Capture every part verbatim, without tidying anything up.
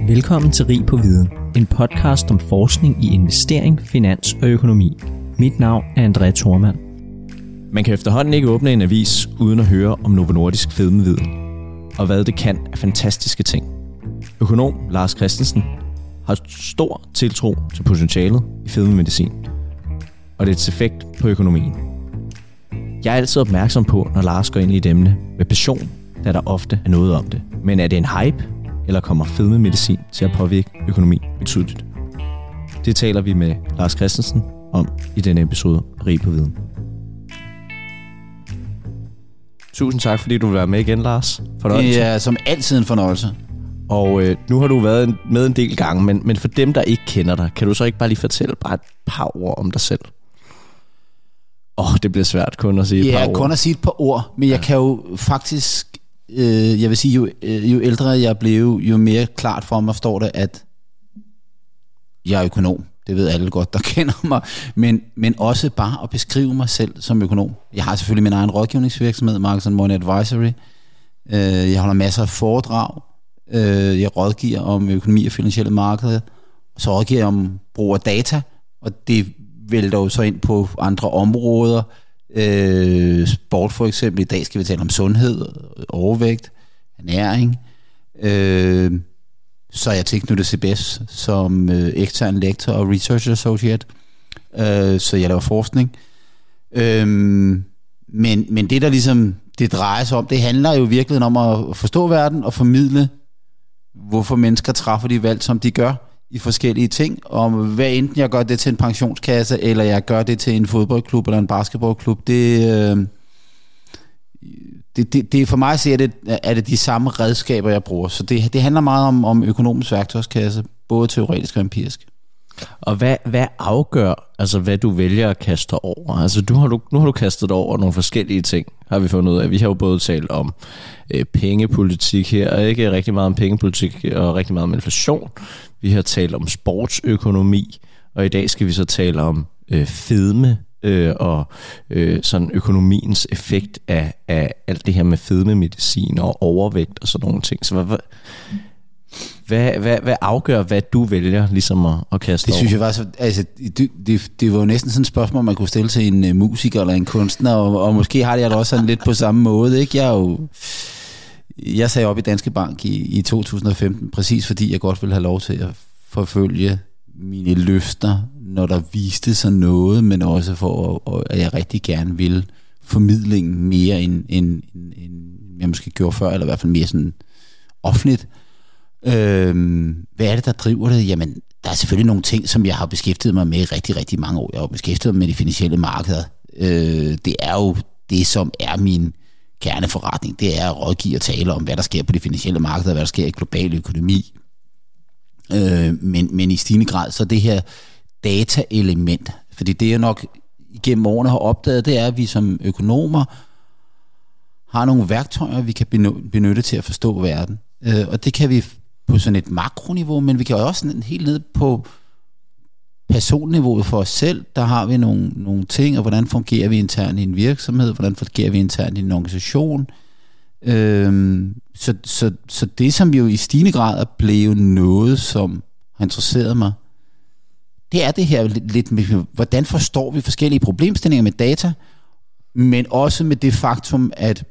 Velkommen til Rig på Viden, en podcast om forskning i investering, finans og økonomi. Mit navn er André Thormann. Man kan efterhånden ikke åbne en avis uden at høre om Novo Nordisk fedmeviden, og hvad det kan af fantastiske ting. Økonom Lars Christensen har stor tiltro til potentialet i fedmemedicin og dets effekt på økonomien. Jeg er altid opmærksom på, når Lars går ind i et emne med passion, da der ofte er noget om det. Men er det en hype, eller kommer fedmemedicin til at påvirke økonomi betydeligt? Det taler vi med Lars Christensen om i denne episode af Rig på Viden. Tusind tak, fordi du vil være med igen, Lars. Fornøjelse. Ja, som altid en fornøjelse. Og øh, nu har du været med en del gange, men, men for dem, der ikke kender dig, kan du så ikke bare lige fortælle bare et par ord om dig selv? Åh, oh, det bliver svært kun at sige et ja, par ord. Ja, kun at sige et par ord, men ja. Jeg kan jo faktisk, øh, jeg vil sige, jo, øh, jo ældre jeg blev, jo mere klart for mig står det, at jeg er økonom. Det ved alle godt, der kender mig, men, men også bare at beskrive mig selv som økonom. Jeg har selvfølgelig min egen rådgivningsvirksomhed, Markets and Money Advisory. Øh, jeg holder masser af foredrag. Øh, jeg rådgiver om økonomi og finansielle markeder. Så rådgiver jeg om brug af data, og det vælter jo så ind på andre områder. Øh, sport for eksempel. I dag skal vi tale om sundhed, overvægt, ernæring. Øh, så er jeg tilknyttet C B S som øh, ekstern lektor og research associate. Øh, så jeg laver forskning. Øh, men, men det der ligesom det drejer sig om, det handler jo virkelig om at forstå verden og formidle, hvorfor mennesker træffer de valg, som de gør i forskellige ting. Og hvad enten jeg gør det til en pensionskasse, eller jeg gør det til en fodboldklub eller en basketballklub, det, øh, det, det, det for mig ser det, er det de samme redskaber, jeg bruger. Så det, det handler meget om, om økonomisk værktøjskasse, både teoretisk og empirisk. Og hvad, hvad afgør, altså hvad du vælger at kaste over? Altså du har, du, nu har du kastet over nogle forskellige ting, har vi fundet ud af. Vi har jo både talt om øh, pengepolitik her, og ikke rigtig meget om pengepolitik, og rigtig meget om inflation. Vi har talt om sportsøkonomi, og i dag skal vi så tale om øh, fedme øh, og øh, sådan økonomiens effekt af, af alt det her med fedmemedicin og overvægt og sådan nogle ting. Så hvad... hvad Hvad, hvad, hvad afgør, hvad du vælger ligesom at, at kaste det over? Synes jeg var så, altså, det, det, det var jo næsten sådan et spørgsmål, man kunne stille til en uh, musiker eller en kunstner, og, og måske har jeg det også sådan lidt på samme måde. Ikke? Jeg, er jo, jeg sagde op i Danske Bank i, i to tusind og femten, præcis fordi jeg godt ville have lov til at forfølge mine løfter, når der viste sig noget, men også for, at, at jeg rigtig gerne ville formidlingen mere, end, end, end jeg måske gjorde før, eller i hvert fald mere sådan offentligt. Øhm, hvad er det, der driver det? Jamen, der er selvfølgelig nogle ting, som jeg har beskæftiget mig med i rigtig, rigtig mange år. Jeg har beskæftiget mig med de finansielle markeder. Øh, det er jo det, som er min kerneforretning. Det er at rådgive og tale om, hvad der sker på de finansielle markeder, hvad der sker i global økonomi. Øh, men, men i stigende grad, så det her data-element, fordi det jeg nok igennem årene har opdaget, det er, at vi som økonomer har nogle værktøjer, vi kan benytte til at forstå verden. Øh, og det kan vi på sådan et makroniveau, men vi kan også helt ned på personniveauet for os selv. Der har vi nogle, nogle ting, og hvordan fungerer vi internt i en virksomhed, hvordan fungerer vi internt i en organisation. Øh, så, så, så det, som jo i stigende grad er blevet noget, som har interesseret mig, det er det her lidt, lidt med, hvordan forstår vi forskellige problemstillinger med data, men også med det faktum, at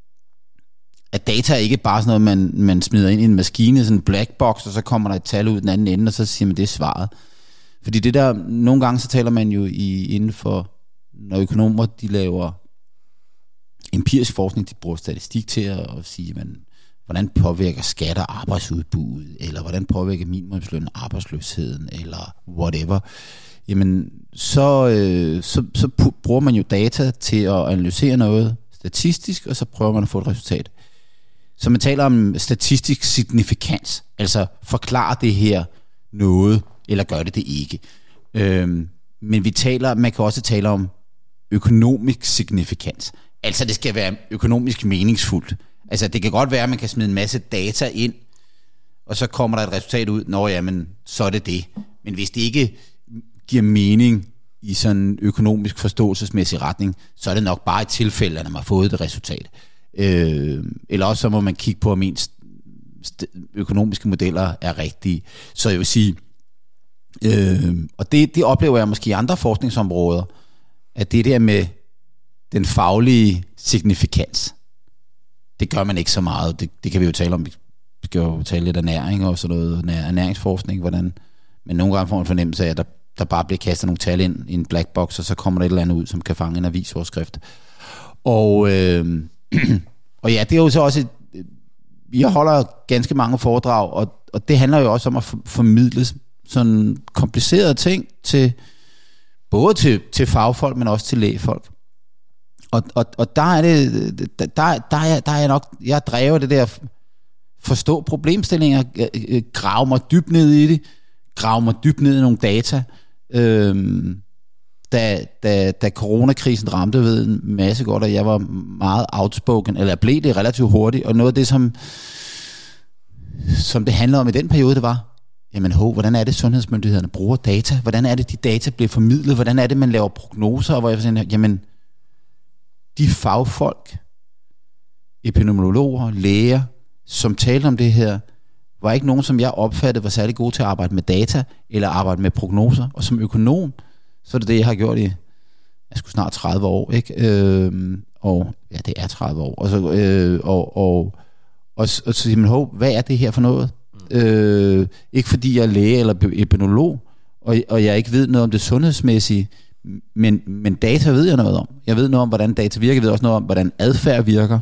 at data er ikke bare sådan noget, man, man smider ind i en maskine, sådan en black box, og så kommer der et tal ud den anden ende, og så siger man, det er svaret. Fordi det der, nogle gange så taler man jo i, inden for, når økonomer, de laver empirisk forskning, de bruger statistik til at sige, man, hvordan påvirker skatter arbejdsudbuddet, eller hvordan påvirker minimumsløn arbejdsløsheden, eller whatever. Jamen, så, øh, så, så bruger man jo data til at analysere noget statistisk, og så prøver man at få et resultat. Så man taler om statistisk signifikans, altså forklare det her noget, eller gør det det ikke. Øhm, men vi taler, man kan også tale om økonomisk signifikans. Altså det skal være økonomisk meningsfuldt. Altså det kan godt være, at man kan smide en masse data ind, og så kommer der et resultat ud, nå jamen, så er det det. Men hvis det ikke giver mening i sådan en økonomisk forståelsesmæssig retning, så er det nok bare et tilfælde, at man har fået det resultat. Øh, eller også så må man kigge på, om ens økonomiske modeller er rigtige. Så jeg vil sige, øh, og det, det oplever jeg måske i andre forskningsområder, at det der med den faglige signifikans, det gør man ikke så meget. Det, det kan vi jo tale om. Vi skal jo tale lidt af ernæring og sådan noget, ernæringsforskning, hvordan, men nogle gange får man en fornemmelse af, at der, der bare bliver kastet nogle tal ind i en black box, og så kommer der et eller andet ud, som kan fange en avisoverskrift. Og, øh, og ja, det er jo så også et, jeg holder ganske mange foredrag, og, og det handler jo også om at formidle sådan komplicerede ting til både til, til fagfolk, men også til lægefolk. Og, og, og der er det, der, der, er, der er jeg nok, jeg driver det der forstå problemstillinger, grave mig dybt ned i det, grave mig dybt ned i nogle data. Øhm, da, da, da coronakrisen ramte, ved en masse godt, og jeg var meget outspoken, eller jeg blev det relativt hurtigt, og noget af det, som, som det handlede om i den periode, det var, jamen ho, hvordan er det, sundhedsmyndighederne bruger data? Hvordan er det, de data bliver formidlet? Hvordan er det, man laver prognoser? Og hvor jeg siger, jamen, de fagfolk, epidemiologer, læger, som talte om det her, var ikke nogen, som jeg opfattede var særlig gode til at arbejde med data, eller arbejde med prognoser. Og som økonom, så er det det, jeg har gjort i, jeg skulle snart tredive år, ikke? Øhm, og ja, det er tredive år. Og så, øh, og, og, og, og så siger man, hov, hvad er det her for noget? Mm. Øh, ikke fordi jeg er læge eller epidemiolog, og, og jeg ikke ved noget om det sundhedsmæssige, men, men data ved jeg noget om. Jeg ved noget om, hvordan data virker, jeg ved også noget om, hvordan adfærd virker.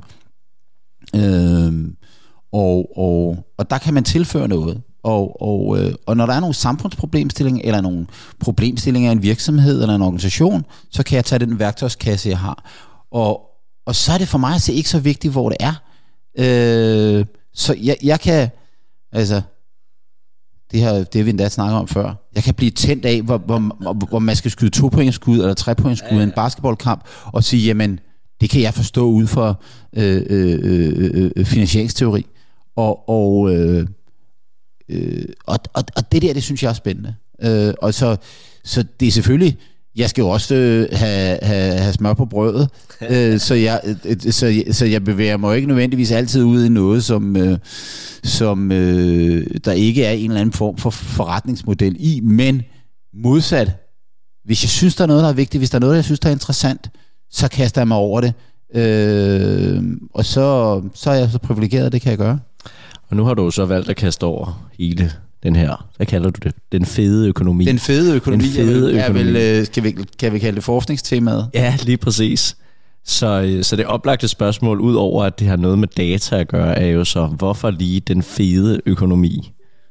Øh, og, og, og der kan man tilføre noget. Og, og, øh, og når der er nogle samfundsproblemstillinger, eller nogle problemstillinger i en virksomhed eller en organisation, så kan jeg tage den værktøjskasse, jeg har. Og, og så er det for mig at se ikke så vigtigt, hvor det er. Øh, så jeg, jeg kan, altså, det her, det vi endda snakker om før, jeg kan blive tændt af, hvor, hvor, hvor man skal skyde to point skud, eller tre point skud i en basketballkamp, og sige, jamen, det kan jeg forstå ud fra øh, øh, øh, finansieringsteori. Og, og, øh, øh, og, og, og det der, det synes jeg er spændende. Øh, og så, så det er selvfølgelig, jeg skal jo også øh, have, have, have smør på brødet, øh, så, jeg, øh, så, så jeg bevæger mig jo ikke nødvendigvis altid ud i noget, som, øh, som øh, der ikke er en eller anden form for forretningsmodel i, men modsat, hvis jeg synes, der er noget, der er vigtigt, hvis der er noget, jeg synes, der er interessant, så kaster jeg mig over det, øh, og så, så er jeg så privilegeret, det kan jeg gøre. Og nu har du så valgt at kaste over hele den her, hvad kalder du det? Den fede økonomi. Den fede økonomi, Den fede er økonomi. vel, kan vi, kan vi kalde det forskningstemaet? Ja, lige præcis. Så, så det oplagte spørgsmål, ud over at det har noget med data at gøre, er jo så, hvorfor lige den fede økonomi?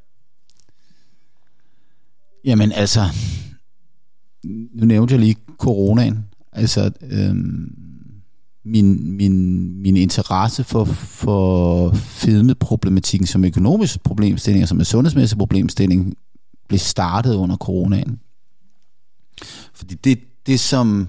Jamen altså, nu nævnte jeg lige coronaen. Altså, øhm, min, min, min interesse for, for fedmeproblematikken som økonomisk problemstilling og som en sundhedsmæssig problemstilling blev startet under coronaen. Fordi det, det som,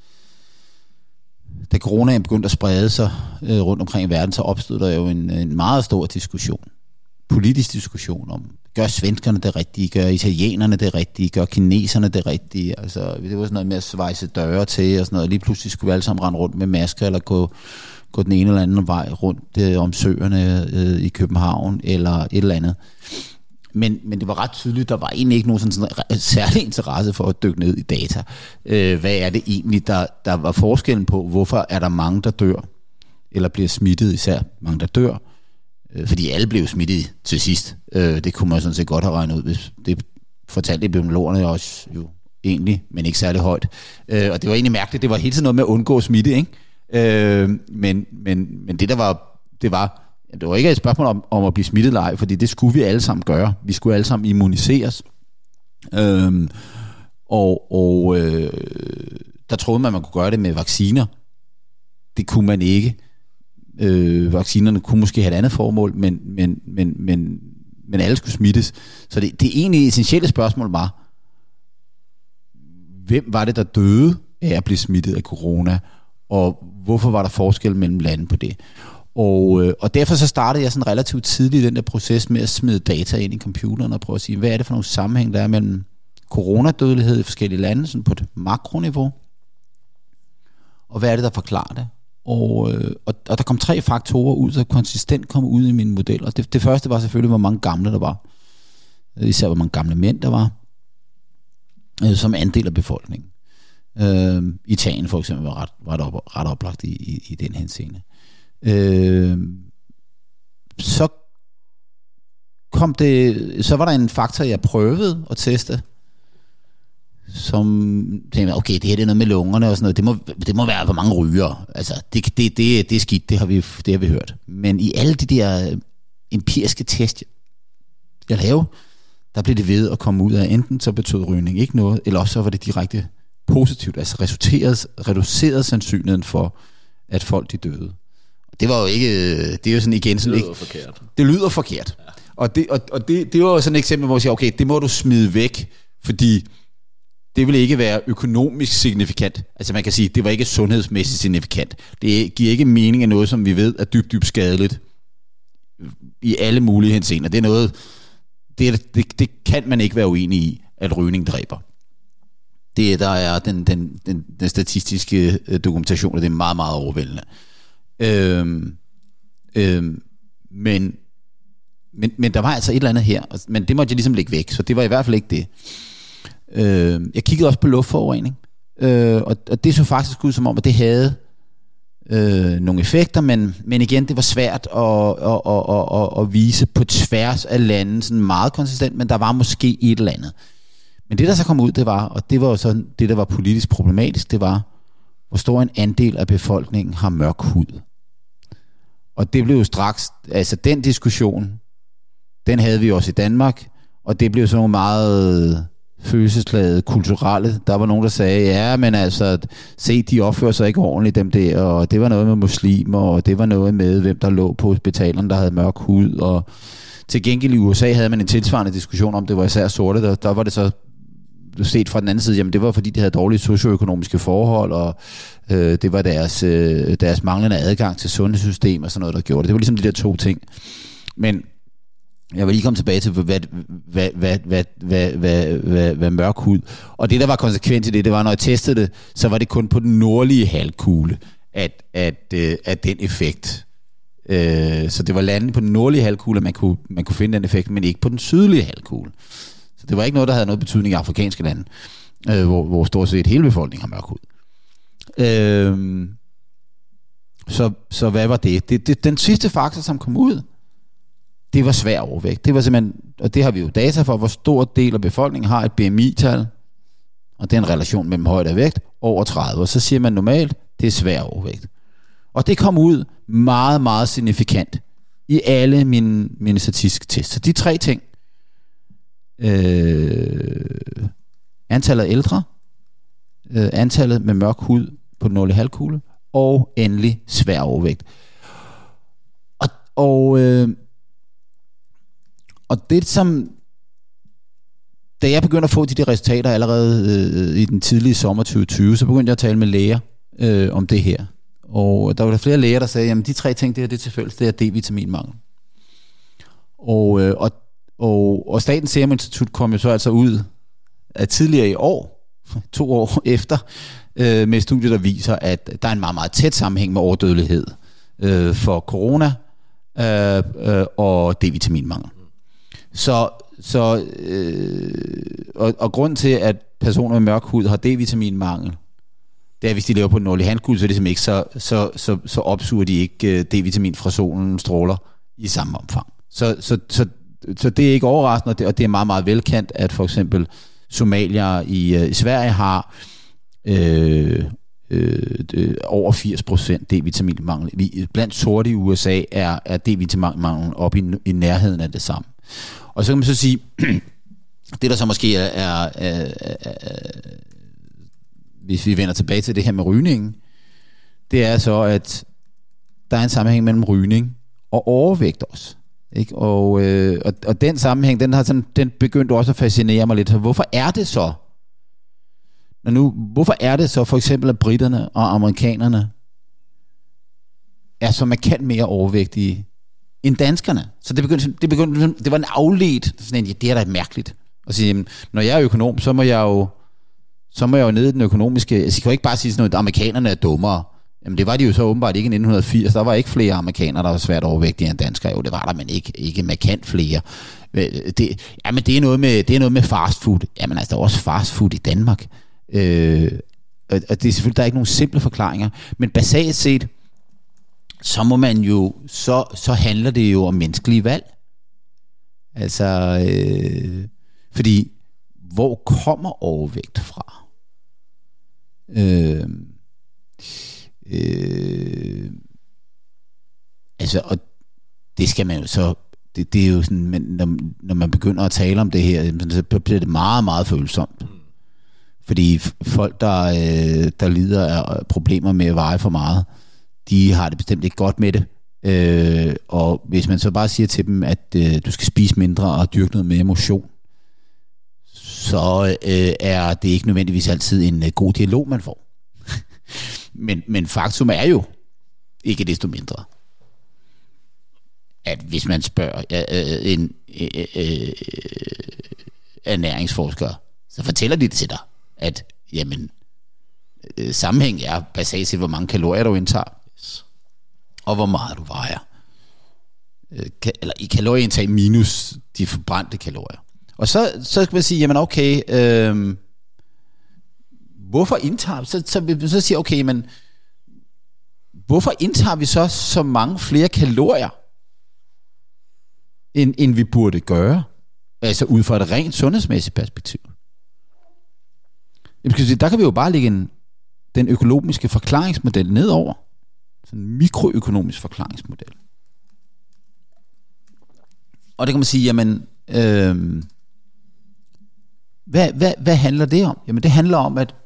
da coronaen begyndte at sprede sig øh, rundt omkring i verden, så opstod der jo en, en meget stor diskussion, politisk diskussion om, gør svenskerne det rigtige, gør italienerne det rigtige, gør kineserne det rigtige. Altså, det var sådan noget med at svejse døre til og sådan noget. Lige pludselig skulle vi alle sammen rende rundt med masker eller gå, gå den ene eller anden vej rundt øh, om søerne øh, i København eller et eller andet. Men, men det var ret tydeligt, der var egentlig ikke nogen sådan, sådan særlig interesse for at dykke ned i data. Øh, hvad er det egentlig, der, der var forskellen på, hvorfor er der mange, der dør, eller bliver smittet, især mange, der dør, fordi alle blev smittet til sidst. Øh, det kunne man sådan set godt have regnet ud, hvis det fortalte epidemiologerne også jo egentlig, men ikke særlig højt. Øh, og det var egentlig mærkeligt, det var hele tiden noget med at undgå smitte, ikke? Øh, men, men, men det der var, det var, det var ikke et spørgsmål om, om at blive smittet eller ej, fordi det skulle vi alle sammen gøre. Vi skulle alle sammen immuniseres. Øh, og og øh, der troede man, man kunne gøre det med vacciner. Det kunne man ikke. Øh, vaccinerne kunne måske have et andet formål, men, men, men, men, men alle skulle smittes. Så det, det egentlig essentielle spørgsmål var, hvem var det, der døde af at blive smittet af corona, og hvorfor var der forskel mellem lande på det? Og, øh, og derfor så startede jeg sådan relativt tidligt den der proces med at smide data ind i computeren og prøve at sige, hvad er det for nogle sammenhæng, der er mellem coronadødelighed i forskellige lande, sådan på et makroniveau, og hvad er det, der forklarer det? Og, øh, og, og der kom tre faktorer ud, der konsistent kom ud i min model. Og det, det første var selvfølgelig, hvor mange gamle der var. Især hvor mange gamle mænd der var, øh, som andel af befolkningen. Øh, Italien for eksempel var ret, ret, op, ret oplagt i, i, i den henseende. Øh, så kom det, så var der en faktor, jeg prøvede at teste, som tænkte, okay, det her det er noget med lungerne og sådan noget, det må, det må være, hvor mange ryger. Altså, det, det, det, det er skidt, det har, vi, det har vi hørt. Men i alle de der empiriske test, jeg lavede, der blev det ved at komme ud af, enten så betød rygning ikke noget, eller også så var det direkte positivt, altså reducerede sandsynligheden for, at folk de døde. Det var jo ikke, det er jo sådan igen sådan, det lyder ikke, forkert. Det lyder forkert. Ja. Og, det, og, og det, det var jo sådan et eksempel, hvor jeg siger, okay, det må du smide væk, fordi det vil ikke være økonomisk signifikant. Altså man kan sige, det var ikke sundhedsmæssigt signifikant. Det giver ikke mening af noget, som vi ved er dybt, dybt skadeligt i alle mulige henseender. Det er noget, det, det, det kan man ikke være uenig i, at rygning dræber. Det der er den, den, den, den statistiske dokumentation, og det er meget, meget overvældende. Øhm, øhm, men, men, men der var altså et eller andet her, men det måtte jeg ligesom lægge væk, så det var i hvert fald ikke det. Øh, jeg kiggede også på luftforurening, øh, og, og det så faktisk ud som om, at det havde øh, nogle effekter, men, men igen, det var svært at, at, at, at, at vise på tværs af landet, sådan meget konsistent, men der var måske et eller andet. Men det, der så kom ud, det var, og det var jo sådan, det, der var politisk problematisk, det var, hvor stor en andel af befolkningen har mørk hud. Og det blev jo straks, altså den diskussion, den havde vi også i Danmark, og det blev sådan nogle meget følelsesladet, kulturelle. Der var nogen, der sagde, ja, men altså, se, de opfører sig ikke ordentligt, dem der, og det var noget med muslimer, og det var noget med, hvem der lå på hospitalerne, der havde mørk hud, og til gengæld i U S A havde man en tilsvarende diskussion om, det var især sorte, der, der var det så set fra den anden side, jamen det var fordi, de havde dårlige socioøkonomiske forhold, og øh, det var deres, øh, deres manglende adgang til sundhedssystem og sådan noget, der gjorde det. Det var ligesom de der to ting. Men jeg vil lige komme tilbage til, hvad, hvad, hvad, hvad, hvad, hvad, hvad, hvad, hvad mørk hud. Og det, der var konsekvent i det, det var, når jeg testede det, så var det kun på den nordlige halvkugle, at, at, at den effekt. Øh, så det var landet på den nordlige halvkugle, at man kunne, man kunne finde den effekt, men ikke på den sydlige halvkugle. Så det var ikke noget, der havde noget betydning i afrikanske lande, øh, hvor, hvor stort set hele befolkningen har mørk hud. Øh, så, så hvad var det? det, det den sidste faktor, som kom ud, det var svær overvægt. Det var simpelthen, og det har vi jo data for, hvor stor del af befolkningen har et B M I-tal, og det er en relation mellem højde og vægt, over tredive. Og så siger man normalt, det er svær overvægt. Og det kom ud meget, meget signifikant i alle mine, mine statistiske tests. Så de tre ting, øh, antallet af ældre, øh, antallet med mørk hud på den nordlige halvkugle, og endelig svær overvægt. Og, og øh, Og det som, da jeg begyndte at få de der resultater allerede øh, i den tidlige sommer tyve tyve, så begyndte jeg at tale med læger øh, om det her. Og der var der flere læger, der sagde, jamen de tre ting, det her, det er tilfældigt, det er D-vitaminmangel. Og, øh, og, og, og Statens Serum Institut kom jo så altså ud af tidligere i år, to år efter, øh, med et studie, der viser, at der er en meget, meget tæt sammenhæng med overdødelighed øh, for corona øh, øh, og D-vitaminmangel. Så, så øh, og, og grund til, at personer med mørk hud har D-vitaminmangel, det er, hvis de lever på den nordlige halvkugle, så er det simpelthen ikke så, så, så, så opsuger de ikke D-vitamin fra solen stråler i samme omfang. Så, så, så, så det er ikke overraskende, og det, og det er meget, meget velkendt, at for eksempel somalier i, i Sverige har øh, øh, over firs procent D-vitaminmangel. Blandt sorte i U S A er, er D-vitaminmanglen oppe i, i nærheden af det samme. Og så kan man så sige, det der så måske er, er, er, er, er hvis vi vender tilbage til det her med rygningen, det er så, at der er en sammenhæng mellem rygning og overvægt også. Ikke? Og, øh, og, og den sammenhæng, den har sådan, den begyndt også at fascinere mig lidt. Så hvorfor er det så? Når nu, hvorfor er det så for eksempel, at britterne og amerikanerne er så markant mere overvægtige end danskerne? Så det begyndte, det begyndte, det var en afledt, sådan en, det er da mærkeligt. Og sige, jamen, når jeg er økonom, så må jeg jo, så må jeg jo ned i den økonomiske, altså jeg kan jo ikke bare sige sådan noget, at amerikanerne er dummere. Jamen det var de jo så åbenbart ikke i nitten firs. Der var ikke flere amerikanere, der var svært overvægtige end danskere. Jo, det var der, men ikke, ikke markant flere. Det, jamen det er, noget med, det er noget med fast food. Jamen altså, der er også fast food i Danmark. Øh, og det er selvfølgelig, der er ikke nogen simple forklaringer. Men basalt set, så må man jo, så, så handler det jo om menneskelige valg. Altså, øh, fordi, hvor kommer overvægt fra? Øh, øh, altså, og det skal man jo så, det, det er jo sådan, men når, når man begynder at tale om det her, så bliver det meget, meget følsomt. Fordi folk, der, øh, der lider af problemer med at veje for meget, de har det bestemt ikke godt med det. Øh, og hvis man så bare siger til dem, at øh, du skal spise mindre og dyrke noget mere motion, så øh, er det ikke nødvendigvis altid en øh, god dialog, man får. men, men faktum er jo ikke desto mindre, at hvis man spørger øh, en øh, øh, ernæringsforsker, så fortæller de det til dig, at jamen, øh, sammenhæng er basalt til, hvor mange kalorier du indtager, og hvor meget du vejer. Øh, ka- eller i kalorieindtag minus de forbrændte kalorier. Og så, så skal man sige, jamen okay, øh, hvorfor indtager vi, så, så, så siger okay, men hvorfor indtager vi så så mange flere kalorier, end, end vi burde gøre? Altså ud fra et rent sundhedsmæssigt perspektiv. Jamen, skal sige, der kan vi jo bare lægge en, den økonomiske forklaringsmodel nedover. Sådan en mikroøkonomisk forklaringsmodel. Og det kan man sige, jamen, øh, hvad, hvad, hvad handler det om? Jamen det handler om, at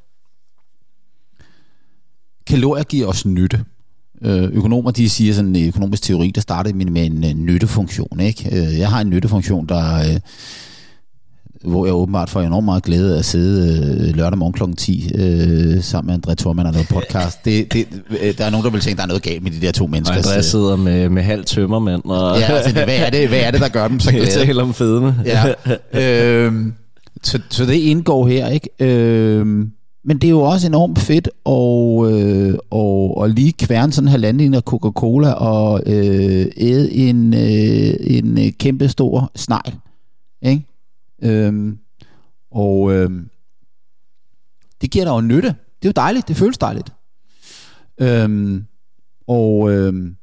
kalorier giver os nytte. Øh, økonomer, de siger sådan en økonomisk teori, der starter med en, en nyttefunktion. Ikke? Jeg har en nyttefunktion, der, øh, hvor jeg åbenbart får enormt meget glæde af at sidde øh, lørdag morgen klokken ti øh, sammen med André Thormann og noget podcast. Det, det, der er nogen, der vil tænke, der er noget galt med de der to mennesker. Og André sidder med, med halv tømmermand. Og ja, altså, hvad, er det, hvad er det, der gør dem så glade? Jeg taler om fedme. Ja. Øh, så, så det indgår her, ikke? Øh, men det er jo også enormt fedt og, øh, og, og lige kværne sådan en halvanden af Coca-Cola og øh, æde en, øh, en kæmpe stor snegl, ikke? Øhm, og øhm, det giver dig jo nytte. Det er jo dejligt, det føles dejligt. Øhm, og øhm,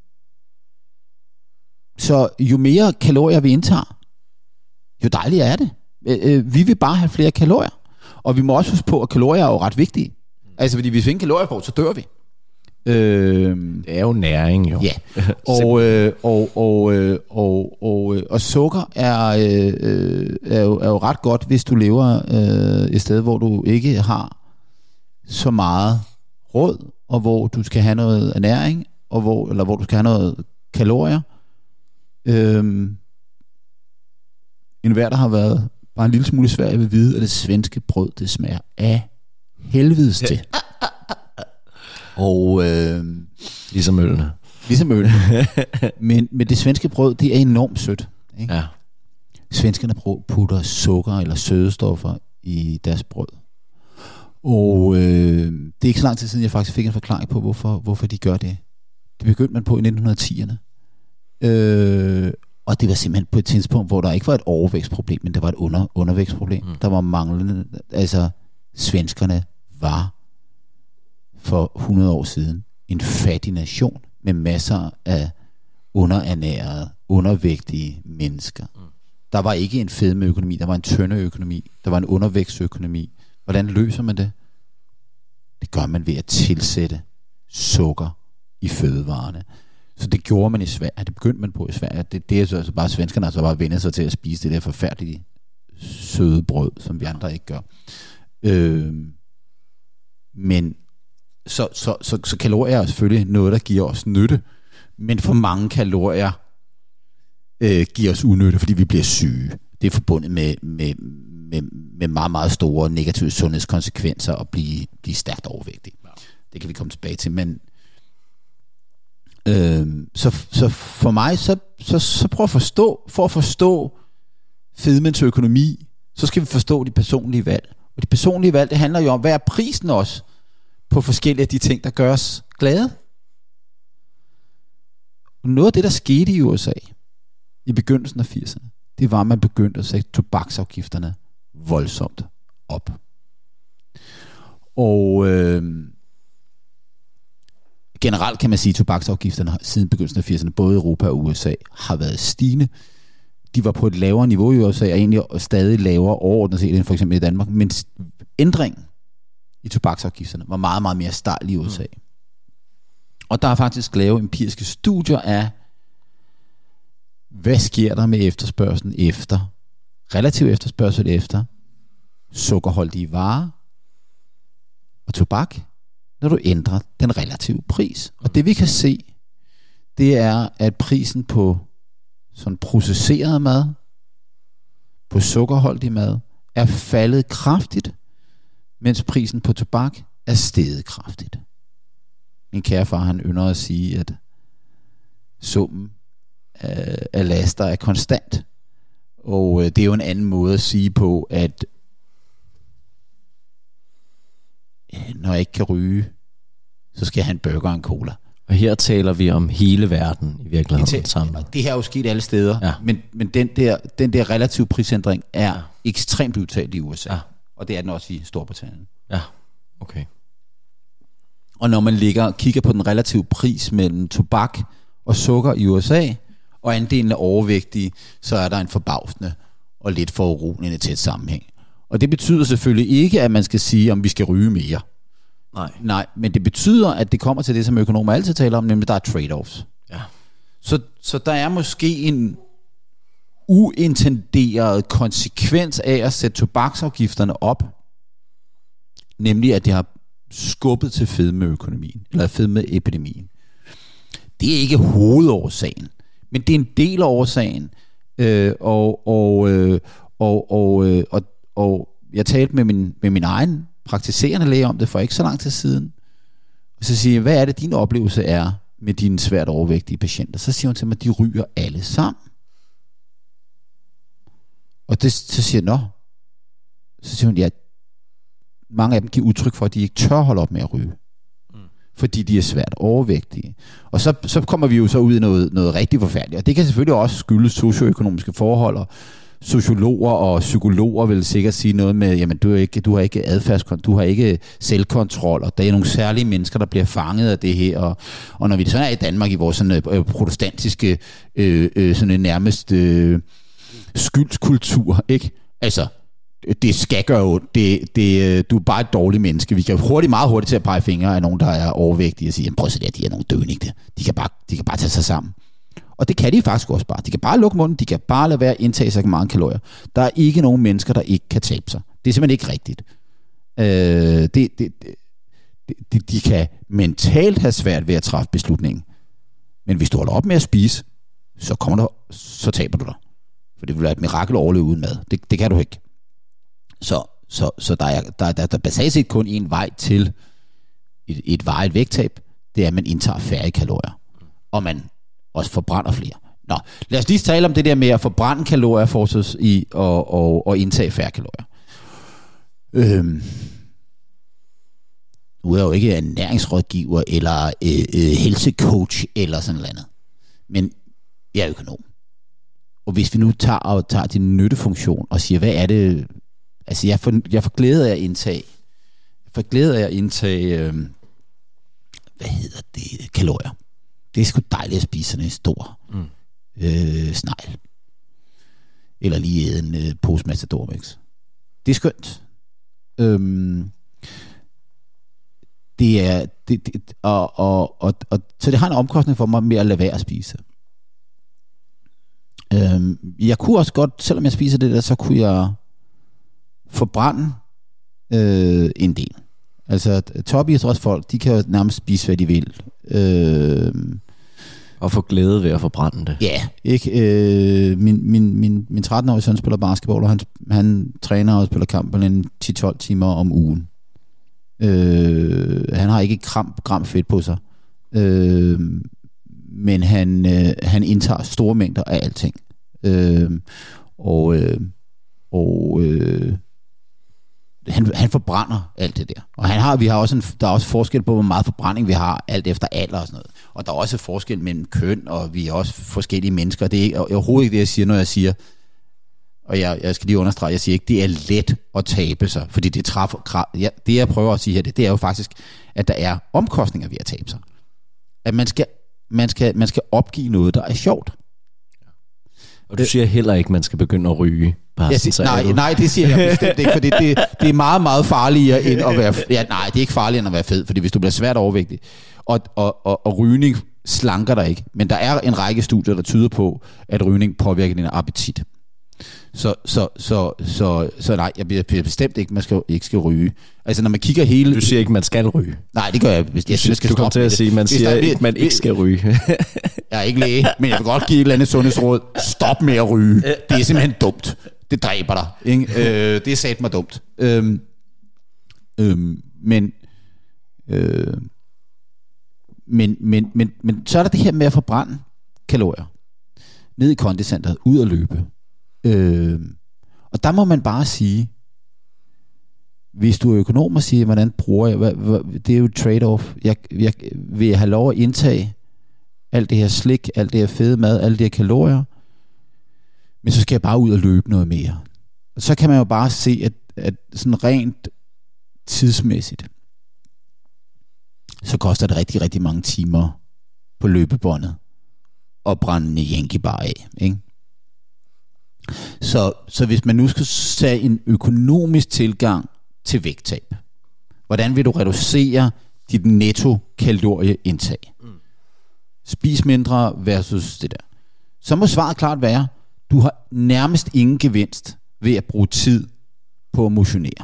så jo mere kalorier vi indtager, jo dejligere er det. øh, øh, Vi vil bare have flere kalorier. Og vi må også huske på, at kalorier er jo ret vigtige. Altså fordi hvis vi ikke ingen kalorier på, så dør vi. Øhm, det er jo næring jo. Ja. Og, øh, og, og, øh, og, og, øh, og sukker er, øh, er, jo, er jo ret godt, hvis du lever øh, et sted, hvor du ikke har så meget råd, og hvor du skal have noget ernæring, og hvor, eller hvor du skal have noget kalorier. Øhm, en hver, der har været bare en lille smule svært vil vide, at det svenske brød, det smager af helvedes til. Og øh, ligesom ølene. Ligesom ølene. men, men det svenske brød, det er enormt sødt. Ikke? Ja. Svenskerne putter sukker eller sødestoffer i deres brød. Og øh, det er ikke så lang tid siden, jeg faktisk fik en forklaring på, hvorfor, hvorfor de gør det. Det begyndte man på i nitten tierne. Øh, og det var simpelthen på et tidspunkt, hvor der ikke var et overvækstproblem, men der var et under, undervækstproblem. Mm. Der var manglende, altså svenskerne var for hundrede år siden en fattig nation med masser af underernærede, undervægtige mennesker. Mm. Der var ikke en fedmeøkonomi, der var en tyndeøkonomi, der var en undervækstøkonomi. Hvordan løser man det? Det gør man ved at tilsætte sukker i fødevarene. Så det gjorde man i Sverige. Det begyndte man på i Sverige. Det, det er så altså bare svenskerne, altså bare vendt sig til at spise det der forfærdelige søde brød, som vi andre ikke gør. Øh, men så, så, så, så kalorier er selvfølgelig noget, der giver os nytte, men for mange kalorier øh, giver os unytte, fordi vi bliver syge. Det er forbundet med, med, med, med meget, meget store negative sundhedskonsekvenser at blive, blive stærkt overvægtig. Det kan vi komme tilbage til, men øh, så, så for mig, så, så, så prøv at forstå, for at forstå fedmens økonomi, så skal vi forstå de personlige valg. Og de personlige valg, det handler jo om, hvad er prisen også på forskellige af de ting, der gør os glade. Og noget af det, der skete i U S A i begyndelsen af firserne, det var, at man begyndte at sætte tobaksafgifterne voldsomt op. Og øh, generelt kan man sige, at tobaksafgifterne siden begyndelsen af firserne, både i Europa og U S A, har været stigende. De var på et lavere niveau i U S A, og egentlig stadig lavere overordnet set end for eksempel i Danmark. Men ændringen i tobaksafgifterne var meget, meget mere stejl i U S A. Mm. Og der er faktisk lavet empiriske studier af, hvad sker der med efterspørgselen efter, relativ efterspørgsel efter, sukkerholdige varer og tobak, når du ændrer den relative pris. Og det vi kan se, det er, at prisen på sådan processeret mad, på sukkerholdig mad, er faldet kraftigt, mens prisen på tobak er steget kraftigt. Min kære far, han ynder at sige, at summen af, af laster er konstant. Og det er jo en anden måde at sige på, at når jeg ikke kan ryge, så skal jeg have en burger og en cola. Og her taler vi om hele verden i virkeligheden sammen. Det her er jo sket alle steder, ja. men, men den, der, den der relative prisændring er ja. ekstremt udtalt i U S A. Ja. Og det er den også i Storbritannien. Ja, okay. Og når man ligger og kigger på den relative pris mellem tobak og sukker i U S A, og andelen af overvægtige, så er der en forbavsende og lidt foruroligende tæt sammenhæng. Og det betyder selvfølgelig ikke, at man skal sige, om vi skal ryge mere. Nej. Nej, men det betyder, at det kommer til det, som økonomer altid taler om, nemlig der er trade-offs. Ja. Så, så der er måske en uintenderet konsekvens af at sætte tobaksafgifterne op, nemlig at det har skubbet til fedmeøkonomien, eller fedmeepidemien. Det er ikke hovedårsagen, men det er en del af årsagen, øh, og, og, øh, og, og, øh, og, og jeg talte med min, med min egen praktiserende læge om det for ikke så lang tid siden, og så siger jeg, hvad er det din oplevelse er med dine svært overvægtige patienter? Så siger hun til mig, at de ryger alle sammen. Og det, så siger jeg, nå, så siger hun, ja, mange af dem giver udtryk for, at de ikke tør holde op med at ryge. Mm. Fordi de er svært overvægtige. Og så, så kommer vi jo så ud i noget, noget rigtig forfærdeligt. Og det kan selvfølgelig også skyldes socioøkonomiske forhold, og sociologer og psykologer vil sikkert sige noget med, jamen du, er ikke, du har ikke adfærdskontrol, du har ikke selvkontrol, og der er nogle særlige mennesker, der bliver fanget af det her. Og, og når vi så er i Danmark i vores sådan, øh, protestantiske, øh, øh, sådan nærmest øh, skyldskultur, ikke? Altså, det skal gøre ondt. Det, det, du er bare et dårligt menneske. Vi kan hurtigt, meget hurtigt til at pege fingre af nogen, der er overvægtige og sige, prøv at se der, de er nogle dønigte. De kan bare, de kan bare tage sig sammen. Og det kan de faktisk også bare. De kan bare lukke munden, de kan bare lade være at indtage så mange kalorier. Der er ikke nogen mennesker, der ikke kan tabe sig. Det er simpelthen ikke rigtigt. Øh, det, det, det, det, de kan mentalt have svært ved at træffe beslutningen. Men hvis du holder op med at spise, så, kommer der, så taber du dig. For det vil være et mirakel at overleve uden mad. Det, det kan du ikke. Så, så, så der er der, der, der basalt set kun en vej til et, et varigt vægttab. Det er, at man indtager færre kalorier. Og man også forbrænder flere. Nå, lad os lige tale om det der med at forbrænde kalorier forsus i og, og, og indtage færre kalorier. Øhm. Nu er jeg jo ikke ernæringsrådgiver eller øh, øh, helsecoach eller sådan noget andet. Men jeg er økonom. Og hvis vi nu tager, og tager din nyttefunktion og siger, hvad er det... Altså jeg får, jeg får glæde af at indtage... Jeg får glæde af at indtage... Øh, hvad hedder det? Kalorier. Det er sgu dejligt at spise sådan en stor mm. øh, snegl. Eller lige æde en øh, pose Matador-mix. Det er skønt. Øhm, det er... Det, det, og, og, og, og, så det har en omkostning for mig med at lade være at spise. Øhm, jeg kunne også godt, selvom jeg spiser det der, så kunne jeg forbrænde øh, en del. Altså topidrætsfolk, de kan jo nærmest spise, hvad de vil. Øh, og få glæde ved at forbrænde det. Ja, ikke? Øh, min, min, min, min tretten-årige søn spiller basketball, og han, han træner og spiller kamp en ti til tolv timer om ugen. Øh, han har ikke et gram, gram fedt på sig. Øh, men han, øh, han indtager store mængder af alting. Øh, og øh, og øh, han, han forbrænder alt det der. Og han har, vi har også en, der er også forskel på, hvor meget forbrænding vi har, alt efter alder og sådan noget. og der er også forskel mellem køn, og vi er også forskellige mennesker. Det er overhovedet ikke det, jeg siger, når jeg siger, og jeg, jeg skal lige understrege, jeg siger ikke, det er let at tabe sig, fordi det træffer, ja, det jeg prøver at sige her, det, det er jo faktisk, at der er omkostninger ved at tabe sig. At man skal, man skal, man skal opgive noget, der er sjovt. Og du siger heller ikke, at man skal begynde at ryge. Jeg siger, nej, nej, det siger jeg bestemt ikke, fordi det, det er meget, meget farligere end at være... Ja, nej, det er ikke farligere end at være fed, fordi hvis du bliver svært overvægtig, og, og, og, og rygning slanker dig ikke, men der er en række studier, der tyder på, at rygning påvirker din appetit. Så, så, så, så, så nej, jeg bliver bestemt ikke, man skal, ikke skal ryge. Altså, når man kigger hele... Du siger ikke, man skal ryge. Nej, det gør jeg. Jeg synes, jeg skal du kommer til at sige, man siger der, ikke, man ikke skal ryge. Jeg er ikke læge, men jeg vil godt give et eller andet sundhedsråd. Stop med at ryge. Det er simpelthen dumt. Det dræber dig. Ikke? Øh, det er sat mig dumt. Øhm, øhm, men, øh, men, men, men, men så er der det her med at forbrænde kalorier. Ned i kondicenteret, ud at løbe. Øh, og der må man bare sige, hvis du er økonom og siger, hvordan bruger jeg, hvad, hvad, det er jo et trade-off. Jeg, jeg, vil jeg have lov at indtage alt det her slik, alt det her fede mad, alle de her kalorier, men så skal jeg bare ud og løbe noget mere. Og så kan man jo bare se, at, at sådan rent tidsmæssigt, så koster det rigtig, rigtig mange timer på løbebåndet og brænde en Yankee bar af, ikke? Så, så hvis man nu skal tage en økonomisk tilgang til vægttab, hvordan vil du reducere dit netto kalorieindtag? Mm. Spis mindre versus det der. Så må svaret klart være, du har nærmest ingen gevinst ved at bruge tid på at motionere.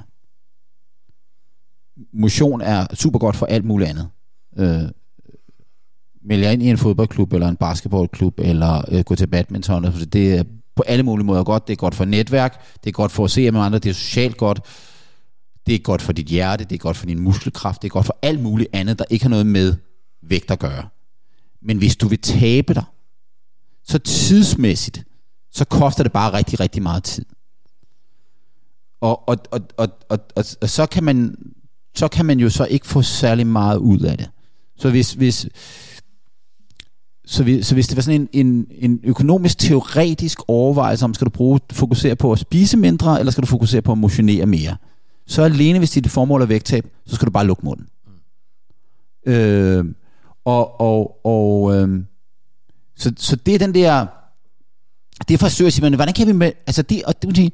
Motion er super godt for alt muligt andet. Øh, Meld jer ind i en fodboldklub, eller en basketballklub, eller øh, gå til badminton. Det er på alle mulige måder godt. Det er godt for netværk, det er godt for at se med andre, det er socialt godt, det er godt for dit hjerte, det er godt for din muskelkraft, det er godt for alt muligt andet, der ikke har noget med vægt at gøre. Men hvis du vil tabe dig, så tidsmæssigt, så koster det bare rigtig, rigtig meget tid. Og, og, og, og, og, og, og så, kan man, så kan man jo så ikke få særlig meget ud af det. Så hvis, hvis, så hvis, så hvis det var sådan en, en, en økonomisk teoretisk overvejelse om, skal du bruge, fokusere på at spise mindre, eller skal du fokusere på at motionere mere, så alene hvis dit formål er vægttab, så skal du bare lukke munden. Mm. Øh, og og, og øh, så, så det er den der, det er forsøger at sige, men hvordan kan vi med, altså det, og det,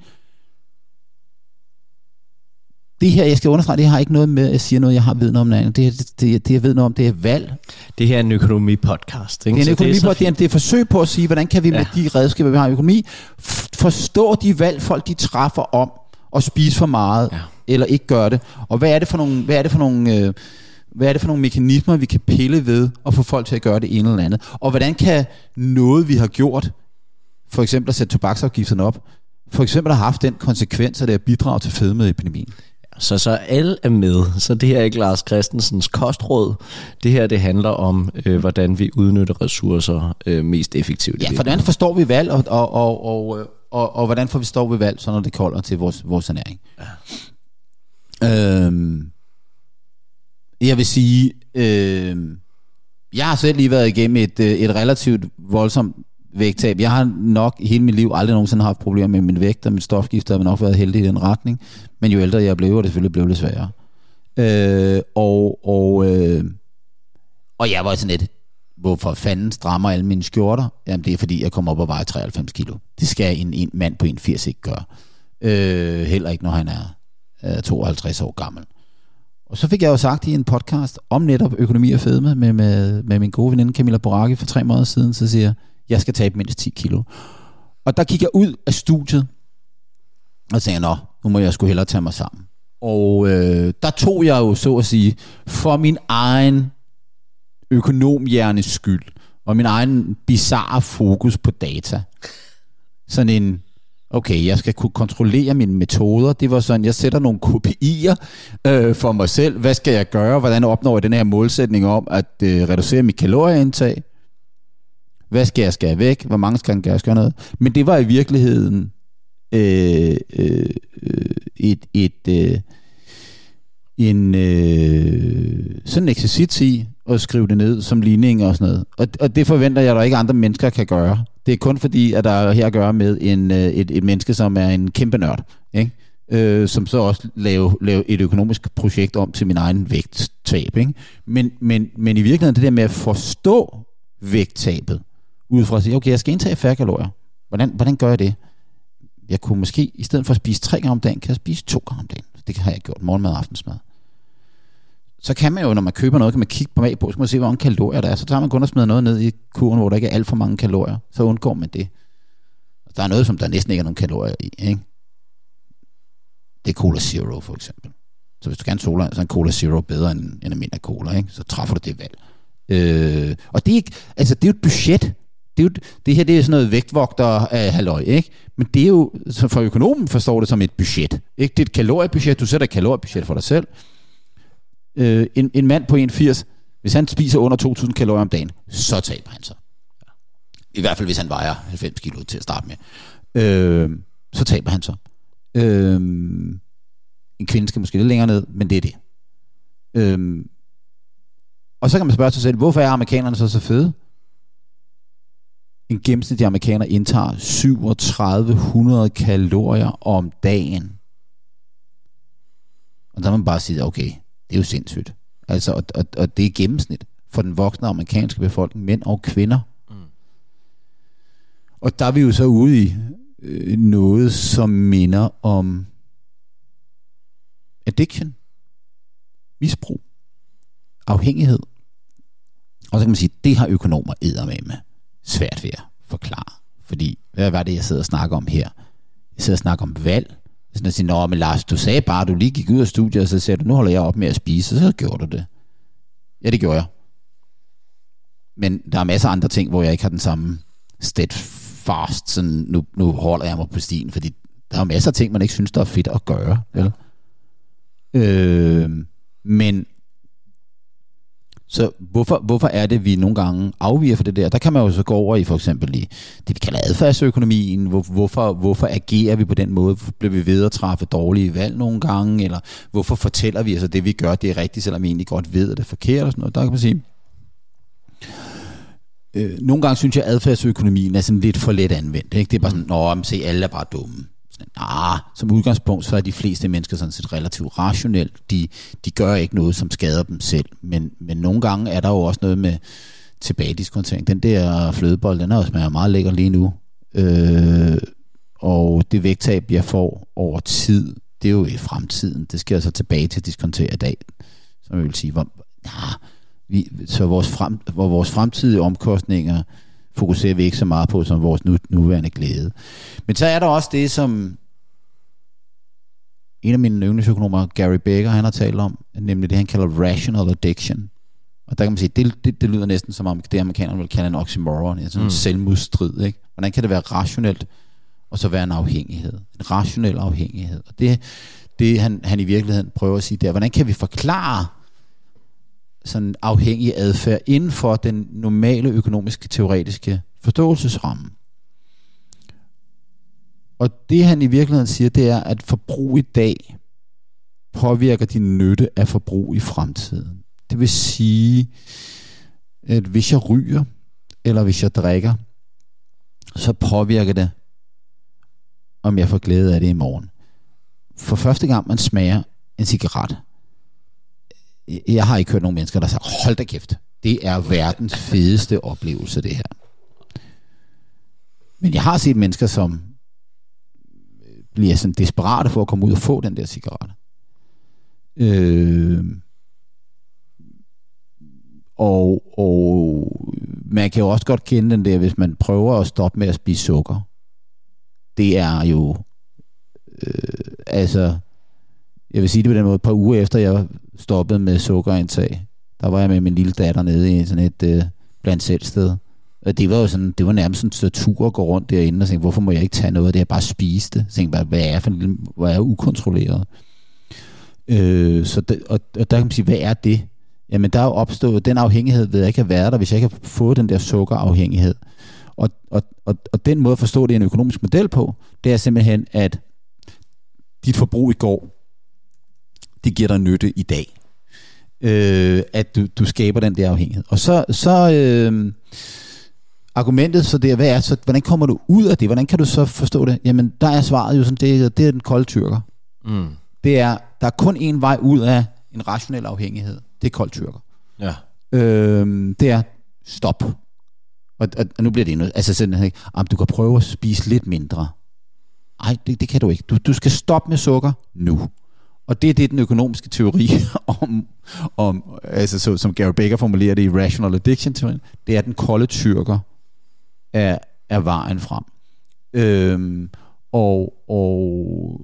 det her, jeg skal understrege, det har ikke noget med, at jeg siger noget, jeg har viden om noget andet. Det, det, det, det jeg ved noget om, det er valg. Det her er en økonomi-podcast, ikke? Det er en økonomi-podcast, det, det er et forsøg på at sige, hvordan kan vi ja. med de redskaber, vi har i økonomi, forstå de valg, folk de træffer om at spise for meget, ja. eller ikke gøre det. Og hvad er det for nogle, hvad er det for nogle, øh, hvad er det for nogle mekanismer, vi kan pille ved, og få folk til at gøre det ene eller andet. Og hvordan kan noget, vi har gjort, for eksempel at sætte tobaksafgifterne op, for eksempel har haft den konsekvens, at det er bidrag til fedmeepidemien. Så, så alle er med. Så det her er ikke Lars Christensens kostråd. Det her, det handler om, øh, hvordan vi udnytter ressourcer øh, mest effektivt. Ja, for hvordan forstår vi valg, og, og, og, og, og, og hvordan får vi forstår vi valg, så når det kolder til vores, vores ernæring. Ja. Øhm, jeg vil sige, øh, jeg har selv lige været igennem et, et relativt voldsomt vægttab. Jeg har nok i hele mit liv aldrig nogensinde haft problemer med min vægt og mit stofskifte, og har nok været heldig i den retning. Men jo ældre jeg blev, og det selvfølgelig blev lidt sværere. Øh, og, og, øh, og jeg var sådan lidt, hvorfor fanden strammer alle mine skjorter? Jamen det er fordi, jeg kommer op og vejer treoghalvfems kilo. Det skal en, en mand på en firs ikke gøre. Øh, heller ikke, når han er øh, tooghalvtreds år gammel. Og så fik jeg jo sagt i en podcast om netop økonomi og fedme med, med, med min gode veninde Camilla Boracchi for tre måneder siden, så siger jeg, jeg skal tabe mindst ti kilo. Og der gik jeg ud af studiet, og tænkte, nå, nu må jeg sgu hellere tage mig sammen. Og øh, der tog jeg jo, så at sige, for min egen økonomhjernes skyld, og min egen bizarre fokus på data. Sådan en, okay, jeg skal kunne kontrollere mine metoder. Det var sådan, jeg sætter nogle K P I'er øh, for mig selv. Hvad skal jeg gøre? Hvordan opnår jeg den her målsætning om at øh, reducere mit kalorieindtag? Hvad skal jeg skære væk? Hvor mange skal jeg skære noget? Men det var i virkeligheden øh, øh, et, et, øh, en, øh, sådan en eksercits i og skrive det ned som ligning og sådan noget. Og, og det forventer jeg, at der ikke andre mennesker kan gøre. Det er kun fordi, at der er her at gøre med en, et, et menneske, som er en kæmpe nørd, ikke? Øh, som så også laver, laver et økonomisk projekt om til min egen vægttab. Ikke? Men, men, men i virkeligheden det der med at forstå vægttabet, ud fra at sige, okay, jeg skal indtage færre kalorier. Hvordan, hvordan gør jeg det? Jeg kunne måske, i stedet for at spise tre gange om dagen, kan jeg spise to gange om dagen. Det har jeg gjort, morgenmad og aftensmad. Så kan man jo, når man køber noget, kan man kigge på mag på, så kan man se, hvor mange kalorier der er. Så tager man kun og smider noget ned i kurven, hvor der ikke er alt for mange kalorier. Så undgår man det. Der er noget, som der næsten ikke er nogen kalorier i, ikke? Det er Cola Zero for eksempel. Så hvis du gerne soler, så er en Cola Zero bedre end, end almindelig cola, ikke? Så træffer du det valg. Øh, og det er, ikke, altså det er jo et budget. Det, er jo, det her det er sådan noget vægtvogter af halløj, ikke? Men det er jo, så for økonomen forstår det som et budget. Ikke? Det er et kaloriebudget. Du sætter et kaloriebudget for dig selv. Øh, en, en mand på en komma firs, hvis han spiser under to tusind kalorier om dagen, så taber han sig. I hvert fald hvis han vejer halvfems kilo til at starte med. Øh, så taber han sig. Øhm, en kvinde skal måske lidt længere ned, men det er det. Øhm, og så kan man spørge sig selv, hvorfor er amerikanerne så så fede? En gennemsnitlig amerikaner indtager syv tusind tre hundrede kalorier om dagen. Og der må man bare sige, okay, det er jo sindssygt. Altså, og, og, og det er gennemsnit for den voksne amerikanske befolkning, mænd og kvinder. Mm. Og der er vi jo så ude i noget, som minder om addiction, misbrug, afhængighed. Og så kan man sige, det har økonomer eddermame svært ved at forklare. Fordi, hvad var det, jeg sidder og snakker om her? Jeg sidder og snakker om valg. Sådan at sige, nå, men Lars, du sagde bare, du lige gik ud af studiet, og så sagde du, nu holder jeg op med at spise, og så gjorde du det. Ja, det gjorde jeg. Men der er masser af andre ting, hvor jeg ikke har den samme steadfast, sådan nu, nu holder jeg mig på stien, fordi der er masser af ting, man ikke synes, der er fedt at gøre. Vel? Øh, men så hvorfor, hvorfor er det, vi nogle gange afviger for det der? Der kan man jo så gå over i for eksempel i det, vi kalder adfærdsøkonomien. Hvor, hvorfor, hvorfor agerer vi på den måde? Hvorfor bliver vi ved at træffe dårlige valg nogle gange? Eller hvorfor fortæller vi, at altså, det vi gør, det er rigtigt, selvom vi egentlig godt ved, at det er forkert og sådan noget? Der kan man sige, øh, nogle gange synes jeg, at adfærdsøkonomien er sådan lidt for let anvendt. Ikke? Det er bare sådan, nå, men se, alle er bare dumme. Ah, som udgangspunkt, så er de fleste mennesker sådan set relativt rationelt. De, de gør ikke noget, som skader dem selv. Men, men nogle gange er der jo også noget med tilbagediskontering. Den der flødebold, den er også smager meget lækker lige nu. Øh, og det vægttab, jeg får over tid, det er jo i fremtiden. Det skal jeg så tilbage til at diskontere i dag. Som jeg vil sige, hvor, ja, vi, så vores, frem, hvor vores fremtidige omkostninger fokuserer vi ikke så meget på som vores nu, nuværende glæde. Men så er der også det, som en af mine yndlingsøkonomer, Gary Becker, han har talt om, nemlig det, han kalder rational addiction. Og der kan man sige, det, det, det lyder næsten som om, det amerikanerne vil kalde en oxymoron, en sådan mm. selvmodstrid. Ikke? Hvordan kan det være rationelt, og så være en afhængighed? En rationel afhængighed. Og det, det han, han i virkeligheden prøver at sige, det er, hvordan kan vi forklare sådan afhængig adfærd inden for den normale økonomiske teoretiske forståelsesramme. Og det han i virkeligheden siger, det er, at forbrug i dag påvirker din nytte af forbrug i fremtiden. Det vil sige, at hvis jeg ryger, eller hvis jeg drikker, så påvirker det, om jeg får glæde af det i morgen. For første gang man smager en cigaret, jeg har ikke hørt nogen mennesker, der siger, hold da kæft, det er verdens fedeste oplevelse, det her. Men jeg har set mennesker, som bliver sådan desperate for at komme ud og få den der cigaret. Øh, og, og man kan jo også godt kende den der, hvis man prøver at stoppe med at spise sukker. Det er jo, øh, altså, jeg vil sige det på den måde, et par uger efter jeg stoppede med sukkerindtag, der var jeg med min lille datter nede i sådan et øh, blandt selv sted. Og det var jo sådan, det var nærmest sådan en tur at gå rundt derinde og tænke, hvorfor må jeg ikke tage noget af det, jeg bare spise det? Så tænkte jeg, hvad er for en, hvor er jeg ukontrolleret? Øh, så det, og, og der kan man sige, hvad er det? Jamen der er jo opstået, den afhængighed ved jeg ikke have været der, hvis jeg ikke har fået den der sukkerafhængighed. Og, og, og, og den måde at forstå det i en økonomisk model på, det er simpelthen, at dit forbrug i går, det giver dig nytte i dag. øh, at du, du skaber den der afhængighed. Og så, så øh, argumentet så det er, hvad er, så hvordan kommer du ud af det? Hvordan kan du så forstå det? Jamen, der er svaret jo sådan, det, det er den kolde tyrker. Mm. Det er, der er kun én vej ud af en rationel afhængighed. Det er kold tyrker. Ja. Øh, det er stop. Og, og, og nu bliver det endnu, altså sådan, ikke, du kan prøve at spise lidt mindre. Nej, det, det kan du ikke. Du, du skal stoppe med sukker nu. Og det er det, den økonomiske teori om, om altså så, som Gary Becker formulerer det i Rational Addiction-teorien, det er, den kolde tyrker er, er vejen frem. Øhm, og, og,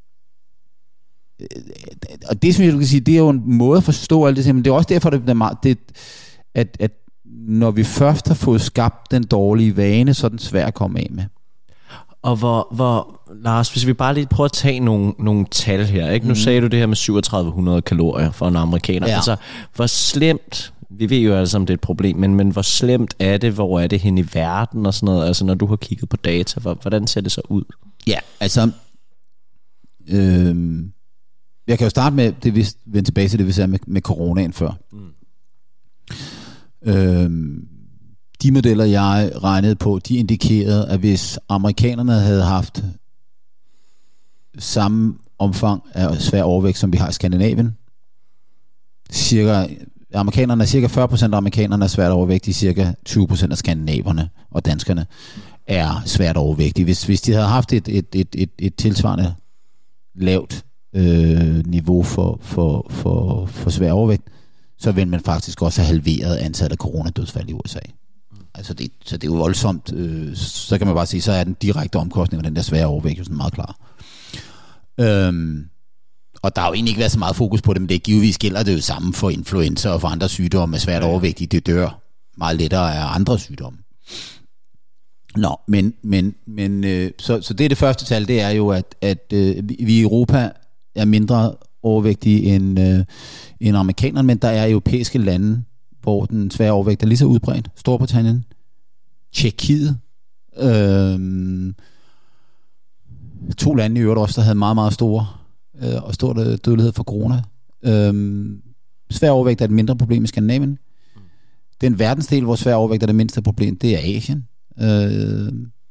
og det, som jeg kan sige, det er jo en måde at forstå alt det, men det er også derfor, det er meget, det, at, at når vi først har fået skabt den dårlige vane, så er den svær at komme af med. Og hvor, hvor, Lars, hvis vi bare lige prøver at tage nogle, nogle tal her, ikke? Nu mm. sagde du det her med syvogtredive hundrede kalorier for en amerikaner. Ja. Altså, hvor slemt, vi ved jo alle sammen, det er et problem, men, men hvor slemt er det, hvor er det hen i verden og sådan noget, altså når du har kigget på data, hvordan ser det så ud? Ja, altså, øh, jeg kan jo starte med, det vi vender tilbage til det, vi sagde med, med coronaen før. Mm. Øh, De modeller, jeg regnede på, de indikerede, at hvis amerikanerne havde haft samme omfang af svær overvægt, som vi har i Skandinavien, cirka, amerikanerne er cirka fyrre procent af amerikanerne er svært overvægtige, cirka tyve procent af skandinaverne og danskerne er svært overvægtige. Hvis, hvis de havde haft et, et, et, et, et tilsvarende lavt øh, niveau for, for, for, for svær overvægt, så ville man faktisk også have halveret antallet af coronadødsfald i U S A. Altså det, så det er jo voldsomt. Øh, så kan man bare sige, så er den direkte omkostning af den der svære overvægt jo sådan meget klar. Øhm, og der har jo egentlig ikke været så meget fokus på det, men det givetvis gælder det jo samme for influenza og for andre sygdomme med svært overvægtige. Det dør meget lettere af andre sygdomme. Nå, men, men, men øh, så, så det er det første tal, det er jo, at, at øh, vi i Europa er mindre overvægtige end, øh, end amerikanerne, men der er europæiske lande, hvor den svære overvægt er lige så udbredt. Storbritannien, Tjekkiet, øh, to lande i øvrigt også, der havde meget, meget store øh, og stor dødelighed for corona. Øh, svær overvægt er et mindre problem i Skandinavien. Den verdensdel, hvor svær overvægt er det mindste problem, det er Asien. Øh,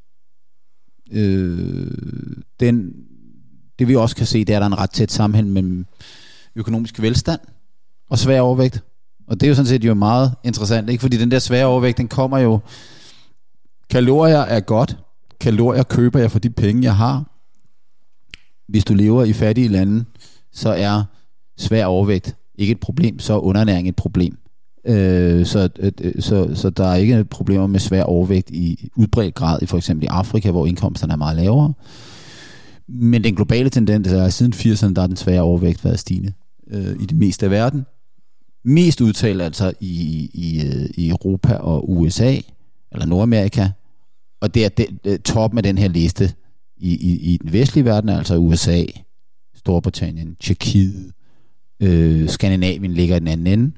øh, den, det vi også kan se, det er, at der er en ret tæt sammenhæng mellem økonomisk velstand og svær overvægt. Og det er jo sådan set jo meget interessant, ikke? Fordi den der svære overvægt, den kommer jo, kalorier er godt, kalorier køber jeg for de penge, jeg har. Hvis du lever i fattige lande, så er svær overvægt ikke et problem, så er undernæring et problem. Øh, så, øh, så, så der er ikke problemer med svær overvægt i udbredt grad, i for eksempel i Afrika, hvor indkomsterne er meget lavere. Men den globale tendens er, at siden firserne, der er den svære overvægt været stigende øh, i det meste af verden. Mest udtalt altså i, i, i Europa og U S A, eller Nordamerika, og det er det, toppen af den her liste i, i, i den vestlige verden, altså U S A, Storbritannien, Tjekkiet, øh, Skandinavien ligger i den anden ende.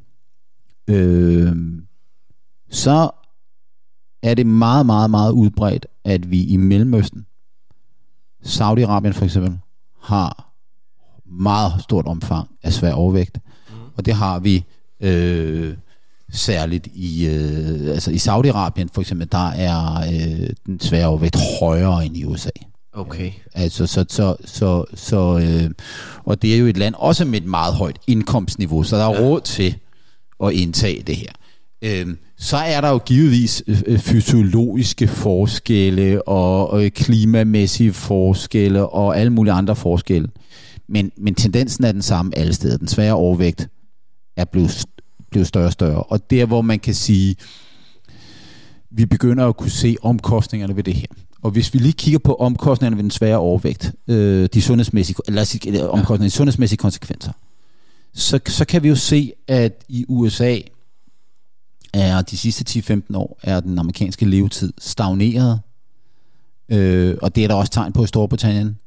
Øh, så er det meget, meget, meget udbredt, at vi i Mellemøsten, Saudi-Arabien for eksempel, har meget stort omfang af svær overvægt. Mm. Og det har vi øh, særligt i, øh, altså i Saudi-Arabien for eksempel, der er øh, den svære overvægt højere end i U S A. Okay. Altså, så, så, så, så øh, og det er jo et land også med et meget højt indkomstniveau, så der er råd til at indtage det her. Øh, så er der jo givetvis øh, fysiologiske forskelle og, og klimamæssige forskelle og alle mulige andre forskelle. Men, men tendensen er den samme alle steder. Den svære overvægt er blevet, blevet større og større. Og der, hvor man kan sige, vi begynder at kunne se omkostningerne ved det her. Og hvis vi lige kigger på omkostningerne ved den svære overvægt, øh, de sundhedsmæssige, eller omkostningerne, de sundhedsmæssige konsekvenser, så, så kan vi jo se, at i U S A er de sidste ti til femten år, er den amerikanske levetid stagneret. Øh, og det er der også tegn på i Storbritannien.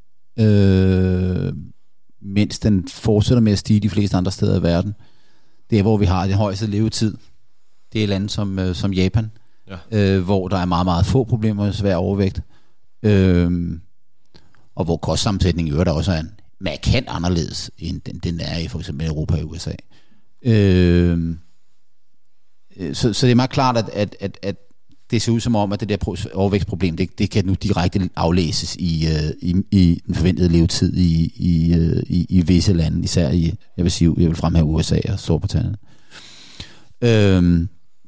Øh, mens den fortsætter med at stige de fleste andre steder i verden. Det er, hvor vi har den højeste levetid. Det er lande som, øh, som Japan, ja. øh, hvor der er meget, meget få problemer med svær overvægt. Øh, og hvor kostsammensætningen i øvrigt også er en markant anderledes, end den, den er i for eksempel Europa og U S A. Øh, så, så det er meget klart, at, at, at, at det ser ud som om, at det der overvægtsproblem, det, det kan nu direkte aflæses i, øh, i, i den forventede levetid i, i, øh, i, i visse lande, især i, jeg vil sige, jeg vil fremhæve U S A og Storbritannien. Øh,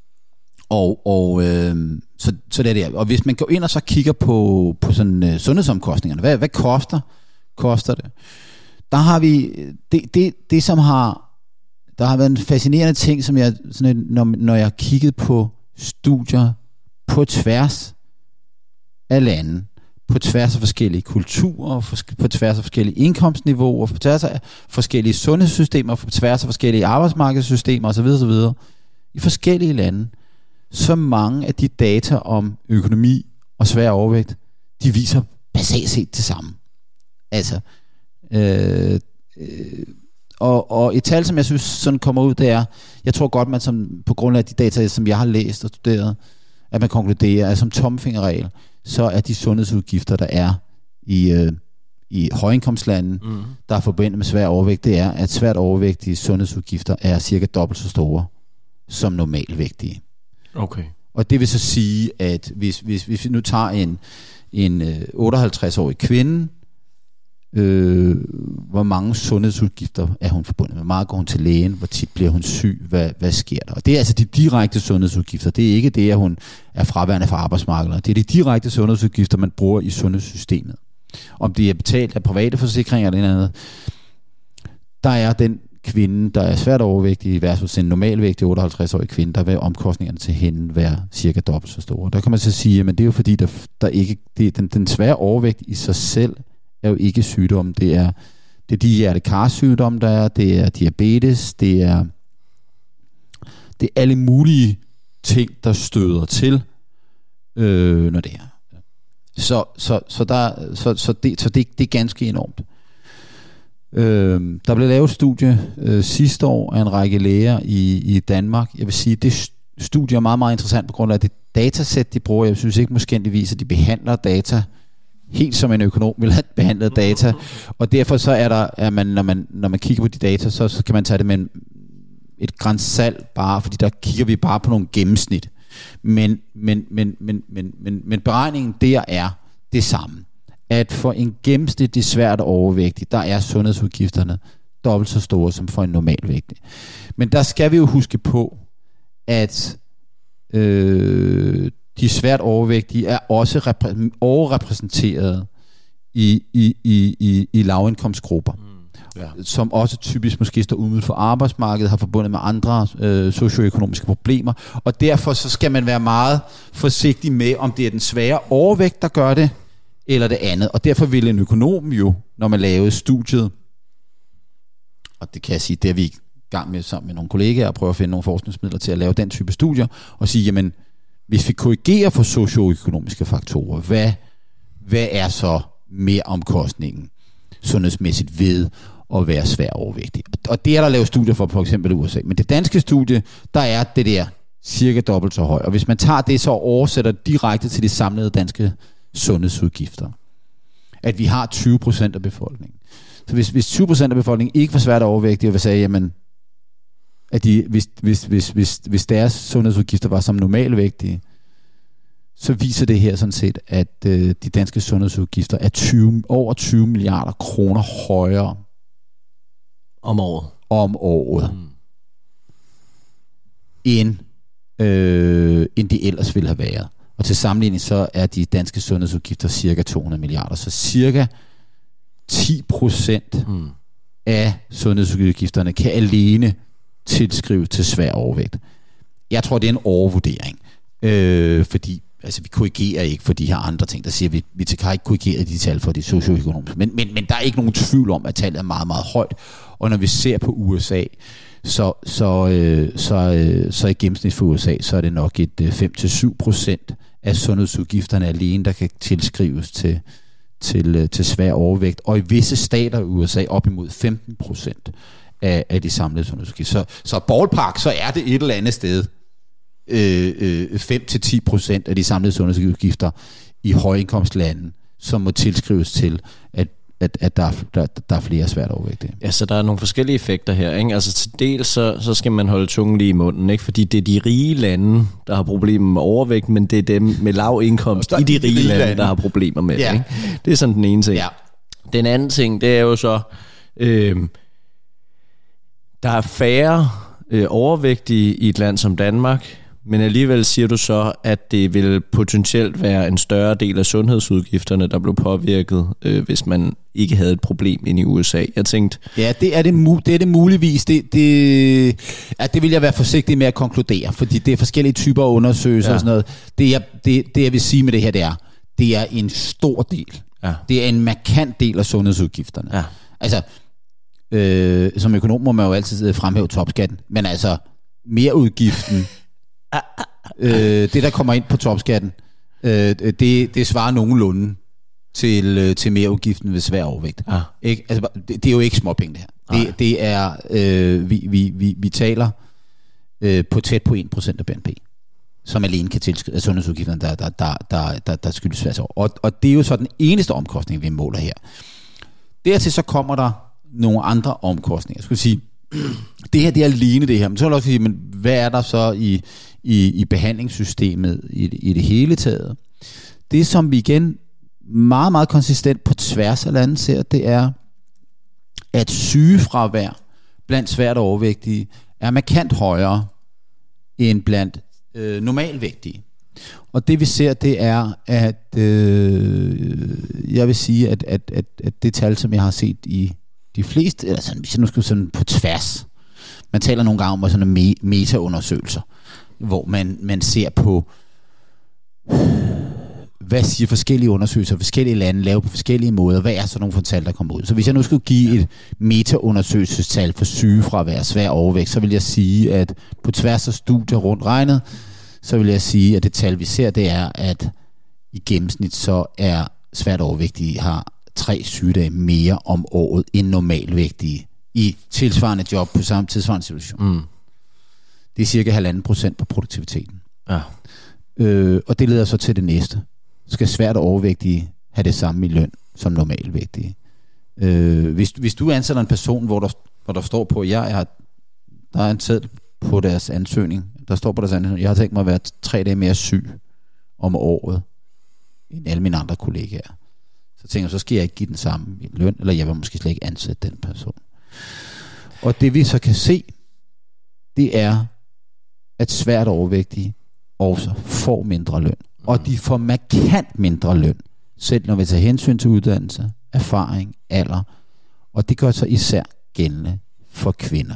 og og øh, så, så det er det. Og hvis man går ind og så kigger på, på sådan uh, sundhedsomkostningerne, hvad, hvad koster, koster det? Der har vi, det, det, det som har, der har været en fascinerende ting, som jeg, sådan et, når, når jeg har kigget på studier på tværs af lande, på tværs af forskellige kulturer, på tværs af forskellige indkomstniveauer, på tværs af forskellige sundhedssystemer, på tværs af forskellige arbejdsmarkedssystemer osv. osv. i forskellige lande, så mange af de data om økonomi og svær overvægt, de viser basalt set det samme. Altså, øh, øh, og, og et tal, som jeg synes sådan kommer ud, det er, jeg tror godt, man som, på grund af de data, som jeg har læst og studeret, at man konkluderer, at som tommelfingerregel, så er de sundhedsudgifter, der er i, øh, i højindkomstlande, mm. der er forbundet med svær overvægt, det er, at svært overvægtige sundhedsudgifter er cirka dobbelt så store som normalvægtige. Okay. Og det vil så sige, at hvis, hvis, hvis vi nu tager en, en øh, otteoghalvtreds-årig kvinde, øh, hvor mange sundhedsudgifter er hun forbundet med? Hvor meget går hun til lægen? Hvor tit bliver hun syg? Hvad, hvad sker der? Og det er altså de direkte sundhedsudgifter. Det er ikke det, at hun er fraværende fra arbejdsmarkedet. Det er de direkte sundhedsudgifter, man bruger i sundhedssystemet. Om det er betalt af private forsikringer eller noget andet, der er den kvinde, der er svært overvægtig versus en normalvægtig otteoghalvtreds-årig kvinde, der vil omkostningerne til hende være cirka dobbelt så store. Der kan man så sige, at det er jo fordi, der, der ikke, det, den, den svære overvægt i sig selv er jo ikke sygdom. Det er, det er de hjertekarsygdomme, der er, det er diabetes, det er, det er alle mulige ting, der støder til, øh, når det er. Så, så, så, der, så, så, det, så det, det er ganske enormt. Øh, der blev lavet et studie øh, sidste år af en række læger i, i Danmark. Jeg vil sige, at det studie er meget, meget interessant på grund af det datasæt, de bruger. Jeg synes ikke måske, at de behandler data helt som en økonom vil have behandlet data. Og derfor så er der, er man, når, man, når man kigger på de data, så, så kan man tage det med en, et grænsalt bare, fordi der kigger vi bare på nogle gennemsnit. Men, men, men, men, men, men, men beregningen der er det samme. At for en gennemsnitlig svært overvægtig, der er sundhedsudgifterne dobbelt så store som for en normalvægtig. Men der skal vi jo huske på, at øh, de svært overvægtige er også repræ- overrepræsenteret i, i, i, i, i lavindkomstgrupper, mm. ja. som også typisk måske står uden for arbejdsmarkedet, har forbundet med andre øh, socioøkonomiske problemer, og derfor så skal man være meget forsigtig med, om det er den svære overvægt, der gør det, eller det andet. Og derfor vil en økonom jo, når man lavede studiet, og det kan jeg sige, det er vi i gang med sammen med nogle kollegaer, og prøve at finde nogle forskningsmidler til at lave den type studier, og sige, jamen, hvis vi korrigerer for socioøkonomiske faktorer, hvad, hvad er så mere omkostningen sundhedsmæssigt ved at være svær overvægtig? Og det er der lavet studier for, for eksempel i U S A. Men det danske studie, der er det der cirka dobbelt så højt. Og hvis man tager det så og oversætter direkte til de samlede danske sundhedsudgifter, at vi har tyve procent af befolkningen. Så hvis, hvis tyve procent af befolkningen ikke var svært overvægtige, og vil sige, jamen, at de, hvis, hvis, hvis, hvis, hvis deres sundhedsudgifter var som normalvægtige, så viser det her sådan set, at øh, de danske sundhedsudgifter er tyve, over tyve milliarder kroner højere om året, om året mm. end, øh, end de ellers ville have været. Og til sammenligning så er de danske sundhedsudgifter cirka to hundrede milliarder. Så cirka ti procent mm. af sundhedsudgifterne kan alene tilskrives til svær overvægt. Jeg tror, det er en overvurdering. Øh, fordi altså, vi korrigerer ikke for de her andre ting. Der siger vi, vi kan ikke korrigere de tal for de socioøkonomiske. Men, men, men der er ikke nogen tvivl om, at tallet er meget, meget højt. Og når vi ser på U S A, så, så, øh, så, øh, så i gennemsnit for U S A, så er det nok et øh, fem til syv procent af sundhedsudgifterne alene, der kan tilskrives til, til, øh, til svær overvægt. Og i visse stater i U S A op imod femten procent af, af de samlede sundhedsudgifter. Så, så ballpark, så er det et eller andet sted øh, øh, fem til ti procent af de samlede sundhedsudgifter i højindkomstlande, som må tilskrives til, at at, at der, er, der, der er flere svært overvægtige. Ja, så der er nogle forskellige effekter her, ikke? Altså til dels så, så skal man holde tungen lige i munden, ikke? Fordi det er de rige lande, der har problemer med overvægt, men det er dem med lav indkomst i de rige, rige lande, lande, der har problemer med ja. det, ikke? Det er sådan den ene ting. Ja. Den anden ting, det er jo så, øh, der er færre øh, overvægtige i et land som Danmark, men alligevel siger du så, at det vil potentielt være en større del af sundhedsudgifterne, der blev påvirket, øh, hvis man ikke havde et problem inde i U S A. Jeg tænkte... Ja, det er det, mu- det, er det muligvis. Det, det, ja, det vil jeg være forsigtig med at konkludere, fordi det er forskellige typer af undersøgelser ja. og sådan noget. Det jeg, det, det, jeg vil sige med det her, det er, det er en stor del. Ja. Det er en markant del af sundhedsudgifterne. Ja. Altså, øh, som økonom må man jo altid fremhæve topskatten, men altså, merudgiften... øh, det der kommer ind på topskatten, øh, det, det svarer nogenlunde til, til merudgiften ved svær overvægt. Ja. Ikke? Altså, det, det er jo ikke småpenge det her. Det, det er, øh, vi, vi, vi, vi taler øh, på tæt på en procent af B N P, som alene kan tilskrive af sundhedsudgifterne, der, der, der, der, der, der skyldes svær overvægt. Og, og det er jo så den eneste omkostning, vi måler her. Dertil så kommer der nogle andre omkostninger. Jeg skulle sige, det her, det er alene det her. Men så vil jeg også sige, men hvad er der så i, i, i behandlingssystemet i, i det hele taget? Det, som vi igen meget, meget konsistent på tværs af landet ser, det er, at sygefravær blandt svært overvægtige er markant højere end blandt øh, normalvægtige. Og det vi ser, det er, at øh, jeg vil sige, at, at, at, at det tal, som jeg har set i de fleste, eller sådan, hvis jeg nu skal sådan på tværs, man taler nogle gange om sådan en meta-undersøgelser, hvor man, man ser på, hvad siger forskellige undersøgelser, forskellige lande laver på forskellige måder, hvad er så nogle for tal, der kommer ud. Så hvis jeg nu skulle give et meta-undersøgelsestal for sygefravær, svær overvægt, så vil jeg sige, at på tværs af studier rundt regnet, så vil jeg sige, at det tal, vi ser, det er, at i gennemsnit så er svært overvægtige har tre sygedage mere om året end normalvægtige i tilsvarende job på samme tilsvarende situation. Mm. Det er cirka halvanden procent på produktiviteten. Ja. Øh, og det leder så til det næste. Skal svært overvægtige have det samme i løn som normalvægtige? Øh, hvis, hvis du ansætter en person, hvor der, hvor der står på, jeg, jeg har, der er en seddel på deres ansøgning, der står på deres ansøgning, jeg har tænkt mig at være tre dage mere syg om året end alle mine andre kollegaer. Så tænker jeg, så skal jeg ikke give den samme løn, eller jeg vil måske slet ikke ansætte den person. Og det vi så kan se, det er, at svært overvægtige også får mindre løn. Og de får markant mindre løn, selv når vi tager hensyn til uddannelse, erfaring, alder. Og det gør sig især gældende for kvinder.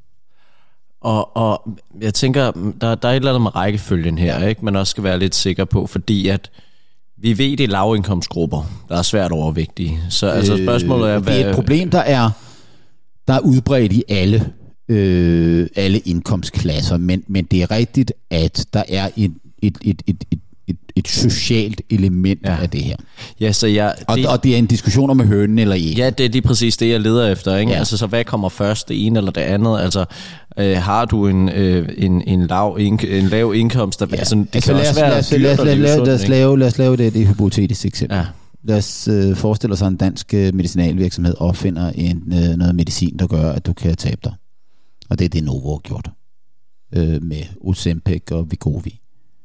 Og, og jeg tænker, der, der er et eller andet med rækkefølgen her, ikke? Man også skal være lidt sikker på, fordi at vi ved, det er lavindkomstgrupper, der er svært overvægtige. Så altså spørgsmålet er, øh, det er et problem, der er, der er udbredt i alle, øh, alle indkomstklasser, men, men det er rigtigt, at der er et, et, et, et, et, et, et socialt element ja. af det her. Ja, så jeg, og, det, og det er en diskussion om hønen eller ikke. Ja, det er lige præcis det, jeg leder efter. Ikke? Ja. Altså, så hvad kommer først, det ene eller det andet? Altså, øh, har du en, øh, en, en, lav, en, en lav indkomst? Der, ja. altså, det altså, kan også være lad, dyrt lad, lad, lad, lad, lad, os lave, lad os lave det, det hypotetisk eksempel. Ja. Lad os øh, forestille os, at en dansk øh, medicinalvirksomhed opfinder en, øh, noget medicin, der gør, at du kan tabe dig. Og det er det, Novo har gjort. Øh, med Ozempic og Wegovy.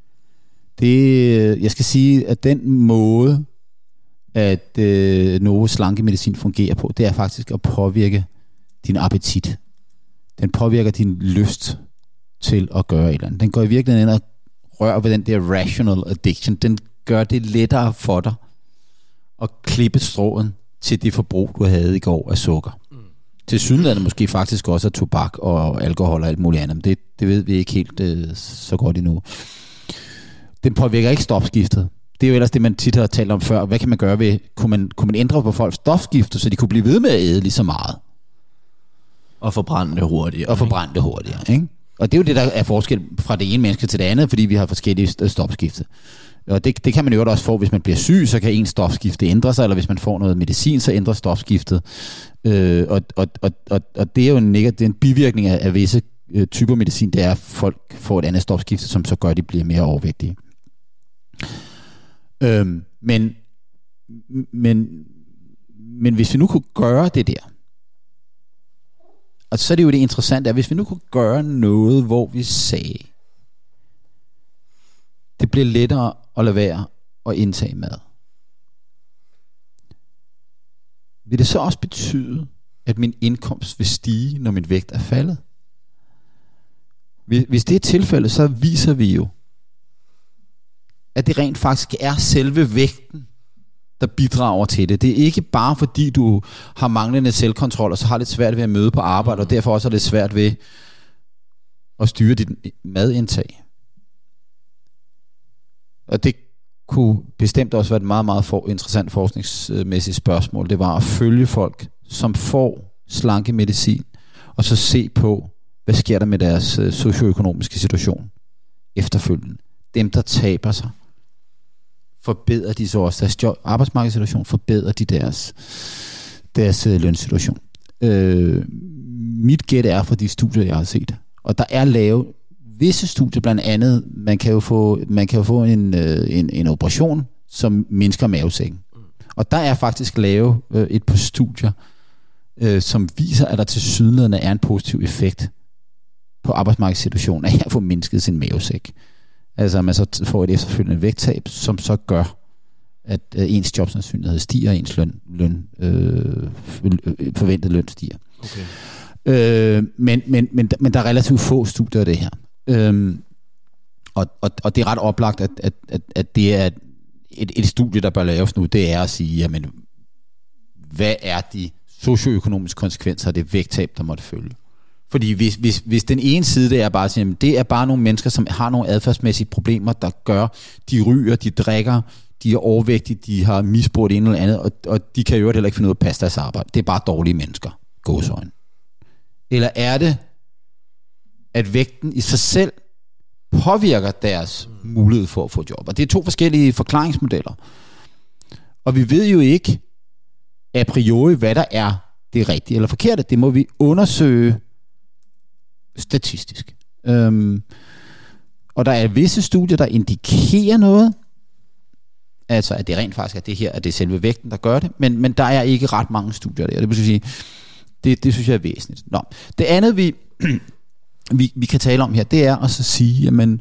Det, jeg skal sige, at den måde, at øh, Novo slankemedicin fungerer på, det er faktisk at påvirke din appetit. Den påvirker din lyst til at gøre et eller andet. Den går i virkeligheden ind og rører ved den der rational addiction. Den gør det lettere for dig at klippe strået til det forbrug, du havde i går af sukker. Mm. Til synligheden måske faktisk også af tobak og alkohol og alt muligt andet, men det, det ved vi ikke helt øh, så godt endnu. Den påvirker ikke stofskiftet. Det er jo ellers det, man tit har talt om før. Hvad kan man gøre ved, kunne man, kunne man ændre på folks stofskifte, så de kunne blive ved med at æde lige så meget? Og forbrænde det hurtigere. Og forbrænde det hurtigere, ikke? Og det er jo det, der er forskel fra det ene menneske til det andet, fordi vi har forskellige stofskifte. Og det, det kan man jo også få, hvis man bliver syg, så kan ens stofskifte ændre sig, eller hvis man får noget medicin, så ændrer stofskiftet. Øh, og, og, og, og, og det er jo en, det er en bivirkning af, af visse øh, typer medicin, det er, at folk får et andet stofskifte, som så gør, at de bliver mere overvægtige. Øhm, men, men, men hvis vi nu kunne gøre det der, og så er det jo det interessante, at hvis vi nu kunne gøre noget, hvor vi sagde, det bliver lettere at lade være at indtage mad, vil det så også betyde, at min indkomst vil stige, når min vægt er faldet? Hvis det er tilfældet, så viser vi jo, at det rent faktisk er selve vægten, der bidrager til det. Det er ikke bare fordi du har manglende selvkontrol, og så har lidt svært ved at møde på arbejde, og derfor også er det svært ved at styre dit madindtag. Og det kunne bestemt også være et meget, meget for, interessant forskningsmæssigt spørgsmål. Det var at følge folk, som får slankemedicin, og så se på, hvad sker der med deres øh, socioøkonomiske situation efterfølgende. Dem, der taber sig, forbedrer de så også deres job, arbejdsmarkedssituation, forbedrer de deres, deres øh, lønsituation. Øh, mit gæt er fra de studier, jeg har set, og der er lavet visse studier, blandt andet, man kan jo få, man kan jo få en, øh, en, en operation, som mindsker mavesækken. Og der er faktisk lavet øh, et par studier, øh, som viser, at der til sydenladende er en positiv effekt på arbejdsmarkedssituationen af at få mindsket sin mavesæk. Altså man så får et efterfølgende vægttab, som så gør, at øh, ens jobsandsynlighed stiger, og ens løn, løn øh, forventet løn stiger. Okay. Øh, men, men, men, men der er relativt få studier af det her. Øh, og, og, og det er ret oplagt, at, at, at, at det er et, et studie, der bør laves nu, det er at sige, jamen, hvad er de socioøkonomiske konsekvenser af det vægttab, der måtte følge? Fordi hvis, hvis, hvis den ene side, det er bare at sige, jamen, det er bare nogle mennesker, som har nogle adfærdsmæssige problemer, der gør, de ryger, de drikker, de er overvægtige, de har misbrugt det ene eller andet, og, og de kan jo heller ikke finde ud af at passe deres arbejde. Det er bare dårlige mennesker, gåseøjne. Eller er det, at vægten i sig selv påvirker deres mulighed for at få job? Og det er to forskellige forklaringsmodeller. Og vi ved jo ikke a priori, hvad der er det rigtige eller forkerte. Det må vi undersøge statistisk. Øhm, og der er visse studier, der indikerer noget, altså at det rent faktisk er det her, at det er selve vægten, der gør det, men, men der er ikke ret mange studier der. Det vil sige, det, det synes jeg er væsentligt. Nå. Det andet, vi, vi, vi kan tale om her, det er at så sige, jamen,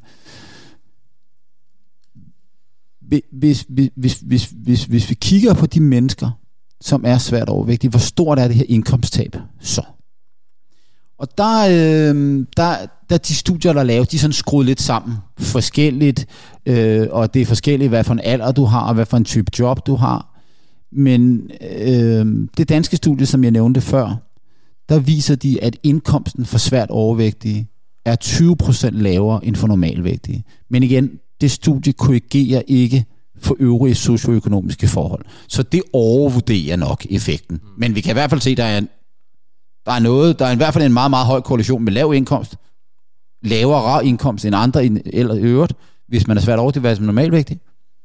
hvis, hvis, hvis, hvis, hvis, hvis vi kigger på de mennesker, som er svært overvægtige, hvor stort er det her indkomsttab så? Og der, øh, der, der de studier, der er lavet, de er sådan skruet lidt sammen forskelligt, øh, og det er forskelligt, hvad for en alder du har, og hvad for en type job du har. Men øh, det danske studie, som jeg nævnte før, der viser de, at indkomsten for svært overvægtige er tyve procent lavere end for normalvægtige. Men igen, det studie korrigerer ikke for øvrige socioøkonomiske forhold. Så det overvurderer nok effekten. Men vi kan i hvert fald se, at der er, der er noget, der er i hvert fald en meget, meget høj korrelation med lav indkomst, lavere indkomst end andre eller øvrigt, hvis man er svært overvægtig som normalvægtig.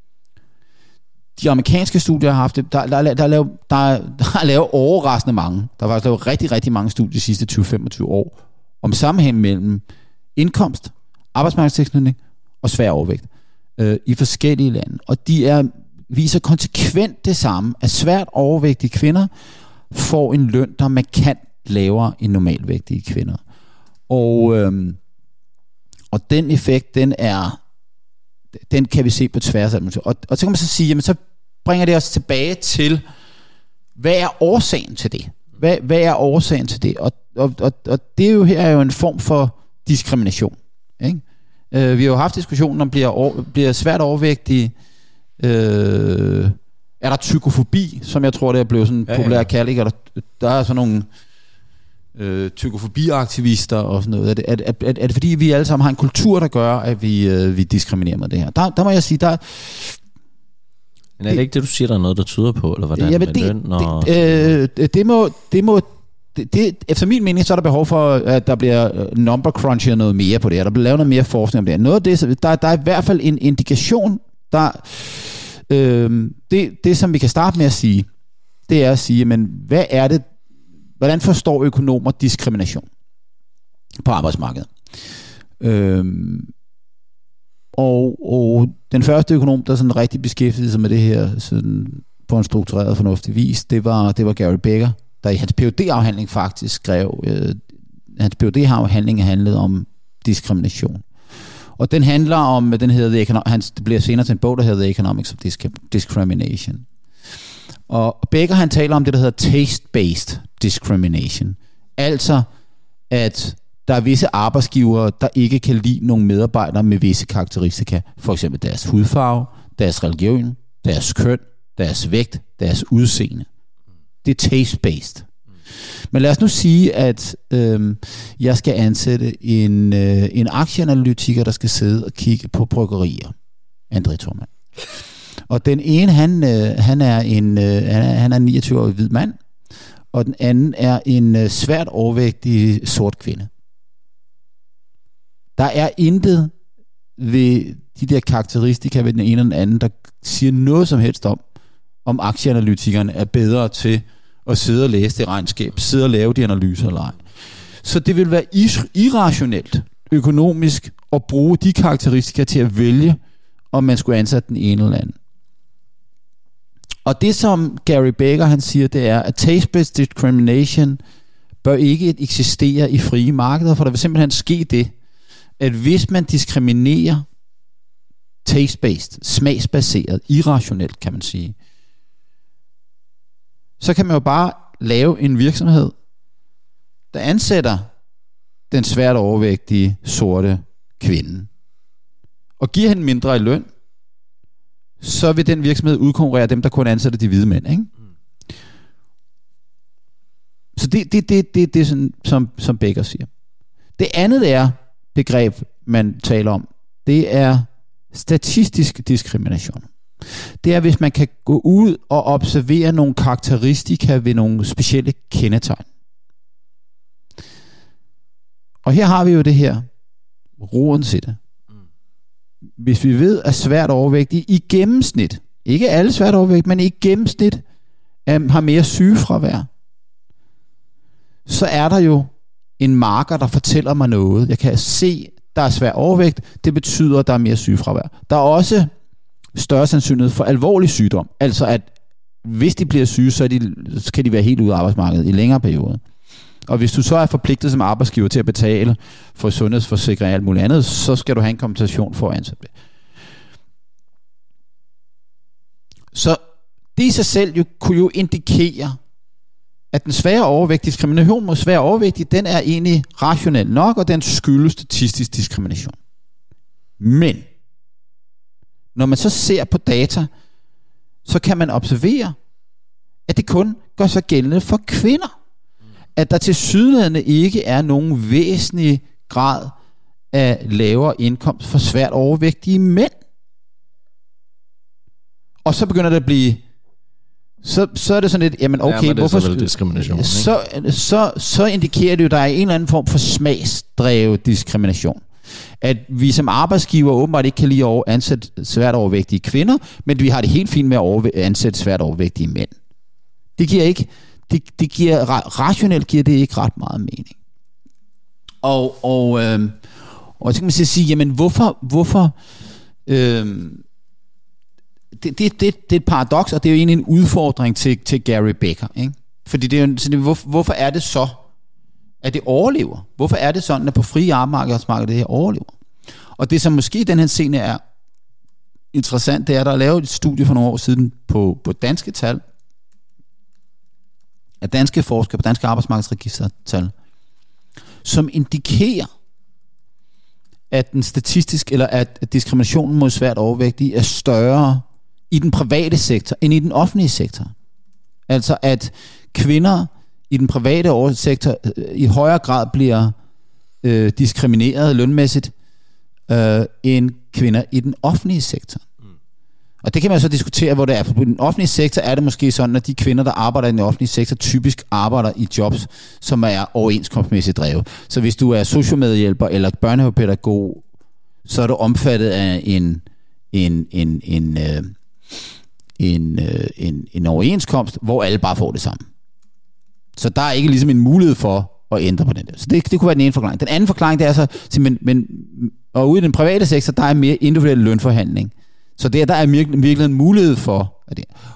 De amerikanske studier har haft det, der, der, der, der, er lavet, der, der er lavet overraskende mange. Der har faktisk lavet rigtig, rigtig mange studier de sidste tyve til femogtyve år om sammenhæng mellem indkomst, arbejdsmarkedstilknytning og svær overvægt øh, i forskellige lande. Og de er, viser konsekvent det samme, at svært overvægtige kvinder får en løn, der er markant lavere end normalvægtige kvinder. Og, øh, og den effekt, den er den kan vi se på tværs af. Og, og så kan man så sige, jamen så bringer det os tilbage til, hvad er årsagen til det? Hvad, hvad er årsagen til det? Og, og, og, og det er jo her er jo en form for diskrimination. Ikke? Uh, vi har jo haft diskussionen om, bliver, over, bliver svært overvægtige, uh, er der tykofobi, som jeg tror, det er blevet sådan ja, populær ja. kaldt, ikke? Der, der er sådan nogle øh, tykofobi-aktivister og sådan noget. Er det, er, er, er det fordi, vi alle sammen har en kultur, der gør, at vi, øh, vi diskriminerer med det her? Der, der må jeg sige, der... Men er det ikke det, du siger, der er noget, der tyder på, eller hvordan ja, med det, løn? Og... Det, øh, det må... Det må det, det, efter min mening, så er der behov for, at der bliver number crunchet noget mere på det her. Der bliver lavet noget mere forskning om det her. Noget af det, der, der er i hvert fald en indikation, der... Øh, det, det, som vi kan starte med at sige, det er at sige, men hvad er det, hvordan forstår økonomer diskrimination på arbejdsmarkedet? Øhm, og, og den første økonom, der sådan rigtig beskæftigede sig med det her sådan på en struktureret fornuftig vis, det var, det var Gary Becker, der i hans P H D-afhandling faktisk skrev, øh, hans P H D-afhandling handlede om diskrimination. Og den handler om, den hedder The Econo- hans, det bliver senere til en bog, der hedder The Economics of Discrimination. Og Becker, han taler om det, der hedder taste-based discrimination. Altså, at der er visse arbejdsgivere, der ikke kan lide nogle medarbejdere med visse karakteristika. For eksempel deres hudfarve, deres religion, deres køn, deres vægt, deres udseende. Det er taste-based. Men lad os nu sige, at øh, jeg skal ansætte en, øh, en aktieanalytiker, der skal sidde og kigge på bryggerier. André Thormann. Og den ene, han, øh, han er en øh, han er en niogtyve-årig hvid mand, og den anden er en øh, svært overvægtig sort kvinde. Der er intet ved de der karakteristika ved den ene eller den anden, der siger noget som helst om, om aktieanalytikerne er bedre til at sidde og læse det regnskab, sidde og lave de analyser eller ej. Så det vil være irrationelt økonomisk at bruge de karakteristika til at vælge, om man skulle ansætte den ene eller anden. Og det som Gary Becker han siger, det er, at taste-based discrimination bør ikke eksistere i frie markeder, for der vil simpelthen ske det, at hvis man diskriminerer taste-based, smagsbaseret, irrationelt kan man sige, så kan man jo bare lave en virksomhed, der ansætter den svært overvægtige sorte kvinde, og giver hende mindre i løn, så vil den virksomhed udkonkurrere dem, der kun ansætter de hvide mænd, ikke? Så det det det det det sådan, som som Becker siger. Det andet er begreb man taler om. Det er statistisk diskrimination. Det er hvis man kan gå ud og observere nogle karakteristika ved nogle specielle kendetegn. Og her har vi jo det her roden til det. Hvis vi ved, at svært overvægtige i gennemsnit, ikke alle svært overvægtige, men i gennemsnit um, har mere sygefravær, så er der jo en marker, der fortæller mig noget. Jeg kan se, der er svær overvægt, det betyder, at der er mere sygefravær. Der er også større sandsynlighed for alvorlig sygdom, altså at hvis de bliver syge, så, er de, så kan de være helt ude af arbejdsmarkedet i længere perioder. Og hvis du så er forpligtet som arbejdsgiver til at betale for sundhedsforsikring og alt muligt andet, så skal du have en kompensation for at ansætte det. Så det i sig selv jo, kunne jo indikere, at den svære overvægt, diskrimination mod svær overvægt, den er egentlig rationel nok, og den skyldes statistisk diskrimination. Men når man så ser på data, så kan man observere, at det kun gør sig gældende for kvinder. At der tilsyneladende ikke er nogen væsentlig grad af lavere indkomst for svært overvægtige mænd. Og så begynder det at blive, så, så er det sådan lidt, jamen okay, ja, hvorfor så, diskrimination, så, så, så indikerer det jo, at der er en eller anden form for smagsdrevet diskrimination. At vi som arbejdsgiver åbenbart ikke kan lide at ansætte svært overvægtige kvinder, men vi har det helt fint med at ansætte svært overvægtige mænd. Det giver ikke Det, det giver, rationelt giver det ikke ret meget mening. Og, og, øh, og så kan man sige, jamen hvorfor, hvorfor øh, det, det, det, det er et paradoks, og det er jo egentlig en udfordring til, til Gary Becker, ikke? Fordi det er jo sådan, hvor, hvorfor er det så, at det overlever? Hvorfor er det sådan, at på frie arbejdsmarked det her overlever? Og det som måske i den her scene er interessant, det er, at der er lavet et studie for nogle år siden på, på danske tal, af danske forskere på danske arbejdsmarkedsregistertal, som indikerer, at den statistisk eller at diskriminationen mod svært overvægtige er større i den private sektor end i den offentlige sektor. Altså at kvinder i den private sektor i højere grad bliver øh, diskrimineret lønmæssigt øh, end kvinder i den offentlige sektor. Og det kan man så diskutere, hvor det er. For i den offentlige sektor er det måske sådan, at de kvinder, der arbejder i den offentlige sektor, typisk arbejder i jobs, som er overenskomstmæssigt drevet. Så hvis du er sociomedhjælper eller børnehavepædagog, så er du omfattet af en, en, en, en, øh, en, øh, en, en overenskomst, hvor alle bare får det samme. Så der er ikke ligesom en mulighed for at ændre på den der. Så det, det kunne være den ene forklaring. Den anden forklaring, det er så, men, men, og ude i den private sektor, der er mere individuel lønforhandling. Så der, der er virkelig en mulighed for at det.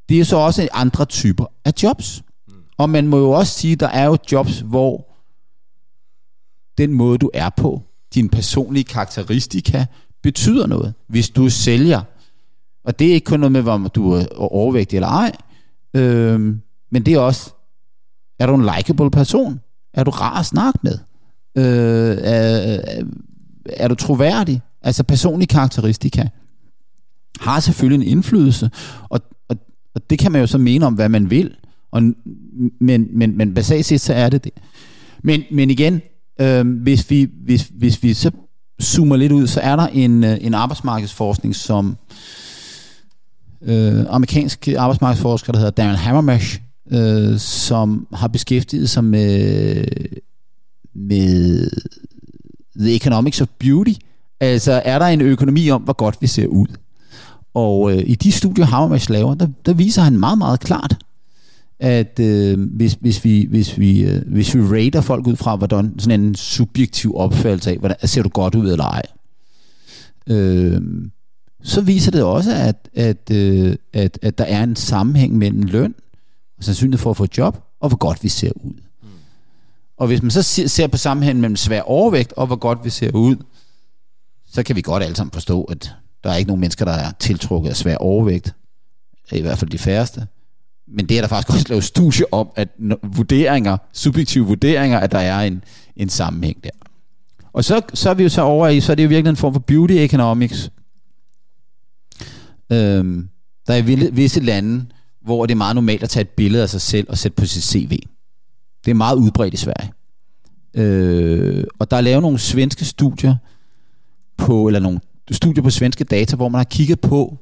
det er så også andre typer af jobs. Mm. Og man må jo også sige, der er jo jobs, hvor den måde, du er på, dine personlige karakteristika, betyder noget. Hvis du sælger, og det er ikke kun noget med, om du er overvægtig eller ej, øh, men det er også, er du en likable person? Er du rar at snakke med? Øh, er, er du troværdig? Altså personlige karakteristika har selvfølgelig en indflydelse, og, og, og det kan man jo så mene om, hvad man vil, og, men, men, men basalt set, så er det det. Men, men igen, øh, hvis, vi, hvis, hvis vi så zoomer lidt ud, så er der en, en arbejdsmarkedsforskning, som øh, amerikansk arbejdsmarkedsforsker, der hedder Darren Hammermesh, øh, som har beskæftiget sig med, med the economics of beauty. Altså, er der en økonomi om, hvor godt vi ser ud? Og øh, i de studier, Hammermesh laver, der, der viser han meget, meget klart, at øh, hvis, hvis, vi, hvis, vi, øh, hvis vi rater folk ud fra, hvordan sådan en subjektiv opfattelse af, hvordan, ser du godt ud eller ej, øh, så viser det også, at, at, øh, at, at der er en sammenhæng mellem løn og sandsynlighed for at få et job, og hvor godt vi ser ud. Mm. Og hvis man så ser på sammenhængen mellem svær overvægt og hvor godt vi ser ud, så kan vi godt alle sammen forstå, at der er ikke nogen mennesker, der er tiltrukket af svær overvægt. I hvert fald de færreste. Men det er der faktisk også lavet studie om, at vurderinger, subjektive vurderinger, at der er en, en sammenhæng der. Og så, så er vi jo så over i, så er det jo virkelig en form for beauty economics. Øhm, der er visse lande, hvor det er meget normalt at tage et billede af sig selv og sætte på sit C V. Det er meget udbredt i Sverige. Øh, og der er lavet nogle svenske studier på, eller nogle studier på svenske data, hvor man har kigget på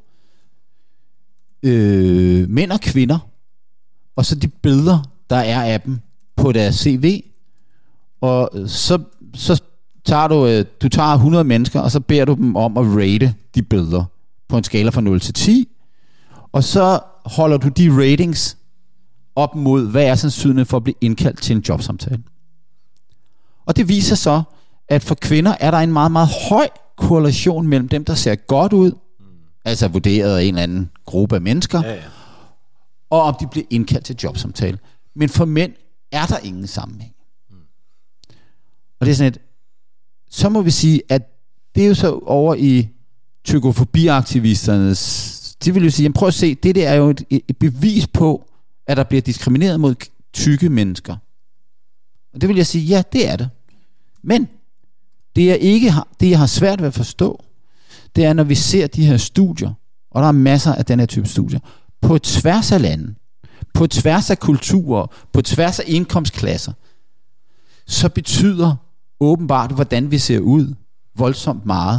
øh, mænd og kvinder, og så de billeder, der er af dem på deres C V, og så, så tager du, øh, du tager hundrede mennesker, og så beder du dem om at rate de billeder på en skala fra nul til ti, og så holder du de ratings op mod, hvad er sandsynligheden for at blive indkaldt til en jobsamtale. Og det viser så, at for kvinder er der en meget, meget høj korrelation mellem dem, der ser godt ud, mm. altså vurderet af en eller anden gruppe af mennesker, ja, ja. Og om de bliver indkaldt til jobsamtale. Men for mænd er der ingen sammenhæng. Mm. Og det er sådan et, så må vi sige, at det er jo så over i tykofobiaktivisternes, de vil jo sige, jamen prøv at se, det der er jo et, et bevis på, at der bliver diskrimineret mod tykke mennesker. Og det vil jeg sige, ja, det er det. Men det jeg ikke har, det jeg har svært ved at forstå, det er, når vi ser de her studier, og der er masser af den her type studier, på tværs af lande, på tværs af kulturer, på tværs af indkomstklasser, så betyder åbenbart, hvordan vi ser ud, voldsomt meget.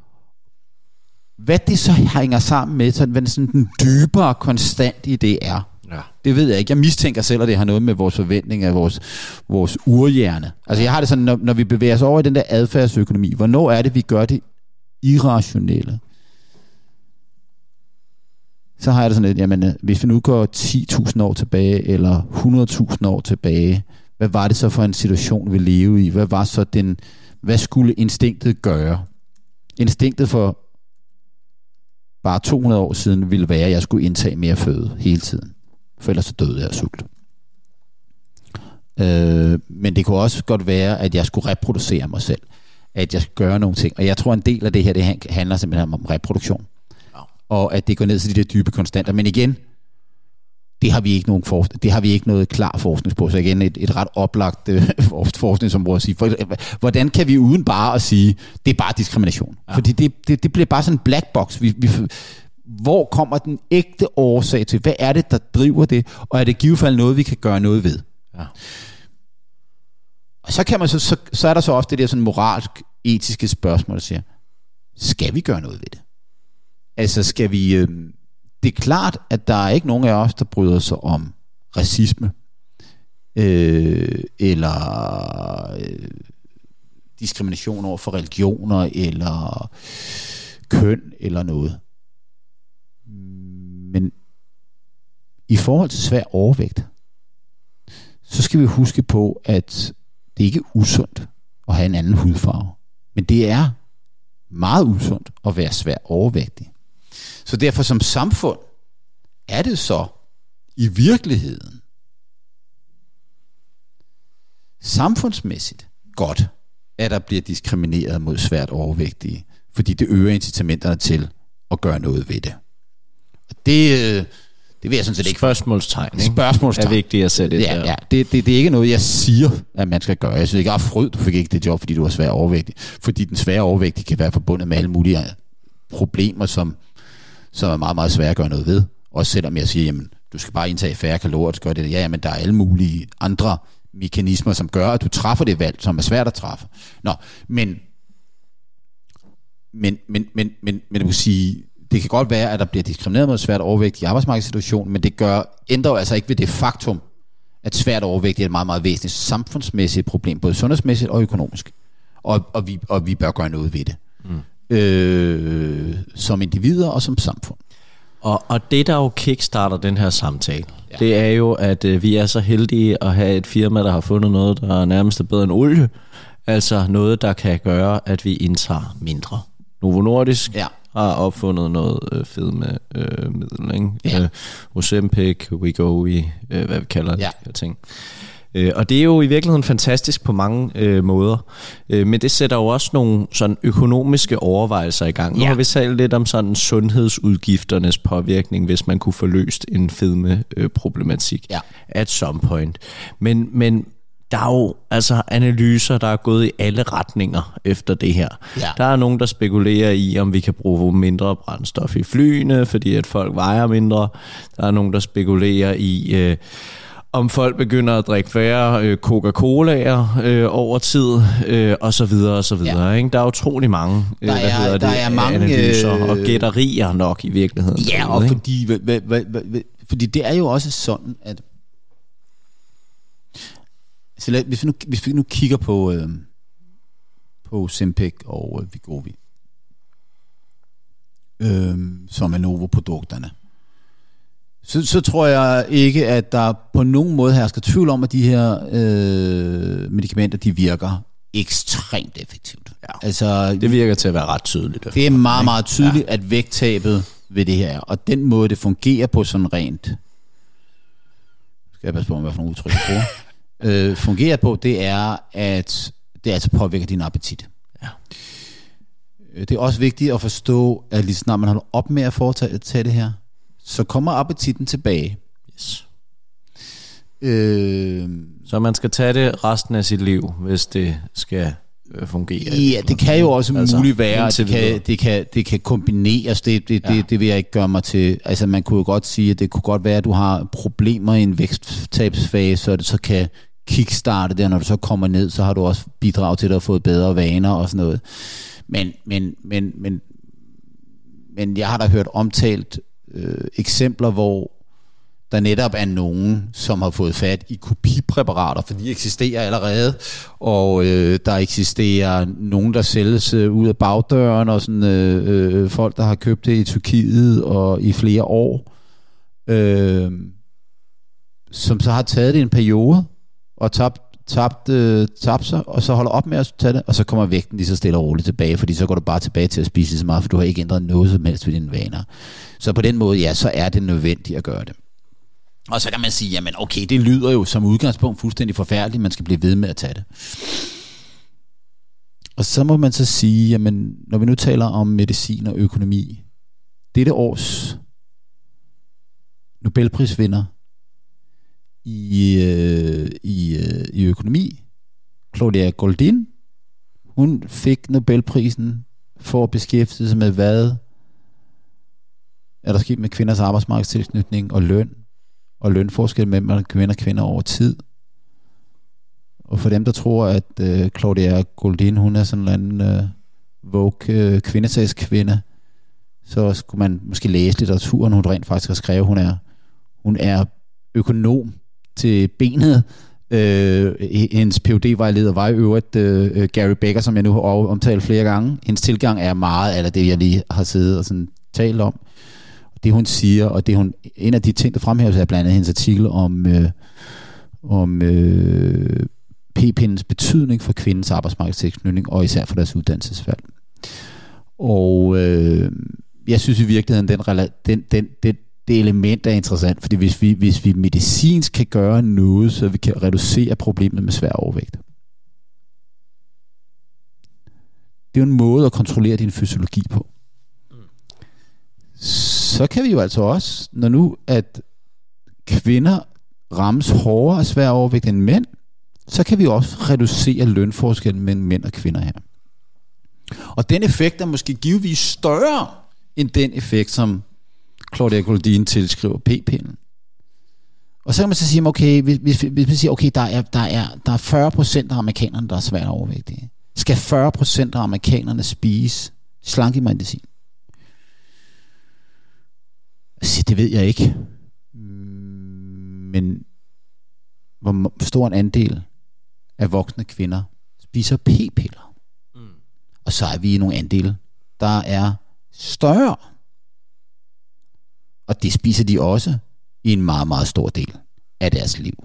Hvad det så hænger sammen med, så hvad sådan den dybere konstant i det er, ja. Det ved jeg ikke. Jeg mistænker selv, at det har noget med vores forventning af vores, vores urhjerne. Altså jeg har det sådan, når, når vi bevæger os over i den der adfærdsøkonomi, hvornår er det, vi gør det irrationelle? Så har jeg det sådan lidt, jamen hvis vi nu går ti tusind år tilbage, eller hundrede tusind år tilbage, hvad var det så for en situation, vi levede i? Hvad var så den, hvad skulle instinktet gøre? Instinktet for bare to hundrede år siden ville være, at jeg skulle indtage mere føde hele tiden. For ellers så døde jeg af sult. Øh, men det kunne også godt være, at jeg skulle reproducere mig selv. At jeg skulle gøre nogle ting. Og jeg tror, en del af det her, det handler simpelthen om reproduktion. Ja. Og at det går ned til de der dybe konstanter. Men igen, det har vi ikke nogen forskning, det har vi ikke noget klar forskning på. Så igen, et, et ret oplagt øh, forskningsområde at sige. For, hvordan kan vi uden bare at sige, det er bare diskrimination? Ja. Fordi det, det, det bliver bare sådan en black box. Vi, vi, hvor kommer den ægte årsag til? Hvad er det, der driver det? Og er det i givet fald noget, vi kan gøre noget ved? Ja. Og så, kan man så, så, så er der så også det der sådan moralsk, etiske spørgsmål, der siger, skal vi gøre noget ved det? Altså skal vi... Øh, det er klart, at der er ikke nogen af os, der bryder sig om racisme, øh, eller øh, diskrimination over for religioner, eller køn, eller noget. Men i forhold til svær overvægt, så skal vi huske på, at det ikke er usundt at have en anden hudfarve. Men det er meget usundt at være svær overvægtig. Så derfor som samfund er det så i virkeligheden samfundsmæssigt godt, at der bliver diskrimineret mod svært overvægtige, fordi det øger incitamenterne til at gøre noget ved det. Og det, det vil jeg sådan set ikke... Spørgsmålstegn, ikke? Spørgsmålstegn. Er vigtigt at sætte det ja, der. ja. Det, det, det er ikke noget, jeg siger, at man skal gøre. Jeg synes ikke, at fryd, du fik ikke det job, fordi du var svær overvægtig. Fordi den svære overvægtige kan være forbundet med alle mulige problemer, som, som er meget, meget svære at gøre noget ved. Også selvom jeg siger, jamen, du skal bare indtage færre kalorier, du gør det. Ja, men der er alle mulige andre mekanismer, som gør, at du træffer det valg, som er svært at træffe. Nå, men men, men, men, men, men jeg vil sige, det kan godt være, at der bliver diskrimineret mod svært overvægt i arbejdsmarkedssituationen, men det gør, ændrer altså ikke ved det faktum, at svært overvægt er et meget, meget væsentligt samfundsmæssigt problem, både sundhedsmæssigt og økonomisk. Og, og, vi, og vi bør gøre noget ved det. Mm. Øh, som individer og som samfund. Og, og det, der jo kickstarter den her samtale, ja. det er jo, at øh, vi er så heldige at have et firma, der har fundet noget, der er nærmest bedre end olie. Altså noget, der kan gøre, at vi indtager mindre. Novo Nordisk ja. har opfundet noget øh, fedme øh, middel, ikke? Ja. Øh, Ozempic, Wegovy, øh, hvad vi kalder det, ja. de her ting. Øh, og det er jo i virkeligheden fantastisk på mange øh, måder, øh, men det sætter jo også nogle sådan økonomiske overvejelser i gang. Nu ja. har vi talt lidt om sådan sundhedsudgifternes påvirkning, hvis man kunne få løst en fedme øh, problematik ja. at some point. Men, men der er jo altså analyser, der er gået i alle retninger efter det her. Ja. Der er nogen, der spekulerer i, om vi kan bruge mindre brændstof i flyene, fordi at folk vejer mindre. Der er nogen, der spekulerer i... Øh, om folk begynder at drikke færre øh, Coca-Cola'er øh, over tid, øh, og så videre, og så videre. Ja. Ikke? Der er utrolig mange, øh, der er, hvad hedder der det, er mange, analyser og gætterier nok i virkeligheden. Ja, og ikke? fordi, hva, hva, hva, hva, fordi det er jo også sådan, at så lad, hvis, vi nu, hvis vi nu kigger på, øh, på Ozempic og øh, Wegovy, øh, som er Novo-produkterne, Så, så tror jeg ikke, at der på nogen måde hersker tvivl om, at de her øh, medicamenter, de virker ekstremt effektivt. Ja. Altså, det virker til at være ret tydeligt. Det er meget, meget tydeligt, ja. at vægttabet ved det her, og den måde, det fungerer på sådan rent, skal jeg passe på, hvad for nogle udtryk jeg bruger, øh, fungerer på, det er, at det altså påvirker din appetit. Ja. Det er også vigtigt at forstå, at lige snart man holder op med at foretage det her, så kommer appetitten tilbage. Yes. Øh, så man skal tage det resten af sit liv, hvis det skal øh, fungere. Ja, det kan jo også altså, muligt være, at det kan, det, kan, det kan kombineres. Det, det, ja. det, det vil jeg ikke gøre mig til. Altså man kunne jo godt sige, at det kunne godt være, at du har problemer i en væksttabsfase, og det så kan kickstarte der, når du så kommer ned, så har du også bidraget til, at du har fået bedre vaner og sådan noget. Men, men, men, men, men jeg har da hørt omtalt Øh, eksempler, hvor der netop er nogen, som har fået fat i kopipræparater, for de eksisterer allerede, og øh, der eksisterer nogen, der sælges øh, ud af bagdøren, og sådan øh, øh, folk, der har købt det i Tyrkiet og i flere år, øh, som så har taget det i en periode, og tabt, tabt, øh, tabt sig, og så holder op med at tage det, og så kommer vægten lige så stille og roligt tilbage, fordi så går du bare tilbage til at spise så meget, for du har ikke ændret noget som helst ved dine vaner. Så på den måde, ja, så er det nødvendigt at gøre det. Og så kan man sige, jamen okay, det lyder jo som udgangspunkt fuldstændig forfærdeligt, man skal blive ved med at tage det. Og så må man så sige, jamen når vi nu taler om medicin og økonomi, dette års Nobelprisvinder i, øh, i, øh, i økonomi, Claudia Goldin, hun fik Nobelprisen for at beskæftige sig med, hvad er der sket med kvinders arbejdsmarkedstilknytning og løn, og lønforskel mellem kvinder og kvinder over tid. Og for dem, der tror, at øh, Claudia Goldin, hun er sådan en anden øh, Vogue øh, kvindesagskvinde, så skulle man måske læse litteraturen, hun rent faktisk har skrevet. Hun er, hun er økonom til benet. Øh, hendes P H D-vejleder var i øvrigt øh, Gary Becker, som jeg nu har omtalt flere gange. Hendes tilgang er meget af det, jeg lige har siddet og sådan talt om. Det hun siger, og det hun, en af de ting, der fremhæves, er blandt andet hendes artikel om, øh, om øh, p-pindens betydning for kvindens arbejdsmarkedstilknytning, og især for deres uddannelsesvalg. Og øh, jeg synes i virkeligheden, den, den, den, den, det element er interessant, fordi hvis vi, hvis vi medicinsk kan gøre noget, så vi kan reducere problemet med svær overvægt. Det er jo en måde at kontrollere din fysiologi på. Så kan vi jo altså også, når nu at kvinder rammes hårdere af svær overvægt end mænd, så kan vi også reducere lønforskellen mellem mænd og kvinder her. Og den effekt er måske givetvis større end den effekt, som Claudia Goldin tilskriver p-pillen. Og så kan man så sige, okay, hvis, hvis, hvis man siger, okay, der er, der er, der er fyrre procent af amerikanerne, der er svært overvægtige. Skal fyrre procent af amerikanerne spise slankemedicin? Så det ved jeg ikke. Men hvor stor en andel af voksne kvinder spiser p-piller? Mm. Og så er vi i nogle andele, der er større. Og det spiser de også i en meget, meget stor del af deres liv.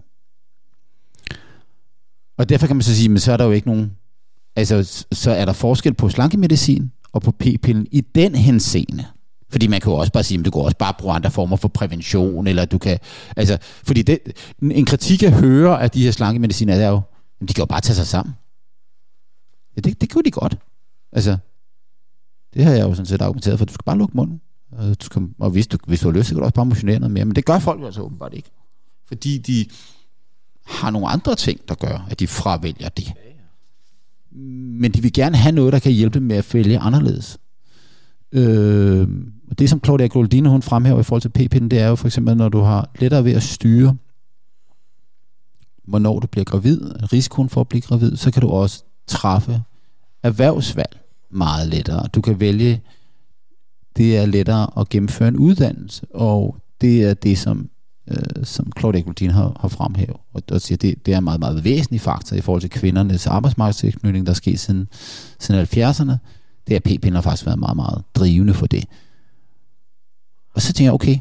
Og derfor kan man så sige, men så er der jo ikke nogen, altså så er der forskel på slankemedicin og på p-pillen i den henseende. Fordi man kan jo også bare sige, at du kan også bare bruge andre former for prævention, eller du kan, altså, fordi det, en kritik jeg hører af de her slankemediciner, er jo, de kan jo bare tage sig sammen. Ja, det, det kunne de godt. Altså, det har jeg jo sådan set argumenteret for, du skal bare lukke munden. Og, du skal, og hvis, du, hvis du har lyst, så kan du også bare motionere noget mere. Men det gør folk jo altså åbenbart ikke. Fordi de har nogle andre ting, der gør, at de fravælger det. Men de vil gerne have noget, der kan hjælpe dem med at vælge anderledes. Øh, det som Claudia Goldin, hun fremhæver i forhold til p-pillen, det er jo for eksempel, når du har lettere ved at styre, hvornår du bliver gravid, risikoen for at blive gravid, så kan du også træffe erhvervsvalg meget lettere. Du kan vælge, det er lettere at gennemføre en uddannelse, og det er det, som, øh, som Claudia Goldin har, har fremhævet. Og, og siger, det, det er en meget, meget væsentlig faktor i forhold til kvindernes arbejdsmarkedstilknytning, der er sket siden, siden halvfjerdserne. Det er p-pillen har faktisk været meget, meget drivende for det. Og så tænker jeg, okay,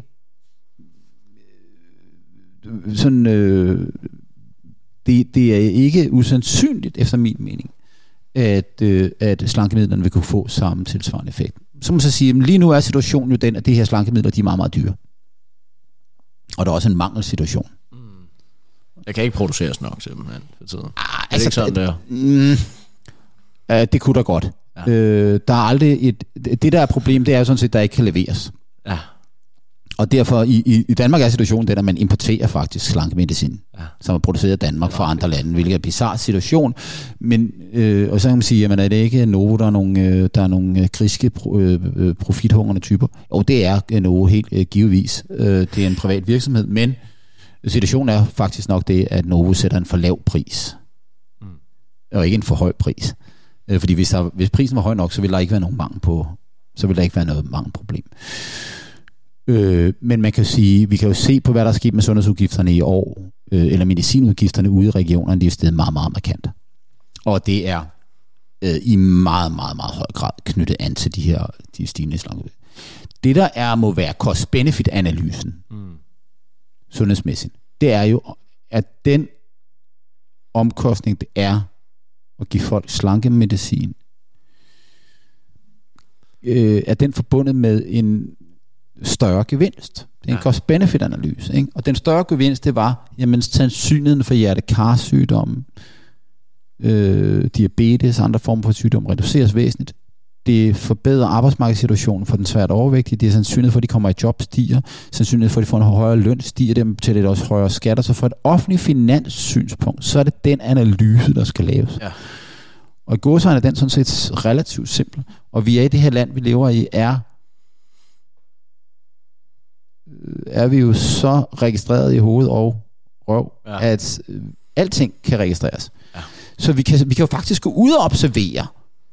sådan, øh, det, det er ikke usandsynligt, efter min mening, at, øh, at slankemidlerne vil kunne få samme tilsvarende effekt. Så må man så sige, at lige nu er situationen jo den, at det her slankemidler, de er meget, meget dyre. Og der er også en mangelsituation. Mm. Jeg kan ikke produceres nok, simpelthen, for tiden. Ah, er det altså, ikke sådan, der? Mm, uh, det kunne da godt. Ja. Øh, der er aldrig et, det der er problem, det er jo sådan set, at der ikke kan leveres. Ja. Og derfor i, i, i Danmark er situationen den, at man importerer faktisk slankemedicin, ja, som er produceret i Danmark fra andre lande, hvilket er en bizarre situation. Men, øh, og så kan man sige, jamen er det ikke Novo, der er nogle, øh, der er nogle griske pro, øh, profithungrende typer? Og det er Novo helt øh, givetvis. Øh, det er en privat virksomhed, men situationen er faktisk nok det, at Novo sætter en for lav pris. Mm. Og ikke en for høj pris. Øh, fordi hvis, der, hvis prisen var høj nok, så ville der ikke være nogen mangel på, så ville der ikke være noget mangelproblem. Øh, men man kan sige, vi kan jo se på, hvad der er sket med sundhedsudgifterne i år, øh, eller medicinudgifterne ude i regionerne, de er steget meget, meget markant. Og det er øh, i meget, meget, meget høj grad knyttet an til de her de stigende slanke. Det der er, må være cost-benefit-analysen, mm. sundhedsmæssigt, det er jo, at den omkostning, det er at give folk slankemedicin, øh, er den forbundet med en større gevinst. Det er en ja. cost-benefit-analyse. Ikke? Og den større gevinst, det var, jamen sandsynligheden for hjerte-karsygdomme, øh, diabetes og andre former for sygdom reduceres væsentligt. Det forbedrer arbejdsmarkedssituationen for den svært overvægtige. Det er sandsynlighed for, at de kommer i job stiger. Sandsynlighed for, at de får en højere løn stiger. Dem til det også højere skatter. Så for et offentligt finanssynspunkt, så er det den analyse, der skal laves. Ja. Og i gåseøjne er den sådan set relativt simpel. Og vi er i det her land, vi lever i, er er vi jo så registreret i hoved og røv, ja. at øh, alting kan registreres. Ja. Så vi kan, vi kan jo faktisk gå ud og observere,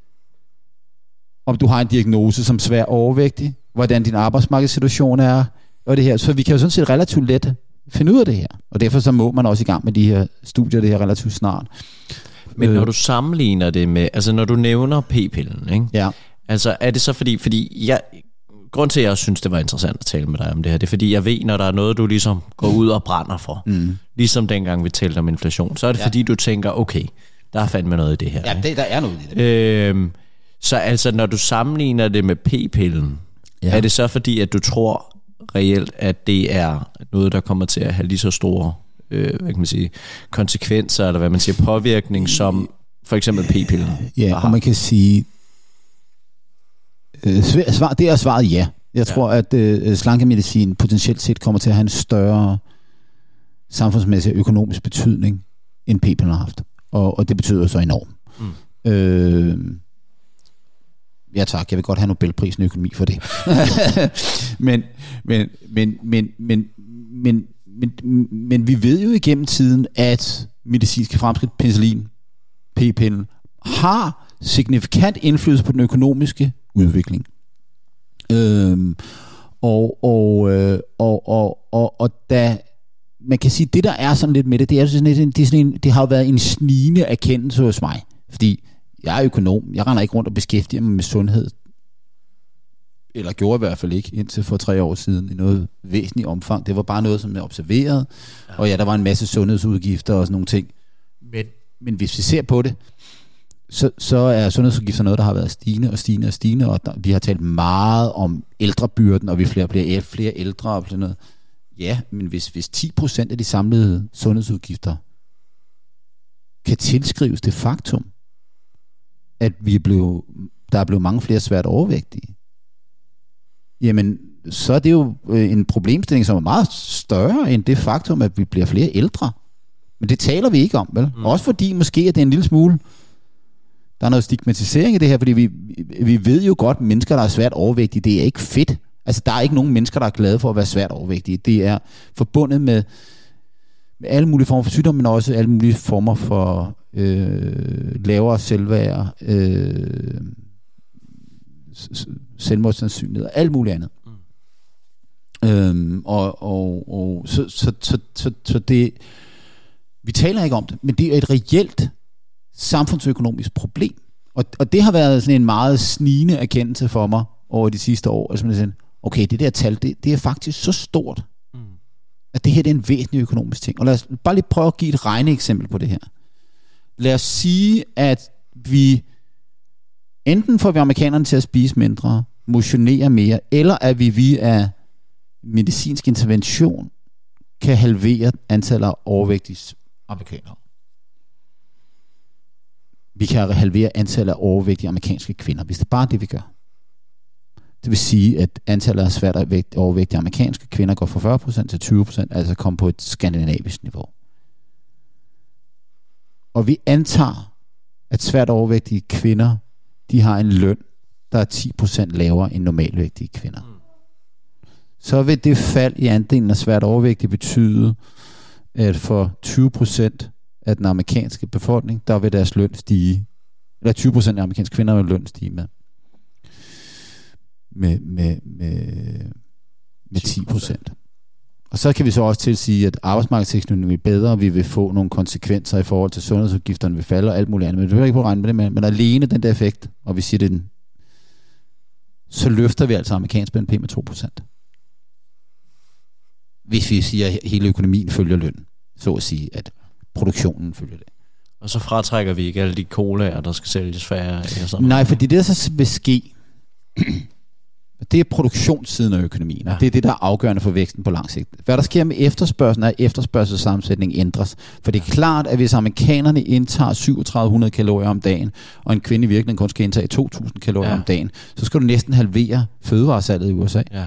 om du har en diagnose som svær overvægtig, hvordan din arbejdsmarkedssituation er, og det her. Så vi kan jo sådan set relativt let finde ud af det her. Og derfor så må man også i gang med de her studier, det her relativt snart. Men øh. når du sammenligner det med, altså når du nævner p-pillen, ikke? Ja. Altså er det så fordi, fordi jeg... Grunden til, at jeg synes, det var interessant at tale med dig om det her, det er, fordi jeg ved, når der er noget, du ligesom går ud og brænder for, mm. ligesom dengang vi talte om inflation, så er det ja. fordi, du tænker, okay, der er fandme noget i det her. Ja, det, der er noget i det. Øhm, så altså, når du sammenligner det med p-pillen, ja. er det så fordi, at du tror, reelt, at det er noget, der kommer til at have lige så store øh, hvad kan man sige, konsekvenser, eller hvad man siger, påvirkning, som for eksempel p-piller? Ja, og man kan sige, øh, svar, det er svaret ja. Jeg tror, ja. at øh, slankemedicin potentielt set kommer til at have en større samfundsmæssig økonomisk betydning, end p-piller har haft. Og, og det betyder så enormt. Mm. Øh, ja tak, jeg vil godt have Nobelprisen i økonomi for det. men, men, men, men, men, men, men, men vi ved jo igennem tiden, at medicinske fremskridt, penicillin, p-pillen, har signifikant indflydelse på den økonomiske udvikling. Øhm, og, og, øh, og, og, og, og da man kan sige, det der er sådan lidt med det, det, er sådan lidt, det, er sådan en, det har jo været en snigende erkendelse hos mig, fordi jeg er økonom, jeg render ikke rundt og beskæftiger mig med sundhed, eller gjorde i hvert fald ikke, indtil for tre år siden, i noget væsentligt omfang. Det var bare noget, som jeg observerede, ja. Og ja, der var en masse sundhedsudgifter og sådan nogle ting. Men, men hvis vi ser på det, så, så er sundhedsudgifter noget, der har været stigende og stigende og stigende, og der, vi har talt meget om ældrebyrden, og vi flere bliver flere ældre og sådan noget. Ja, men hvis, hvis ti procent af de samlede sundhedsudgifter kan tilskrives det faktum, at vi er blevet, der er blevet mange flere svært overvægtige, jamen, så er det jo en problemstilling, som er meget større end det faktum, at vi bliver flere ældre. Men det taler vi ikke om, vel? Mm. Også fordi måske, at det er en lille smule, der er noget stigmatisering i det her, fordi vi, vi ved jo godt, at mennesker, der er svært overvægtige, det er ikke fedt. Altså, der er ikke nogen mennesker, der er glade for at være svært overvægtige. Det er forbundet med, med alle mulige former for sygdom, men også alle mulige former for øh, lavere selvværd, øh, selvmordssandsynlighed og alt muligt andet. Mm. Øhm, og og, og så, så, så, så, så det, vi taler ikke om det, men det er et reelt samfundsøkonomisk problem. Og, og det har været sådan en meget snigende erkendelse for mig over de sidste år. Altså man siger, okay, det der tal, det, det er faktisk så stort, mm. at det her det er en væsentlig økonomisk ting. Og lad os bare lige prøve at give et regneeksempel på det her. Lad os sige, at vi enten får vi amerikanerne til at spise mindre, motionere mere, eller at vi via medicinsk intervention kan halvere antallet af overvægtige amerikanere. Vi kan halvere antallet af overvægtige amerikanske kvinder, hvis det er bare det, vi gør. Det vil sige, at antallet af svært overvægtige amerikanske kvinder går fra fyrre procent til tyve procent, altså kommer på et skandinavisk niveau. Og vi antager, at svært overvægtige kvinder, de har en løn, der er ti procent lavere end normalvægtige kvinder. Så vil det fald i andelen af svært overvægtige betyde, at for tyve procent af den amerikanske befolkning, der vil deres løn stige, eller tyve procent af amerikanske kvinder vil løn stige med, med, med, med, med ti procent. Og så kan vi så også tilsige, at arbejdsmarkedsteknologi er bedre, og vi vil få nogle konsekvenser i forhold til sundhedsudgifterne, vi falder og alt muligt andet. Men det vil ikke på at regne med det, men, men alene den der effekt, og vi siger det, den, så løfter vi altså amerikansk B N P med to procent. Hvis vi siger, at hele økonomien følger løn, så at sige, at produktionen følger det. Og så fratrækker vi ikke alle de colaer, der skal sælges færre? Eller sådan Nej, fordi det der så vil ske, det er produktionssiden af økonomien, ja. Og det er det, der er afgørende for væksten på lang sigt. Hvad der sker med efterspørgselen, er, at efterspørgselssammensætning ændres. For det er klart, at hvis amerikanerne indtager syvogtredive hundrede kalorier om dagen, og en kvinde i virkeligheden kun skal indtage to tusind kalorier ja. om dagen, så skal du næsten halvere fødevaresalget i U S A. Ja.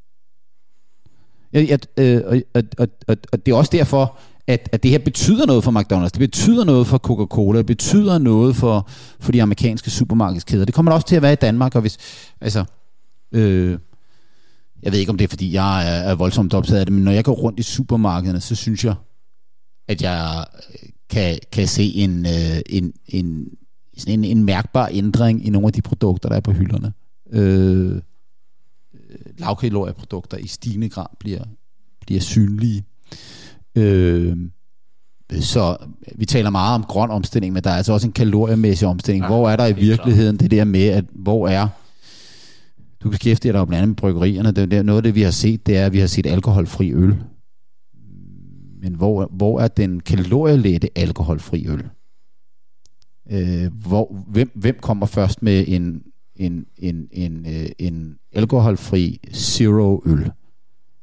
Ja, øh, og, og, og, og, og det er også derfor, at, at det her betyder noget for McDonald's, det betyder noget for Coca-Cola, det betyder noget for, for de amerikanske supermarkedskæder. Det kommer også til at være i Danmark, og hvis, altså, øh, jeg ved ikke om det er, fordi jeg er, er voldsomt optaget af det, men når jeg går rundt i supermarkederne, så synes jeg, at jeg kan, kan se en, en, en, en, en mærkbar ændring i nogle af de produkter, der er på hylderne. Øh, lavkalorieprodukter i stigende grad bliver, bliver synlige. Øh, så vi taler meget om grøn omstilling, men der er altså også en kaloriemæssig omstilling. Ja, hvor er der i virkeligheden klar. Det der med, at hvor er, du beskæftiger dig jo blandt andet med bryggerierne, det er noget af det, vi har set, det er, at vi har set alkoholfri øl. Men hvor, hvor er den kalorielette alkoholfri øl? Øh, hvor, hvem, hvem kommer først med en en, en, en, en alkoholfri zero øl?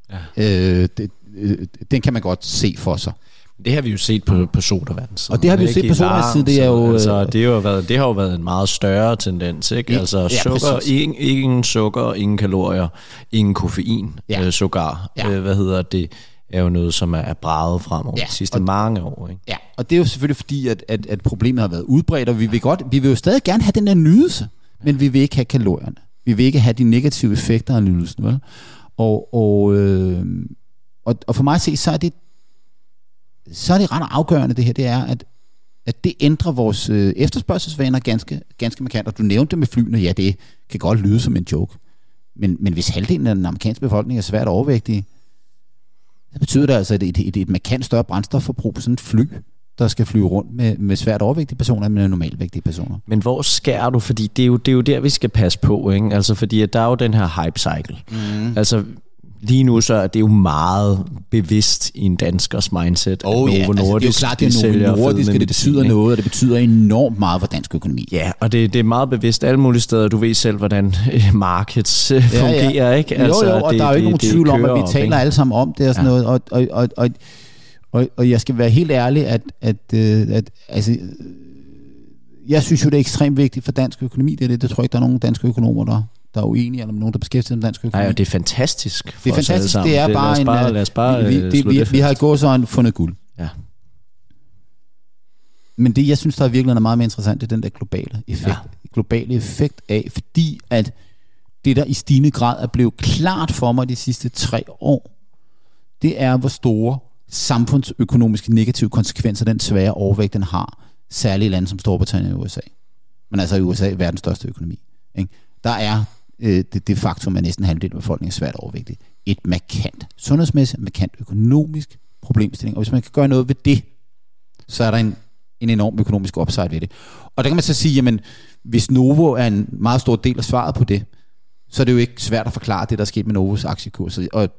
Ja. Øh, det, øh, den kan man godt se for sig. Det har vi jo set på, på sodavandssiden. Og det har vi jo set på sodavandssiden. Det, er jo, altså, det, har jo været, det har jo været en meget større tendens, ikke? Ja, altså sukker, ja, ingen, ingen sukker, ingen kalorier, ingen koffein, ja. øh, sågar. Ja. Øh, hvad hedder det? Er jo noget, som er braget fremover ja, de sidste og, mange år. Ikke? Ja, og det er jo selvfølgelig fordi, at, at, at problemet har været udbredt, og vi vil, godt, vi vil jo stadig gerne have den der nydelse, men vi vil ikke have kalorierne. Vi vil ikke have de negative effekter af nydelsen, vel? Og, og, øh, og, og for mig at se, så er det så er det ret afgørende det her, det er, at, at det ændrer vores øh, efterspørgselsvaner ganske, ganske markant. Og du nævnte det med flyene, ja, det kan godt lyde som en joke. Men, men hvis halvdelen af den amerikanske befolkning er svært overvægtige, så betyder det altså et, et, et, et markant større brændstofforbrug på sådan et fly, der skal flyve rundt med, med svært overvægtige personer og med normalvægtige personer. Men hvor skærer du? Fordi det er, jo, det er jo der, vi skal passe på, ikke? Altså fordi at der er jo den her hype cycle. Mm. Altså lige nu så er det jo meget bevidst i en danskers mindset. Oh, ja, altså, det er jo klart, det er Novo Nordisk, det betyder noget, og det betyder enormt meget for dansk økonomi. Ja, og det, det er meget bevidst alle mulige steder. Du ved selv, hvordan markets ja, fungerer, ja. Ikke? Altså, jo, jo, og det, der er jo ikke det, nogen tvivl om, at vi taler op, alle sammen om det og sådan ja. noget, og, og, og, og, og, og jeg skal være helt ærlig, at, at, at, at altså, jeg synes jo, det er ekstremt vigtigt for dansk økonomi, det er det, det tror jeg ikke, der er nogen danske økonomer, der der er uenige, eller nogen, der beskæftiger sig med dansk økonomi. Nej, det er fantastisk. Det er fantastisk. Det er bare en... Lad os bare vi, det, vi, vi har gået så fundet guld. Ja. Men det, jeg synes, der er virkelig er meget mere interessant, det er den der globale effekt. Ja. Globale effekt af, fordi at det, der i stigende grad er blevet klart for mig de sidste tre år, det er, hvor store samfundsøkonomiske negative konsekvenser den svære overvægt, den har, særligt i lande som Storbritannien og U S A. Men altså i U S A er verdens største økonomi. Ikke? Der er øh, det, det faktum, at næsten halvdelen af befolkningen er svært overvægtig. Et markant sundhedsmæssigt, markant økonomisk problemstilling. Og hvis man kan gøre noget ved det, så er der en, en enorm økonomisk upside ved det. Og der kan man så sige, jamen, hvis Novo er en meget stor del af svaret på det, så er det jo ikke svært at forklare det, der er sket med Novos aktiekurs. Og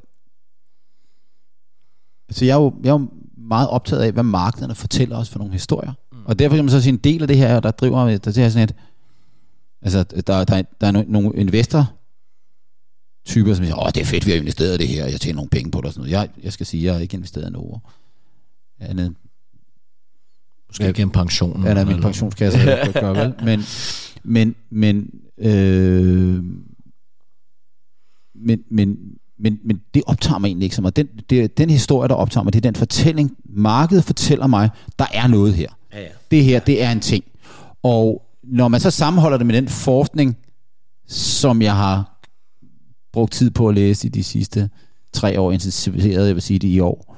så jeg er, jo, jeg er jo meget optaget af, hvad markederne fortæller os for nogle historier. Mm. Og derfor kan man så sige, en del af det her, der driver der det her sådan et, altså, der, der, der er nogle investor-typer, som siger, åh, det er fedt, vi har investeret i det her, jeg tjener nogle penge på det og sådan noget. Jeg, jeg skal sige, jeg har ikke investeret i Novo. Andet, måske gennem pensionen. Ja, der er min pensionskasse, jeg kan gøre vel. Men, men, men, øh, men, men, men, men det optager mig egentlig ikke så meget. Den, det, den historie, der optager mig, det er den fortælling, markedet fortæller mig, der er noget her. Ja, ja. Det her, det er en ting. Og når man så sammenholder det med den forskning, som jeg har brugt tid på at læse i de sidste tre år, intensiveret, jeg vil sige det i år,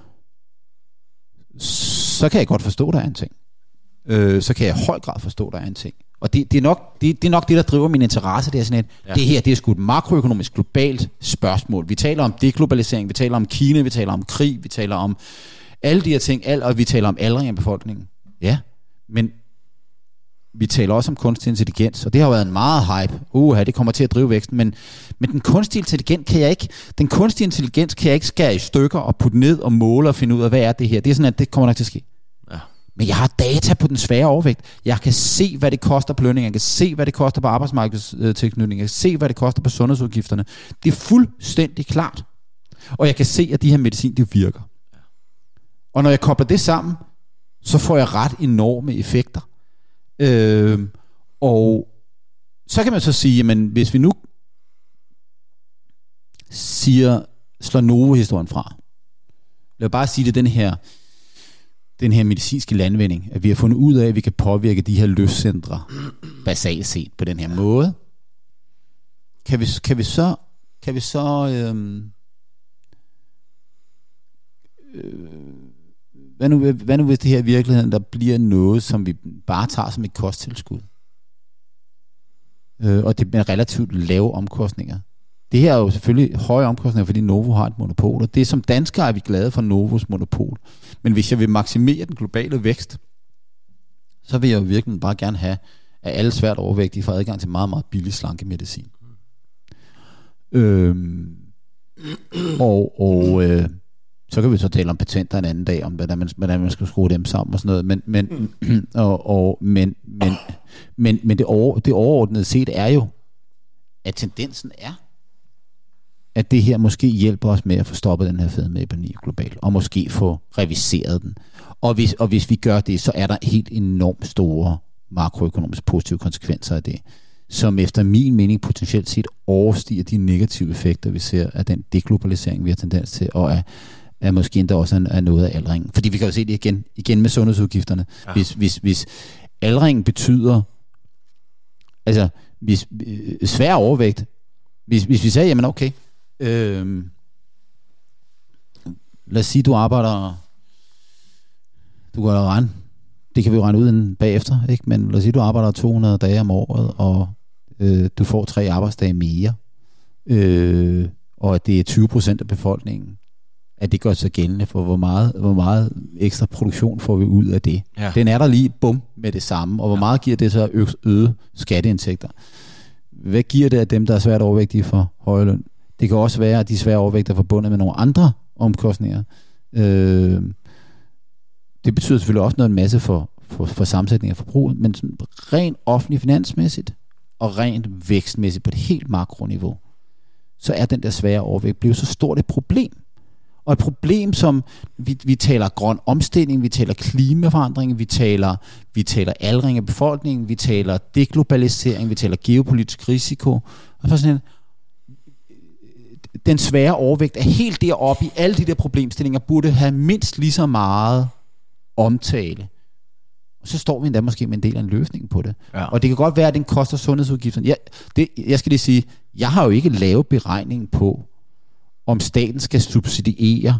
så kan jeg godt forstå, der er en ting. Øh, så kan jeg i høj grad forstå, der er en ting. Og det, det, er nok, det, det er nok det, der driver min interesse. Det er sådan et, ja. det her, det er sgu et makroøkonomisk globalt spørgsmål. Vi taler om deglobalisering, vi taler om Kina, vi taler om krig, vi taler om alle de her ting, al, og vi taler om aldring af befolkningen. Ja, men vi taler også om kunstig intelligens, og det har været en meget hype. Uha, det kommer til at drive væksten, men, men den kunstige intelligens kan jeg ikke, den kunstige intelligens kan jeg ikke skære i stykker og putte ned og måle og finde ud af, hvad er det her. Det er sådan, at det kommer nok til at ske. Ja. Men jeg har data på den svære overvægt. Jeg kan se, hvad det koster på lønning. Jeg kan se, hvad det koster på arbejdsmarkedstilknytning. Jeg kan se, hvad det koster på sundhedsudgifterne. Det er fuldstændig klart. Og jeg kan se, at de her medicin, det virker. Og når jeg kobler det sammen, så får jeg ret enorme effekter. Øh, og så kan man så sige, jamen hvis vi nu siger, slår Novo-historien fra, lad mig bare sige det, den her den her medicinske landvinding, at vi har fundet ud af, at vi kan påvirke de her løscentre basalt set på den her måde. Kan vi, kan vi så kan vi så øhm, øh, hvad, nu, hvad nu hvis det her i virkeligheden, der bliver noget, som vi bare tager som et kosttilskud? Øh, og det bliver relativt lave omkostninger. Det her er jo selvfølgelig høje omkostninger, fordi Novo har et monopol, og det som danskere er vi glade for Novos monopol. Men hvis jeg vil maksimere den globale vækst, så vil jeg jo virkelig bare gerne have, at alle svært overvægtige får adgang til meget, meget billig slankemedicin. Øhm, og og øh, så kan vi så tale om patenter en anden dag, om hvordan man, hvordan man skal skrue dem sammen og sådan noget. Men, men, og, og, men, men, men, men det, over, det overordnede set er jo, at tendensen er, at det her måske hjælper os med at få stoppet den her fedmeepidemi globalt, og måske få reviseret den. Og hvis, og hvis vi gør det, så er der helt enormt store makroøkonomiske positive konsekvenser af det, som efter min mening potentielt set overstiger de negative effekter, vi ser af den deglobalisering, vi har tendens til, og er, er måske endda også er noget af aldringen. Fordi vi kan jo se det igen, igen med sundhedsudgifterne. Ja. Hvis, hvis, hvis aldringen betyder, altså hvis øh, svær overvægt, hvis, hvis vi sagde, jamen okay, øh, lad os sige, du arbejder, du går og regne, det kan vi jo regne ud en bagefter, ikke? Men lad os sige, du arbejder to hundrede dage om året, og øh, du får tre arbejdsdage mere, øh, og at det er tyve procent af befolkningen, at det gør sig gældende for, hvor meget, hvor meget ekstra produktion får vi ud af det. Ja. Den er der lige, bum, med det samme, og hvor ja. meget giver det så øget skatteindtægter? Hvad giver det af dem, der er svært overvægtige for høje løn? Det kan også være, at de svære overvægter er forbundet med nogle andre omkostninger. Øh, det betyder selvfølgelig også noget en masse for, for, for sammensætning af forbruget, men sådan rent offentlig finansmæssigt og rent vækstmæssigt på et helt makroniveau, så er den der svære overvægt blevet så stort et problem. Og et problem, som vi, vi taler grøn omstilling, vi taler klimaforandring, vi taler, vi taler aldring af befolkningen, vi taler deglobalisering, vi taler geopolitisk risiko. Og så sådan, den svære overvægt er helt deroppe i alle de der problemstillinger, burde have mindst lige så meget omtale. Og så står vi endda måske med en del af en løsning på det. Ja. Og det kan godt være, at den koster sundhedsudgifterne. Jeg, det, jeg skal lige sige, jeg har jo ikke lavet beregning på, om staten skal subsidiere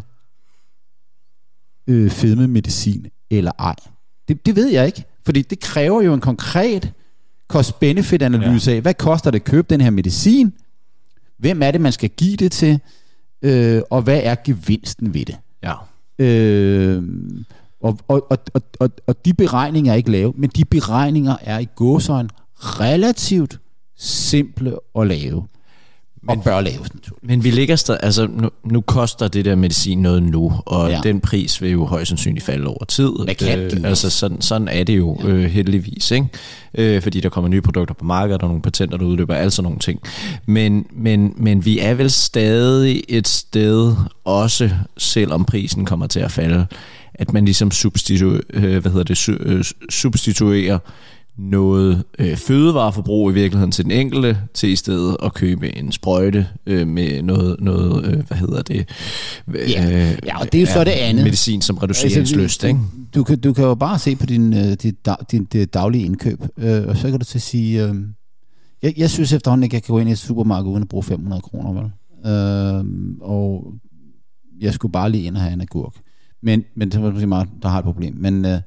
øh, fedmemedicin eller ej. Det, det ved jeg ikke, fordi det kræver jo en konkret cost-benefit-analyse af, hvad koster det at købe den her medicin, hvem er det, man skal give det til, øh, og hvad er gevinsten ved det. Ja. Øh, og, og, og, og, og de beregninger er ikke lave, men de beregninger er i gåseøjne relativt simple at lave. Men, og bør laves naturligt. Men vi ligger stadig, altså nu, nu koster det der medicin noget nu, og ja. den pris vil jo højst sandsynligt falde over tid. Øh, altså sådan, sådan er det jo ja. øh, heldigvis, ikke? Øh, fordi der kommer nye produkter på markedet, og nogle patenter, der udløber, alt sådan nogle ting. Men, men, men vi er vel stadig et sted, også selvom prisen kommer til at falde, at man ligesom substitu- øh, hvad hedder det, su- øh, substituerer noget øh, fødevareforbrug i virkeligheden til den enkelte, til i stedet at købe en sprøjte øh, med noget, noget øh, hvad hedder det? Øh, ja. ja, og det er jo så det andet. Medicin som reduceringslyst, ikke? Du, du, du kan jo bare se på din, øh, dit, dag, din det daglige indkøb, øh, og så kan du til sige, øh, jeg, jeg synes efterhånden ikke, jeg kan gå ind i et supermarked uden at bruge fem hundrede kroner, vel? Øh, og jeg skulle bare lige ind og have en agurk. Men, men det er måske meget, der har et problem. Men øh,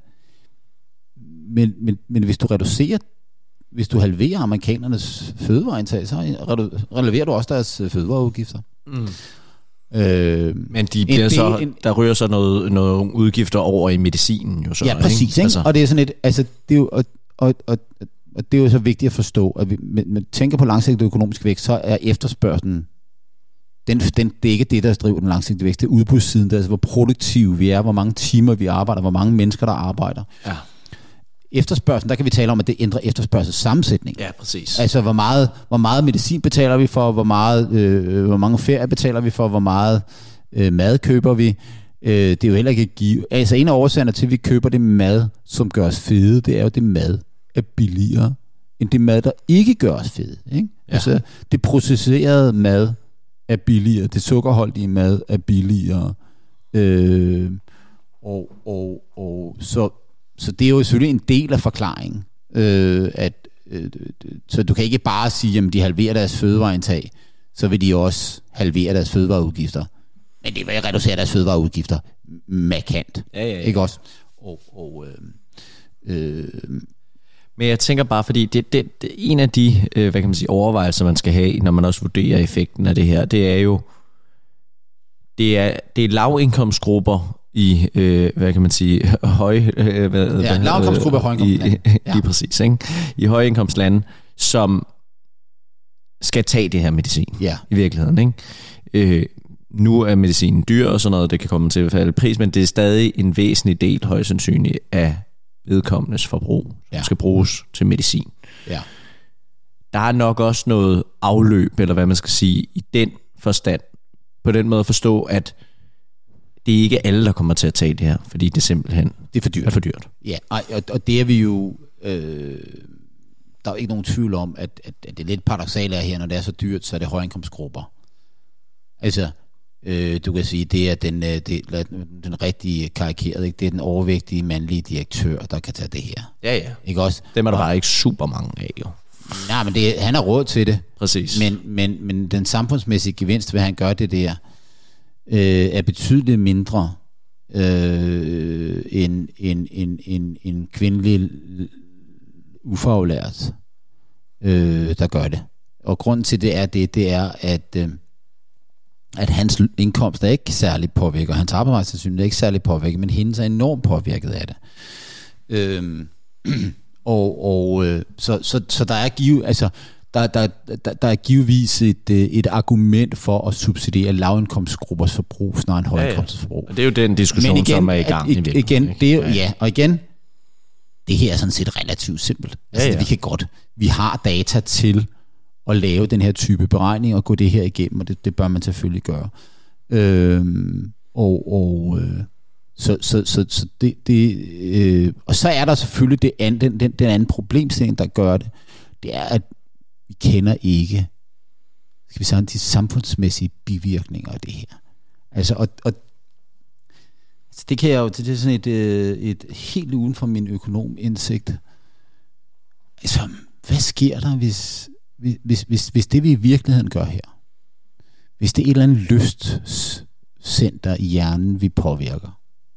Men, men, men hvis du reducerer, hvis du halverer amerikanernes fødevareindtag, så releverer du også deres fødevareudgifter. Mm. Øh, men de bliver en, så, en, der ryger så noget, noget udgifter over i medicinen jo så. Ja, præcis. Ikke? Altså. Og det er sådan et, altså det er jo, og, og, og, og det er jo så vigtigt at forstå, at vi men, tænker på langsigtet økonomisk vækst, så er efterspørgselen Den, den, det er ikke det, der driver den langsigtede vækst. Det er udbudssiden, det er altså, hvor produktive vi er, hvor mange timer vi arbejder, hvor mange mennesker, der arbejder. Ja. Efterspørgselen, der kan vi tale om, at det ændrer efterspørgsels sammensætning. Ja, præcis. Altså, hvor meget, hvor meget medicin betaler vi for, hvor, meget, øh, hvor mange ferier betaler vi for, hvor meget øh, mad køber vi. Øh, det er jo heller ikke give. Altså, en af årsagerne til, at vi køber det mad, som gør os fede, det er jo, det mad er billigere, end det mad, der ikke gør os fede. Ikke? Ja. Altså, det processerede mad er billigere, det sukkerholdige mad er billigere. Øh, og, og, og så Så det er jo selvfølgelig en del af forklaringen, øh, at øh, så du kan ikke bare sige, at de halverer deres fødevareindtag, så vil de også halvere deres fødevareudgifter. Men det vil reducere deres fødevareudgifter markant. Ja, ja, ja. Ikke også? Og, og, øh, øh, Men jeg tænker bare, fordi det, det, det en af de øh, hvad kan man sige, overvejelser, man skal have, når man også vurderer effekten af det her, det er jo, det er, det er lavindkomstgrupper, i, øh, hvad kan man sige, høje... Øh, hvad, ja, lavindkomstgruppe og højindkomstlande. Ja. Lige præcis, ikke? I højindkomstlande, som skal tage det her medicin, ja. i virkeligheden, ikke? Øh, nu er medicinen dyr og sådan noget, det kan komme til at falde pris, men det er stadig en væsentlig del, højst sandsynligt, af vedkommendes forbrug, som ja. skal bruges til medicin. Ja. Der er nok også noget afløb, eller hvad man skal sige, i den forstand. På den måde at forstå, at det er ikke alle, der kommer til at tage det her, fordi det simpelthen det er for dyrt. Er for dyrt. Ja, og, og det er vi jo... Øh, der er jo ikke nogen tvivl om, at, at, at det er lidt paradoksalt her, når det er så dyrt, så er det højindkomstgrupper. Altså, øh, du kan sige, det er den, det, den rigtige karikerede, ikke? Det er den overvægtige mandlige direktør, der kan tage det her. Ja, ja. Ikke også? Dem er der og, bare ikke super mange af, jo. Nej, men det, han har råd til det. Præcis. Men, men, men den samfundsmæssige gevinst, ved han gør det der, øh, er betydeligt mindre øh, end en, en, en, en kvindelig ufaglært, øh, der gør det. Og grunden til det er det, det er, at, øh, at hans indkomst er ikke særlig påvirket, og hans arbejdsmarkedstilsyn er ikke særlig påvirket, men hendes er enormt påvirket af det. Øh, og og øh, så, så, så der er givet, altså der, der, der, der er givetvis et, et argument for at subsidiere lavindkomstgruppers forbrug snarere end højindkomstforbrug. Ja, ja. Det er jo den diskussion, igen, som er i gang. At, i igen, det er jo, ja, og igen, det her er sådan set relativt simpelt. Altså, ja, ja. Vi kan godt, vi har data til at lave den her type beregning og gå det her igennem, og det, det bør man selvfølgelig gøre. Øhm, og og øh, så, så, så, så det, det øh, og så er der selvfølgelig det an, den, den, den anden problemstilling, der gør det. Det er, at vi kender ikke, skal vi sige, de samfundsmæssige bivirkninger af det her. Altså, og, og altså det kan jeg jo, det er sådan et, et helt uden for min økonomindsigt. Altså, hvad sker der, hvis, hvis, hvis, hvis det vi i virkeligheden gør her, hvis det er et eller andet lystcenter i hjernen, vi påvirker.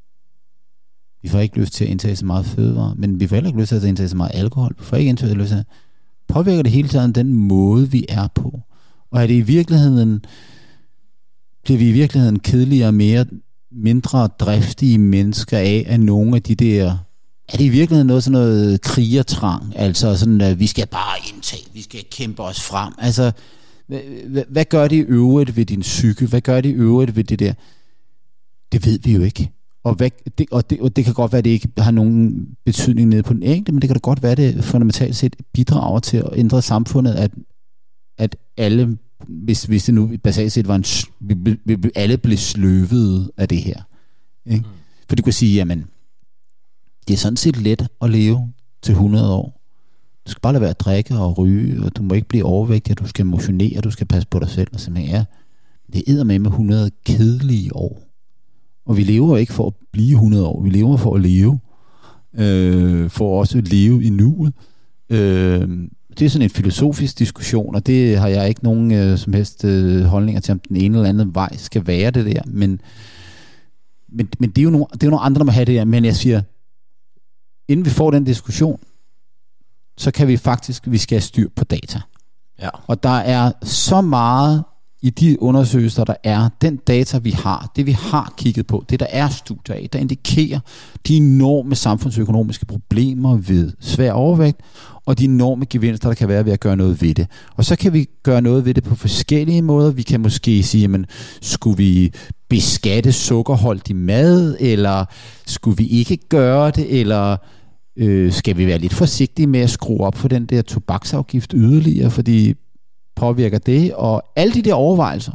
Vi får ikke lyst til at indtage så meget fødevarer, men vi får heller ikke lyst til at indtage så meget alkohol. Vi får ikke indtage lyst til at påvirker det hele tiden den måde, vi er på. Og er det i virkeligheden, bliver vi i virkeligheden kedeligere og mere, mindre driftige mennesker af, af nogle af de der, er det i virkeligheden noget sådan noget krigertrang, altså sådan, at vi skal bare indtage, vi skal kæmpe os frem. Altså, hvad, hvad gør det i øvrigt ved din psyke? Hvad gør det i øvrigt ved det der? Det ved vi jo ikke. Og, hvad, det, og, det, og det kan godt være, at det ikke har nogen betydning nede på den enkelte, men det kan da godt være, at det fundamentalt set bidrager til at ændre samfundet, at, at alle, hvis, hvis det nu basalt set var en, vi, vi, alle blev sløvet af det her. Ikke? Mm. For du kan sige, jamen, det er sådan set let at leve til hundrede år. Du skal bare lade være at drikke og ryge, og du må ikke blive overvægtig, du skal motionere, du skal passe på dig selv. Og sådan, ja, det er med med hundrede kedelige år. Og vi lever ikke for at blive hundrede år, vi lever for at leve, øh, for også at leve i nuet. Øh, det er sådan en filosofisk diskussion, og det har jeg ikke nogen øh, som helst øh, holdninger til, om den ene eller anden vej skal være det der, men, men, men det er jo nogle, det er jo nogle andre, der må have det der, men jeg siger, inden vi får den diskussion, så kan vi faktisk, vi skal have styr på data. Ja. Og der er så meget i de undersøgelser, der er, den data, vi har, det vi har kigget på, det der er studier af, der indikerer de enorme samfundsøkonomiske problemer ved svær overvægt, og de enorme gevinster, der kan være ved at gøre noget ved det. Og så kan vi gøre noget ved det på forskellige måder. Vi kan måske sige, jamen, skulle vi beskatte sukkerholdig mad, eller skulle vi ikke gøre det, eller øh, skal vi være lidt forsigtige med at skrue op for den der tobaksafgift yderligere, fordi påvirker det, og alle de der overvejelser.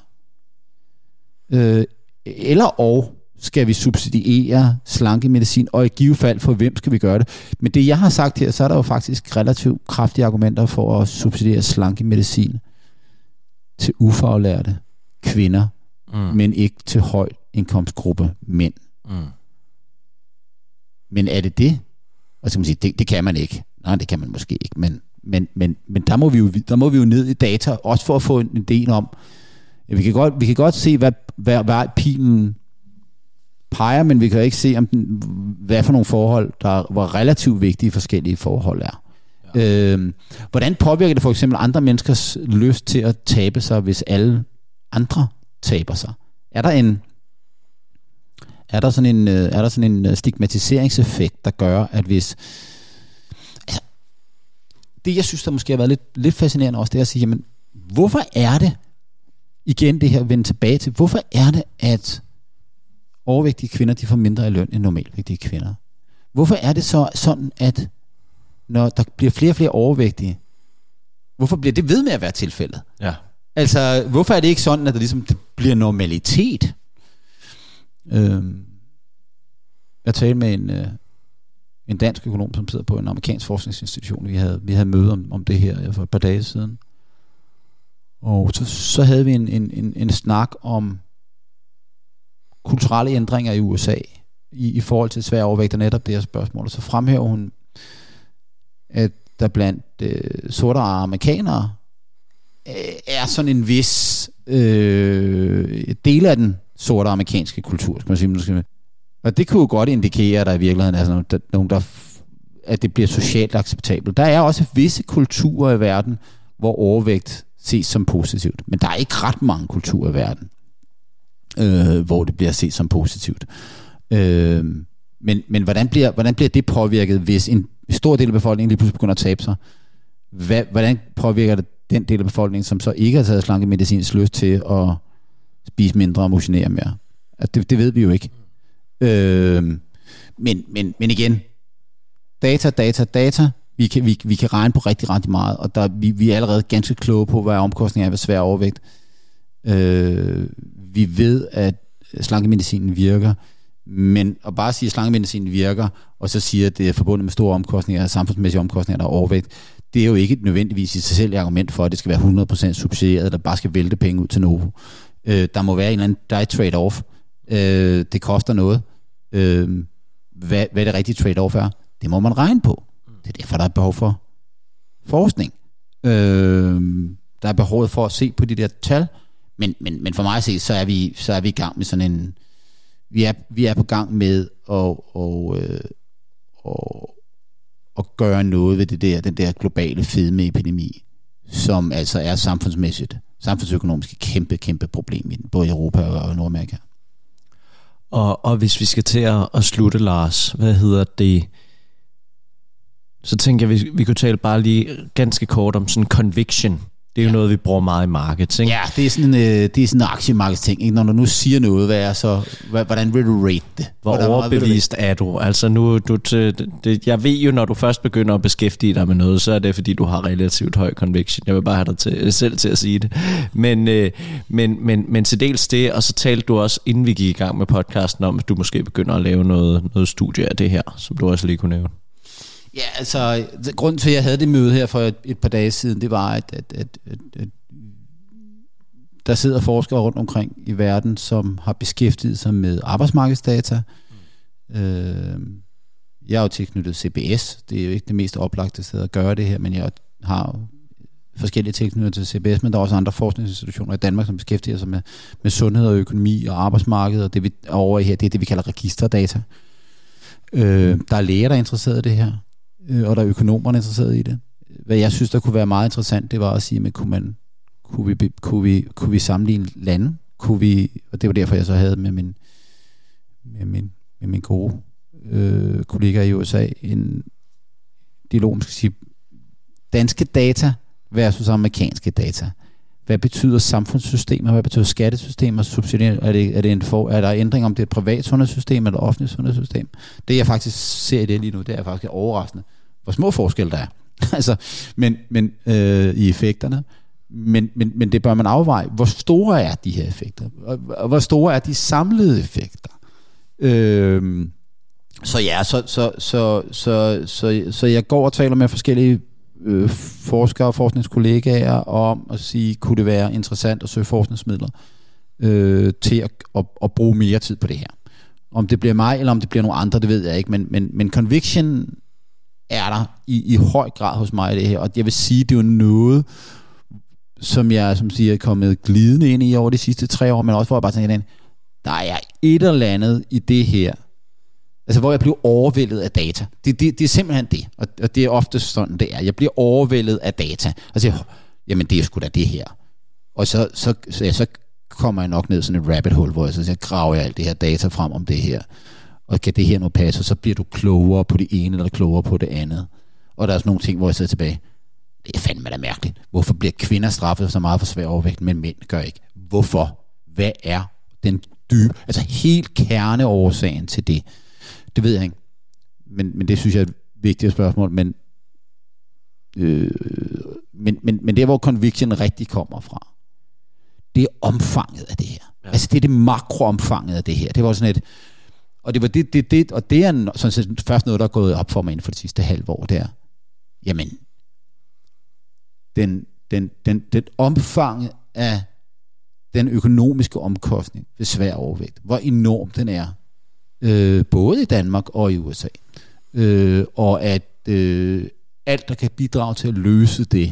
Øh, eller og skal vi subsidiere slankemedicin, og i givet fald for hvem skal vi gøre det. Men det jeg har sagt her, så er der jo faktisk relativt kraftige argumenter for at subsidiere slankemedicin til ufaglærte kvinder, mm. men ikke til høj indkomstgruppe mænd. Mm. Men er det det? Og så kan man sige, det, det kan man ikke. Nej, det kan man måske ikke, men Men, men, men der, må vi jo, der må vi jo ned i data, også for at få en idé om, ja, vi, kan godt, vi kan godt se, hvad, hvad, hvad pilen peger, men vi kan ikke se, om den, hvad for nogle forhold, der var relativt vigtige forskellige forhold er. Ja. Øhm, hvordan påvirker det for eksempel andre menneskers lyst til at tabe sig, hvis alle andre taber sig? Er der en er der sådan en, er der sådan en stigmatiseringseffekt, der gør, at hvis det, jeg synes, der måske har været lidt, lidt fascinerende også, det er at sige, jamen, hvorfor er det, igen det her, vende tilbage til, hvorfor er det, at overvægtige kvinder, de får mindre i løn end normalvægtige kvinder? Hvorfor er det så sådan, at når der bliver flere og flere overvægtige, hvorfor bliver det ved med at være tilfældet? Ja. Altså, hvorfor er det ikke sådan, at det ligesom det bliver normalitet? Øhm, jeg talte med en, øh, en dansk økonom, som sidder på en amerikansk forskningsinstitution. Vi havde, vi havde møde om, om det her for et par dage siden. Og så, så havde vi en, en, en, en snak om kulturelle ændringer i U S A i, i forhold til svær overvægt og netop det her spørgsmål. Og så fremhæver hun, at der blandt øh, sorte amerikanere øh, er sådan en vis øh, del af den sorte amerikanske kultur, skal man sige. Måske. Og det kunne jo godt indikere, at der i virkeligheden er sådan der, nogen, der at det bliver socialt acceptabelt. Der er også visse kulturer i verden, hvor overvægt ses som positivt. Men der er ikke ret mange kulturer i verden, øh, hvor det bliver set som positivt. Øh, men men hvordan, bliver, hvordan bliver det påvirket, hvis en stor del af befolkningen lige pludselig begynder at tabe sig? Hvad, hvordan påvirker det den del af befolkningen, som så ikke har taget slankemedicinsk lyst til at spise mindre og motionere mere? Altså, det, det ved vi jo ikke. Øh, men, men, men igen, data, data, data. Vi kan, vi, vi kan regne på rigtig, rigtig meget, og der, vi, vi er allerede ganske kloge på, hvad omkostninger er ved svær overvægt. Øh, vi ved, at slankemedicinen virker, men at bare sige, at slankemedicinen virker, og så sige, at det er forbundet med store omkostninger, samfundsmæssige omkostninger, der er overvægt, det er jo ikke nødvendigvis i sig selv et argument for, at det skal være hundrede procent subsidieret, eller bare skal vælte penge ud til Novo. Øh, der må være en eller anden, der er et trade-off. Øh, det koster noget. Øh, hvad, hvad det rigtige trade-off er, det må man regne på. Det er derfor, der er behov for forskning. Øh, der er behovet for at se på de der tal, men, men, men for mig at se, så er vi, så er vi i gang med sådan en, vi er, vi er på gang med at, og, øh, og, at gøre noget ved det der, den der globale fedmeepidemi, som altså er samfundsmæssigt, samfundsøkonomisk et kæmpe, kæmpe problem i den, både i Europa og Nordamerika. Og, og hvis vi skal til at, at slutte, Lars, hvad hedder det? Så tænker jeg, vi, vi kunne tale bare lige ganske kort om sådan conviction. Det er jo ja. noget, vi bruger meget i marketing. Ja, det er sådan en, det er sådan en aktiemarkedsting. Ikke? Når du nu siger noget, hvad er så, hvordan vil du rate det? Hvor hvordan, overbevist er du? Altså nu, du, det, jeg ved jo, når du først begynder at beskæftige dig med noget, så er det, fordi du har relativt høj conviction. Jeg vil bare have dig til, selv til at sige det. Men, men, men, men til dels det, og så talte du også, inden vi gik i gang med podcasten, om, at du måske begynder at lave noget, noget studie af det her, som du også lige kunne nævne. Ja, altså, grunden til, at jeg havde det møde her for et, et par dage siden, det var, at, at, at, at, at der sidder forskere rundt omkring i verden, som har beskæftiget sig med arbejdsmarkedsdata. Mm. Øh, jeg er jo tilknyttet C B S. Det er jo ikke det mest oplagte sted at gøre det her, men jeg har forskellige tilknytninger til C B S, men der er også andre forskningsinstitutioner i Danmark, som beskæftiger sig med, med sundhed og økonomi og arbejdsmarked, og det vi over her, det er det, vi kalder registerdata. Øh, der er læger, der er interesseret i det her, og der er økonomer, der er interesseret i det. Hvad jeg synes, der kunne være meget interessant, det var at sige, men kunne, man, kunne, vi, kunne, vi, kunne vi sammenligne lande? Kunne vi, og det var derfor, jeg så havde med min, med min, med min gode øh, kollega i U S A en dialog, man skal sige, danske data versus amerikanske data. Hvad betyder samfundssystemer? Hvad betyder skattesystemer? Subsidier? Er, det, er, det en for, er der ændring om det er et privat sundhedssystem eller et offentligt sundhedssystem? Det jeg faktisk ser i det lige nu, det er faktisk overraskende, hvor små forskelle der er. altså, men, men øh, i effekterne. Men, men, men det bør man afveje. Hvor store er de her effekter? Og, og hvor store er de samlede effekter? Øh, så ja, så, så, så, så, så, så jeg går og taler med forskellige Øh, forskere og forskningskollegaer om at sige, kunne det være interessant at søge forskningsmidler øh, til at, at, at bruge mere tid på det her. Om det bliver mig, eller om det bliver nogle andre, det ved jeg ikke, men, men, men conviction er der i, i høj grad hos mig i det her, og jeg vil sige, det er jo noget, som jeg som siger, er kommet glidende ind i over de sidste tre år, men også hvor jeg bare tænker, der er et eller andet i det her, altså hvor jeg bliver overvældet af data. Det, det, det er simpelthen det, og, og det er ofte sådan, det er. Jeg bliver overvældet af data, og siger, jamen det er sgu da det her. Og så, så, så, ja, så kommer jeg nok ned i sådan et rabbit hole, hvor jeg så, så graver jeg alt det her data frem om det her, og kan det her nu passe, og så bliver du klogere på det ene, eller klogere på det andet. Og der er sådan nogle ting, hvor jeg sidder tilbage, det er fandme da mærkeligt. Hvorfor bliver kvinder straffet så meget for svær overvægt, men mænd gør ikke? Hvorfor? Hvad er den dybe, altså helt kerneårsagen til det? Det ved jeg ikke. Men, men det synes jeg er et vigtigt spørgsmål. Men, øh, men, men, men det er, hvor conviction rigtig kommer fra. det er omfanget af det her. Ja. Altså det er det makroomfanget af det her. Det var sådan et, og det var det, det, det og det er sådan set først noget, der er gået op for mig inden for det sidste halve år, der. Jamen, den, den, den, den omfanget af den økonomiske omkostning ved svær overvægt, hvor enorm den er, øh, både i Danmark og i U S A. Øh, og at øh, alt, der kan bidrage til at løse det,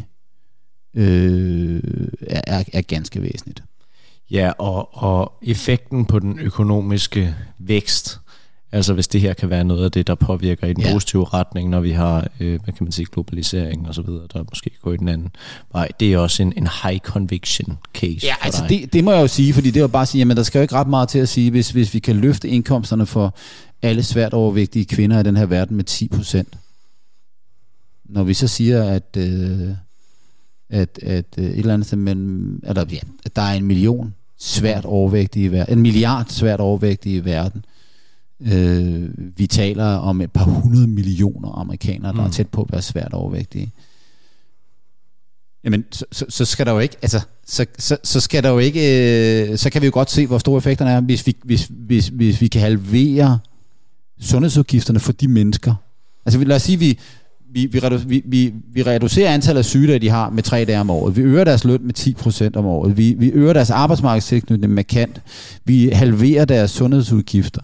øh, er, er ganske væsentligt. Ja, og, og effekten på den økonomiske vækst, altså hvis det her kan være noget af det, der påvirker i den ja. positive retning, når vi har, øh, hvad kan man sige, globalisering og så videre, der måske går i den anden vej, det er også en, en high conviction case. Ja, altså det, det må jeg jo sige, fordi det er jo bare at sige, jamen der skal jo ikke ret meget til at sige, hvis, hvis vi kan løfte indkomsterne for alle svært overvægtige kvinder i den her verden med ti procent. Når vi så siger, at, øh, at, at øh, et eller andet, men, eller, ja, at der er en million svært overvægtige i verden, en milliard svært overvægtige i verden, øh, vi taler om et par hundrede millioner amerikanere, der mm. er tæt på at være svært overvægtige. Jamen, så, så, så skal der jo ikke, altså, så, så, så skal der jo ikke, øh, så kan vi jo godt se, hvor store effekterne er, hvis vi, hvis, hvis, hvis vi kan halvere sundhedsudgifterne for de mennesker. Altså lad os sige, vi, vi, vi, redu, vi, vi, vi reducerer antallet af sygedage, de har med tre dage om året. Vi øger deres løn med ti procent om året. Vi, vi øger deres arbejdsmarkedstilknytning markant. Vi halverer deres sundhedsudgifter.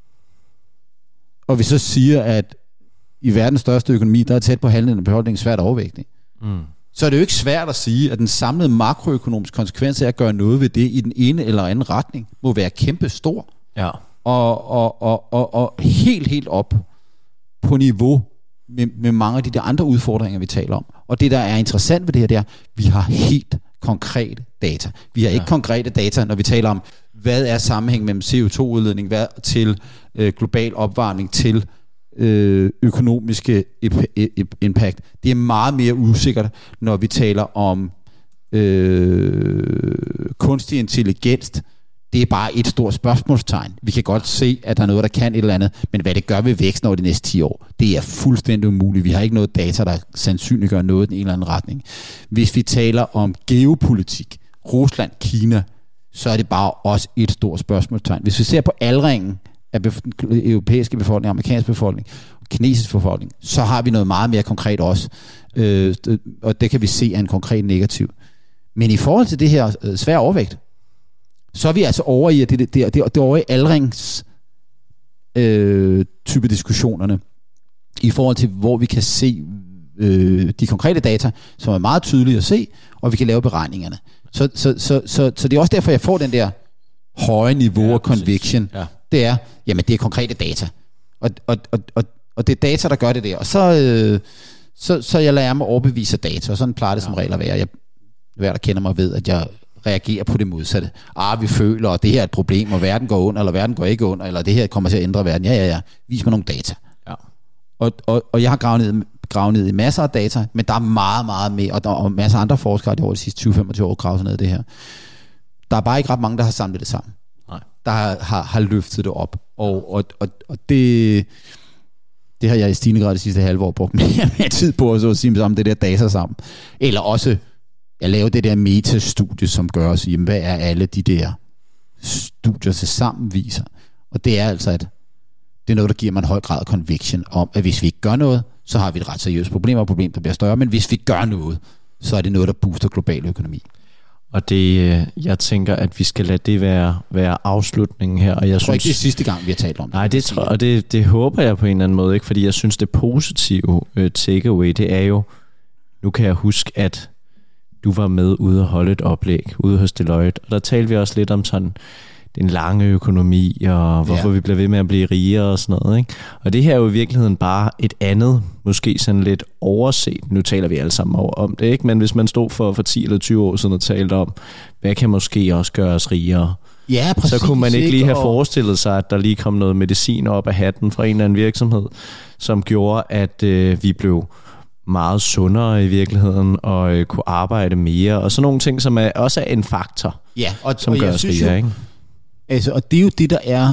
Og vi så siger, at i verdens største økonomi, der er tæt på halvdelen af befolkningen svært overvægtig. Mm. Så er det jo ikke svært at sige, at den samlede makroøkonomiske konsekvens af at gøre noget ved det i den ene eller anden retning, må være kæmpe stor. Ja. Og, og, og, og, og helt, helt op på niveau med, med mange af de der andre udfordringer, vi taler om. Og det, der er interessant ved det her, det er, at vi har helt konkrete data. Vi har ikke ja. konkrete data, når vi taler om, hvad er sammenhæng mellem C O to udledning hvad til øh, global opvarmning til øh, økonomiske impact. Det er meget mere usikkert, når vi taler om øh, kunstig intelligens. Det er bare et stort spørgsmålstegn. Vi kan godt se, at der er noget, der kan et eller andet, men hvad det gør ved væksten over de næste ti år, det er fuldstændig umuligt. Vi har ikke noget data, der sandsynliggør noget i en eller anden retning. Hvis vi taler om geopolitik, Rusland, Kina, så er det bare også et stort spørgsmålstegn. Hvis vi ser på aldringen af bef- europæiske befolkning, amerikansk befolkning, kinesisk befolkning, så har vi noget meget mere konkret også. Øh, og det kan vi se er en konkret negativ. Men i forhold til det her øh, svær overvægt, så er vi altså over i, at det, det, det, det, det er over i aldrings øh, type diskussionerne, i forhold til, hvor vi kan se øh, de konkrete data, som er meget tydelige at se, og vi kan lave beregningerne. Så, så, så, så, så det er også derfor, jeg får den der høje niveau af ja, conviction. Ja. Det er, jamen det er konkrete data. Og, og, og, og, og det er data, der gør det der. Og så, øh, så, så jeg lader mig overbevise data, og sådan plejer det ja. som regel at være. Jeg, hver der kender mig ved, at jeg reagerer på det modsatte. Ah, vi føler, at det her er et problem, og verden går under, eller verden går ikke under, eller det her kommer til at ændre verden. Ja, ja, ja. Vis mig nogle data. Ja. Og, og, og jeg har gravet ned, gravet ned i masser af data, men der er meget, meget mere, og der er masser af andre forskere, der over de sidste tyve til femogtyve år gravet ned i det her. Der er bare ikke ret mange, der har samlet det sammen. Nej. Der har, har, har løftet det op. Og, og, og, og det, det har jeg i stigende grad de sidste halve år brugt mere, mere tid på at så sige sammen det der data sammen. Eller også jeg laver det der metastudie, som gør os, jamen, hvad er alle de der studier til sammen viser. Og det er altså, at det er noget, der giver mig en høj grad af conviction om, at hvis vi ikke gør noget, så har vi et ret seriøst problem, og et problem, der bliver større. Men hvis vi gør noget, så er det noget, der booster global økonomi. Og det, jeg tænker, at vi skal lade det være, være afslutningen her. Og jeg, jeg tror synes, ikke, det er sidste gang, vi har talt om det. Nej, det tror, og det, det håber jeg på en eller anden måde, ikke? Fordi jeg synes, det positive uh, takeaway, det er jo, nu kan jeg huske, at du var med ude og holde et oplæg ude hos Deloitte, og der talte vi også lidt om sådan den lange økonomi, og hvorfor ja. vi bliver ved med at blive rigere og sådan noget, ikke? Og det her er jo i virkeligheden bare et andet, måske sådan lidt overset, nu taler vi alle sammen over om det, ikke? Men hvis man stod for, for ti eller tyve år siden og talte om, hvad kan måske også gøre os rigere, ja, præcis, så kunne man ikke lige have og... forestillet sig, at der lige kom noget medicin op af hatten fra en eller anden virksomhed, som gjorde, at øh, vi blev meget sundere i virkeligheden, og øh, kunne arbejde mere, og sådan nogle ting, som er, også er en faktor, ja, og, som og gør os rigere, ikke? Altså, og det er jo det, der er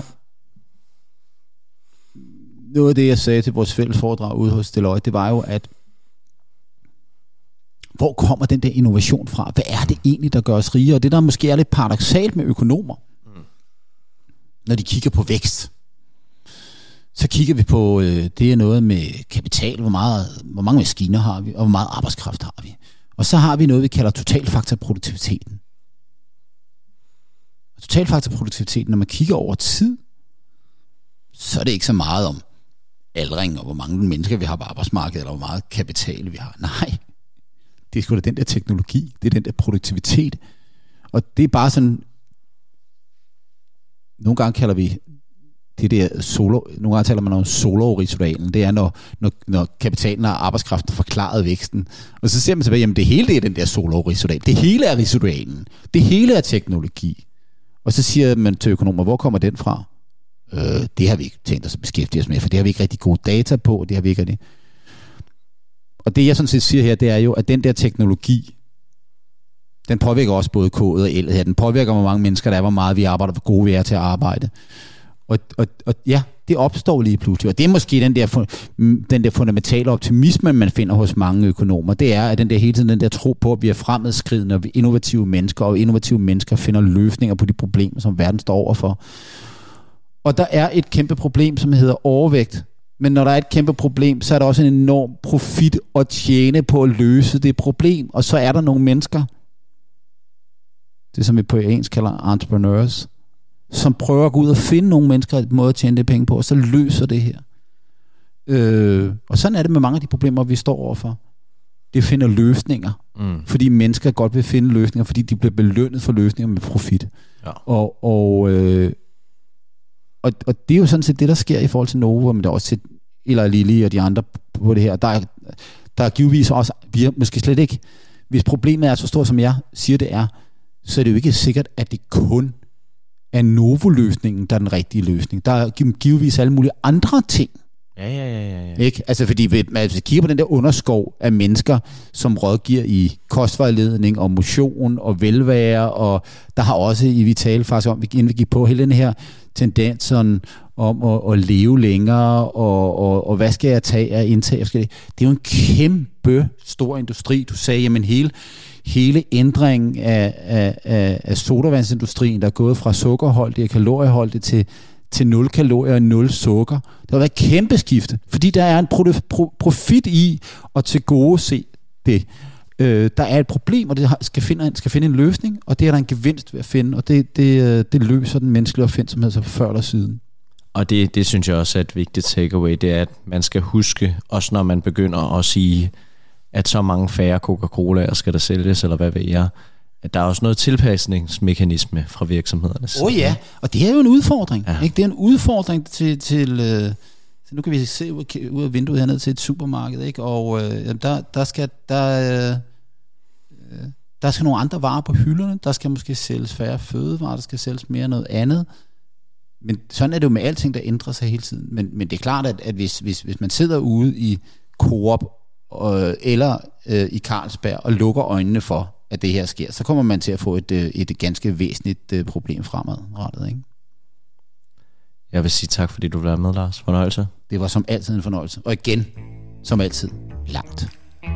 noget af det, jeg sagde til vores fælles foredrag ude hos Deloitte, det var jo, at hvor kommer den der innovation fra? Hvad er det egentlig, der gør os rige? Og det, der måske er lidt paradoksalt med økonomer, mm. når de kigger på vækst, så kigger vi på, øh, det er noget med kapital, hvor, meget, hvor mange maskiner har vi, og hvor meget arbejdskraft har vi. Og så har vi noget, vi kalder totalfaktorproduktiviteten. Og totalfaktorproduktiviteten, når man kigger over tid, så er det ikke så meget om aldring, og hvor mange mennesker vi har på arbejdsmarkedet, eller hvor meget kapital vi har. Nej, det er sgu da den der teknologi, det er den der produktivitet. Og det er bare sådan, nogle gange kalder vi det der solo, nogle gange taler man om solo-ritualen, det er når, når, når kapitalen og arbejdskraften har forklaret væksten. Og så ser man tilbage, jamen det hele det er den der solo-ritual. Det hele er ritualen. Det hele er teknologi. Og så siger man til økonomer, hvor kommer den fra? Øh, det har vi ikke tænkt os at beskæftige os med, for det har vi ikke rigtig gode data på, det har vi ikke rigtig. Og det jeg sådan set siger her, det er jo, at den der teknologi, den påvirker også både kodet og el her. Den påvirker, hvor mange mennesker der er, hvor meget vi arbejder, hvor gode vi er til at arbejde. Og, og, og ja, det opstår lige pludselig. Og det er måske den der, den der fundamentale optimisme, man finder hos mange økonomer. Det er, at den der hele tiden, den der tro på, at vi er fremadskridende, og vi er innovative mennesker, og innovative mennesker finder løsninger på de problemer, som verden står overfor. Og der er et kæmpe problem, som hedder overvægt. Men når der er et kæmpe problem, så er der også en enorm profit at tjene på at løse det problem. Og så er der nogle mennesker, det som vi på engelsk kalder entrepreneurs, som prøver at gå ud og finde nogle mennesker et måde at tjene det penge på, og så løser det her. Øh, og sådan er det med mange af de problemer, vi står overfor. Det finder løsninger, mm. fordi mennesker godt vil finde løsninger, fordi de bliver belønnet for løsninger med profit. Ja. Og, og, øh, og, og det er jo sådan set det, der sker i forhold til Novo, men der er også til Eli Lilly og de andre på det her. Der er, der er givetvis også, vi har måske slet ikke, hvis problemet er så stort, som jeg siger det er, så er det jo ikke sikkert, at det kun er Novo-løsningen, der er den rigtige løsning. Der er givetvis alle mulige andre ting. Ja, ja, ja, ja, ja. Ikke? Altså fordi, hvis man kigger på den der underskov af mennesker, som rådgiver i kostvejledning og motion og velvære, og der har også, i vi talte faktisk om, inden vi gik på, hele den her tendens sådan, om at, at leve længere, og, og, og hvad skal jeg tage af indtag? Det er jo en kæmpe stor industri. Du sagde, jamen hele hele ændringen af, af, af, af sodavandsindustrien, der er gået fra sukkerholdigt og kalorieholdigt til, til nul kalorier og nul sukker. Det har været et kæmpe skifte, fordi der er en pro- pro- profit i at tilgodese det. Øh, der er et problem, og det skal finde, skal finde en løsning, og det er der en gevinst ved at finde, og det, det, det løser den menneskelige opfindsomhed så før eller siden. Og det, det synes jeg også er et vigtigt takeaway, det er, at man skal huske, også når man begynder at sige, at så mange færre Coca-Colaer skal der sælges, eller hvad ved jeg, at der er også noget tilpasningsmekanisme fra virksomhederne. Åh oh, ja, og det er jo en udfordring. Ja. Ikke? Det er en udfordring til, til, øh, til nu kan vi se ud, ud af vinduet hernede til et supermarked, ikke? Og øh, der, der, skal, der, øh, der skal nogle andre varer på hylderne, der skal måske sælges færre fødevarer, der skal sælges mere noget andet. Men sådan er det jo med alting, der ændrer sig hele tiden. Men, men det er klart, at, at hvis, hvis, hvis man sidder ude i Coop eller øh, i Carlsberg og lukker øjnene for, at det her sker, så kommer man til at få et, et ganske væsentligt øh, problem fremadrettet, ikke? Jeg vil sige tak, fordi du var med, Lars. Fornøjelse. Det var som altid en fornøjelse. Og igen, som altid, langt.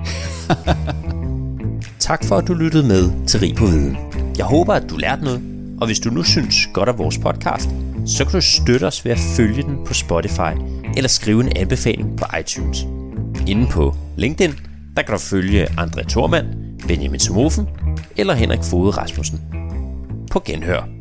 Tak for, at du lyttede med til Rig på Viden. Jeg håber, at du lærte noget, og hvis du nu synes godt af vores podcast, så kan du støtte os ved at følge den på Spotify, eller skrive en anbefaling på iTunes. Inde på LinkedIn, der kan du følge André Thormann, Benjamin Somofen eller Henrik Foged Rasmussen. På genhør.